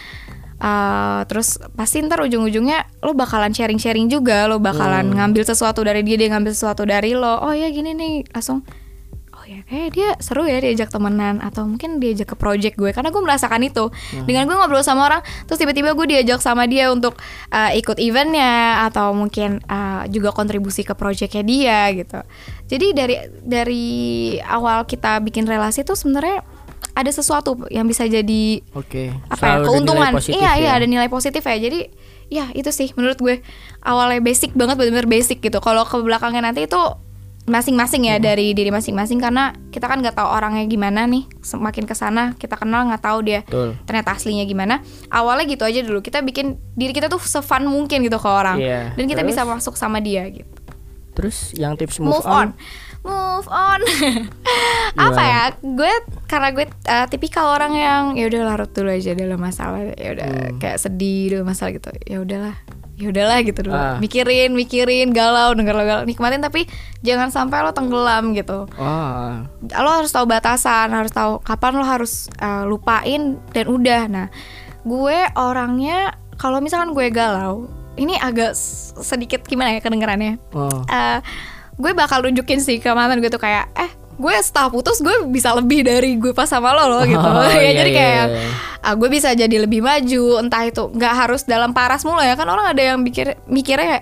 Uh, terus pasti ntar ujung-ujungnya lo bakalan sharing-sharing juga, lo bakalan hmm. ngambil sesuatu dari dia, dia ngambil sesuatu dari lo. Oh ya gini nih, langsung ya kayak dia seru ya diajak temenan, atau mungkin diajak ke project gue, karena gue merasakan itu hmm. dengan gue ngobrol sama orang terus tiba-tiba gue diajak sama dia untuk uh, ikut eventnya, atau mungkin uh, juga kontribusi ke projectnya dia gitu. Jadi dari dari awal kita bikin relasi tuh sebenarnya ada sesuatu yang bisa jadi okay. apa ya, keuntungan. Iya iya ya. Ada nilai positif ya. Jadi ya itu sih menurut gue awalnya basic banget, benar-benar basic gitu. Kalau ke belakangnya nanti itu masing-masing ya, hmm. dari diri masing-masing, karena kita kan nggak tahu orangnya gimana nih, semakin kesana kita kenal nggak tahu dia Betul. ternyata aslinya gimana. Awalnya gitu aja dulu, kita bikin diri kita tuh se-fun mungkin gitu ke orang, yeah. dan kita Terus? bisa masuk sama dia gitu. Terus yang tips move, move on. on move on apa ya, gue karena gue uh, tipikal orang yang ya udah larut dulu aja dalam masalah, ya udah hmm. kayak sedih dulu masalah gitu, ya udahlah ya udahlah gitu dulu, ah. mikirin mikirin galau denger lo galau nikmatin, tapi jangan sampai lo tenggelam gitu. ah. Lo harus tahu batasan, harus tahu kapan lo harus uh, lupain dan udah. Nah gue orangnya kalau misalkan gue galau, ini agak sedikit gimana ya kedengerannya, oh. uh, gue bakal nunjukin sih ke mantan gue tuh kayak eh gue setelah putus gue bisa lebih dari gue pas sama lo loh gitu. Oh, ya iya, jadi kayak iya, iya. Ah, gue bisa jadi lebih maju, entah itu nggak harus dalam paras mulu ya kan, orang ada yang mikir mikirnya kayak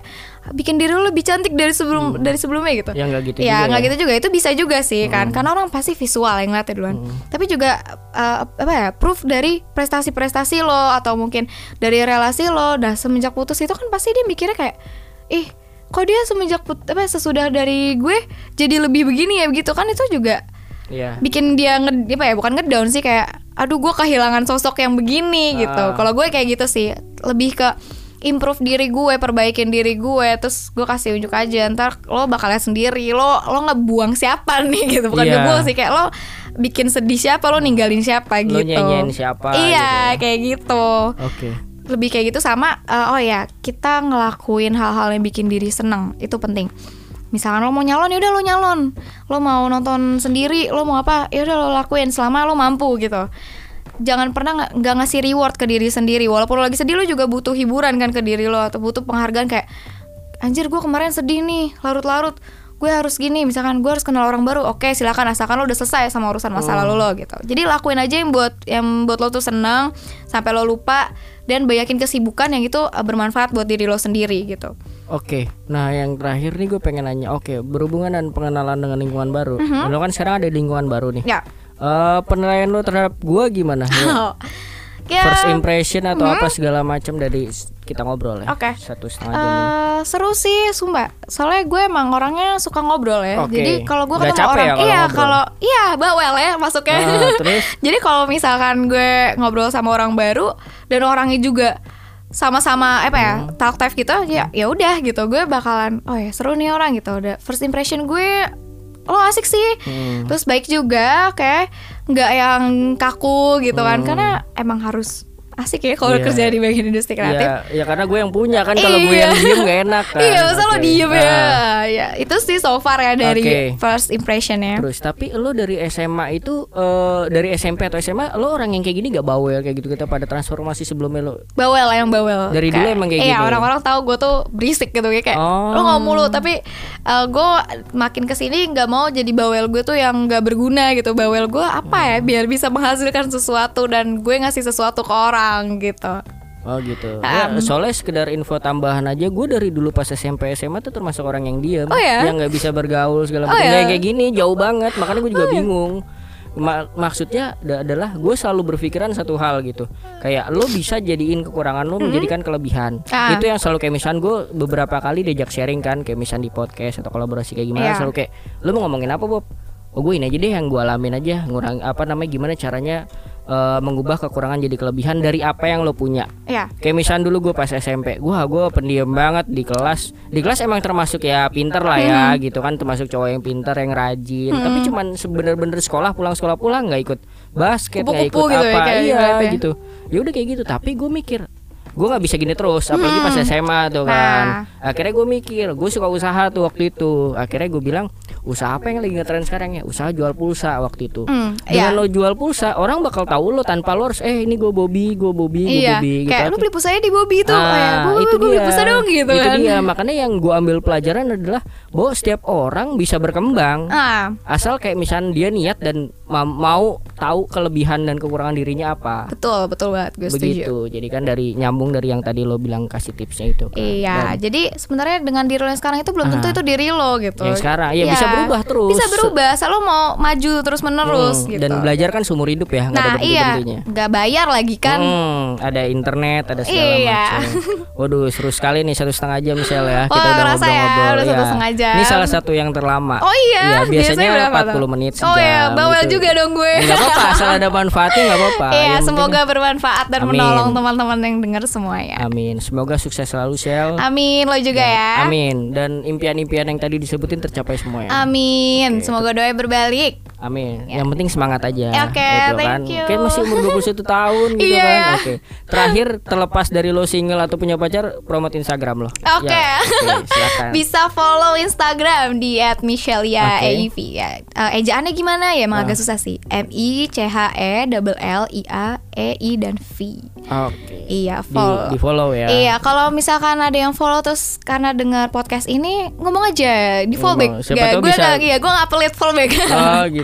bikin diri lo lebih cantik dari sebelum hmm. dari sebelumnya gitu. Ya nggak gitu ya, juga. Nggak ya. gitu juga. Itu bisa juga sih hmm. kan. Karena orang pasti visual yang ngeliatnya duluan. Hmm. Tapi juga uh, apa ya? Proof dari prestasi-prestasi lo atau mungkin dari relasi lo. Dah semenjak putus itu kan pasti dia mikirnya kayak, ih, kok dia semenjak put apa sesudah dari gue jadi lebih begini ya begitu kan, itu juga yeah. bikin dia nge apa ya bukan ngedown sih, kayak aduh gue kehilangan sosok yang begini ah. gitu. Kalau gue kayak gitu sih, lebih ke improve diri gue, perbaikin diri gue, terus gue kasih unjuk aja, ntar lo bakal lihat sendiri lo lo ngebuang siapa nih gitu, bukan yeah. ngebuang sih, kayak lo bikin sedih siapa, lo ninggalin siapa lo gitu, lo nyanyiin siapa iya gitu. Kayak gitu. Oke. Okay. Lebih kayak gitu sama uh, oh ya kita ngelakuin hal-hal yang bikin diri seneng, itu penting. Misalkan lo mau nyalon, ya udah lo nyalon. Lo mau nonton sendiri, lo mau apa, ya udah lo lakuin selama lo mampu gitu. Jangan pernah nggak ngasih reward ke diri sendiri. Walaupun lo lagi sedih, lo juga butuh hiburan kan ke diri lo, atau butuh penghargaan kayak, anjir gue kemarin sedih nih, larut-larut, gue harus gini, misalkan gue harus kenal orang baru. Oke silakan, asalkan lo udah selesai sama urusan masa lalu lo gitu. Jadi lakuin aja yang buat yang buat lo tuh seneng sampai lo lupa, dan banyakin kesibukan yang itu bermanfaat buat diri lo sendiri gitu. Oke, nah yang terakhir nih gue pengen nanya, oke berhubungan dan pengenalan dengan lingkungan baru. Mm-hmm. Lo kan sekarang ada di lingkungan baru nih. Ya. Uh, penilaian lo terhadap gue gimana? Ya? Ya. First impression atau mm-hmm. apa segala macam dari kita ngobrol ya. Oke. Okay. Satu setengah jam uh, ini. Seru sih, sumpah. Soalnya gue emang orangnya suka ngobrol ya. Okay. Jadi kalau gue ketemu capek orang, ya iya kalau iya bawel ya masuknya. Uh, terus? Jadi kalau misalkan gue ngobrol sama orang baru dan orangnya juga sama-sama apa ya hmm. talk type gitu, ya ya udah gitu, gue bakalan oh ya seru nih orang gitu. Udah first impression gue lo asik sih, hmm. terus baik juga, kayak nggak yang kaku gitu kan, hmm. karena emang harus asik ya kalau yeah. kerja di bagian industri kreatif. Ya, ya karena gue yang punya kan, kalau gue yang diem gak enak kan. Iya, masa okay. lo diem ya. Ah. Ya, itu sih so far ya dari okay. first impression ya. Terus tapi lo dari S M A itu uh, dari S M P atau S M A lo orang yang kayak gini gak bawel kayak gitu, kita pada transformasi sebelumnya lo? Bawel yang bawel. Dari kayak, dulu emang kayak iya, gini. Iya, orang-orang tahu gue tuh berisik gitu kayak oh. lo ngomong mulu, tapi uh, gue makin kesini nggak mau jadi bawel gue tuh yang nggak berguna gitu. Bawel gue apa ya, biar bisa menghasilkan sesuatu dan gue ngasih sesuatu ke orang gitu. Oh gitu. Ya, um, soalnya sekedar info tambahan aja, gue dari dulu pas S M P S M A tuh termasuk orang yang diam, oh ya? yang nggak bisa bergaul segala macam. Oh ya? Kayak gini jauh banget, makanya gue juga oh bingung. Ma- maksudnya d- adalah gue selalu berpikiran satu hal gitu, kayak lo bisa jadiin kekurangan lo mm-hmm. menjadikan kelebihan. Ah. Itu yang selalu kayak misalnya gue beberapa kali diajak sharing kan, kayak misalnya di podcast atau kolaborasi kayak gimana, yeah. selalu kayak lo mau ngomongin apa Bob? Oh gue ini aja deh yang gue alamin aja, ngurang apa namanya gimana caranya uh, mengubah kekurangan jadi kelebihan dari apa yang lo punya. Yeah. Kayak misalnya dulu gue pas S M P, gue gue pendiam banget di kelas. Di kelas emang termasuk ya pinter lah ya, hmm. gitu kan, termasuk cowok yang pinter, yang rajin. Hmm. Tapi cuman sebener-bener sekolah pulang sekolah pulang nggak ikut basket, nggak ikut gitu apa, ya, iya ya. gitu. Ya udah kayak gitu. Tapi gue mikir, gue nggak bisa gini terus, apalagi pas S M A tuh kan. Nah. Akhirnya gue mikir, gue suka usaha tuh waktu itu. Akhirnya gue bilang, usaha apa yang lagi ngetren sekarang ya? Usaha jual pulsa waktu itu. Mm, Dengan iya. lo jual pulsa, orang bakal tahu lo tanpa lo harus eh ini gue Bobby, gue Bobby, gue iya. Bobby. Gitu. Kayak lo beli pulsanya di Bobby tuh, ah, oh ya, Bo, itu gue dia. beli pulsa dong gitu itu kan. dia. Makanya yang gue ambil pelajaran adalah bahwa setiap orang bisa berkembang, ah. asal kayak misalnya dia niat dan ma- mau tahu kelebihan dan kekurangan dirinya apa. Betul, betul banget, gue setuju. Begitu. Jadi kan dari nyambung dari yang tadi lo bilang kasih tipsnya itu. Kan. Iya. Dan, jadi sebenarnya dengan diri lo yang sekarang itu belum tentu ah, itu diri lo gitu. Yang sekarang, ya, ya bisa berubah terus. Bisa berubah, asal lo mau maju terus menerus hmm, gitu. Dan belajar kan seumur hidup ya, nggak nah, ada iya, berhentinya. Nggak bayar lagi kan. Hmm, ada internet, ada segala iya. macam. Waduh, seru sekali nih satu setengah jam Michelle ya. Kita oh, udah ngobrol-ngobrol. Ya, ya. Satu setengah jam. Ini salah satu yang terlama. Oh iya. Ya, biasanya, biasanya empat puluh tuh? menit sejam. Oh iya, bawel gitu. Juga dong gue. Enggak apa-apa, asal ada manfaatnya enggak apa-apa. Iya, semoga penting, bermanfaat dan amin. Menolong teman-teman yang dengar semuanya. Amin. Semoga sukses selalu, Shell. Amin, lo juga ya. ya. Amin. Dan impian-impian yang tadi disebutin tercapai semua ya. Amin. Okay. Semoga doanya berbalik. Amin. Ya. Yang penting semangat aja. Oke, okay, gitu, thank kan. you. Kayak masih umur dua puluh satu tahun gitu yeah. kan. Oke. Okay. Terakhir terlepas dari lo single atau punya pacar, promote Instagram lo. Oke. Okay. Ya, okay, silakan. Bisa follow Instagram di et michelia e i v ya. Uh, ejaannya gimana ya? Emang uh. agak susah sih. M I C H E L L I A E I dan V. Oke. Okay. Iya, follow. Di, di follow ya. Iya, kalau misalkan ada yang follow terus karena dengar podcast ini ngomong aja di follow back. Siapa tahu gue bisa. Gak, ya, gue nggak pelit follow back. Oh gitu.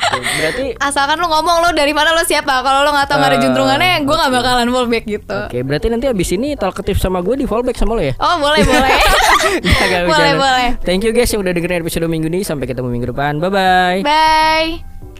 gitu. Berarti asalkan lu ngomong lu dari mana, lu siapa. Kalau lu nggak tahu nggak ada Uh, juntrungannya, gue nggak oke. bakalan fallback gitu. Oke, berarti nanti abis ini talkative sama gue di fallback sama lo ya? Oh boleh boleh. Gak, gak Boleh bercanda. boleh. Thank you guys yang udah dengerin episode minggu ini. Sampai ketemu minggu depan. Bye bye. Bye.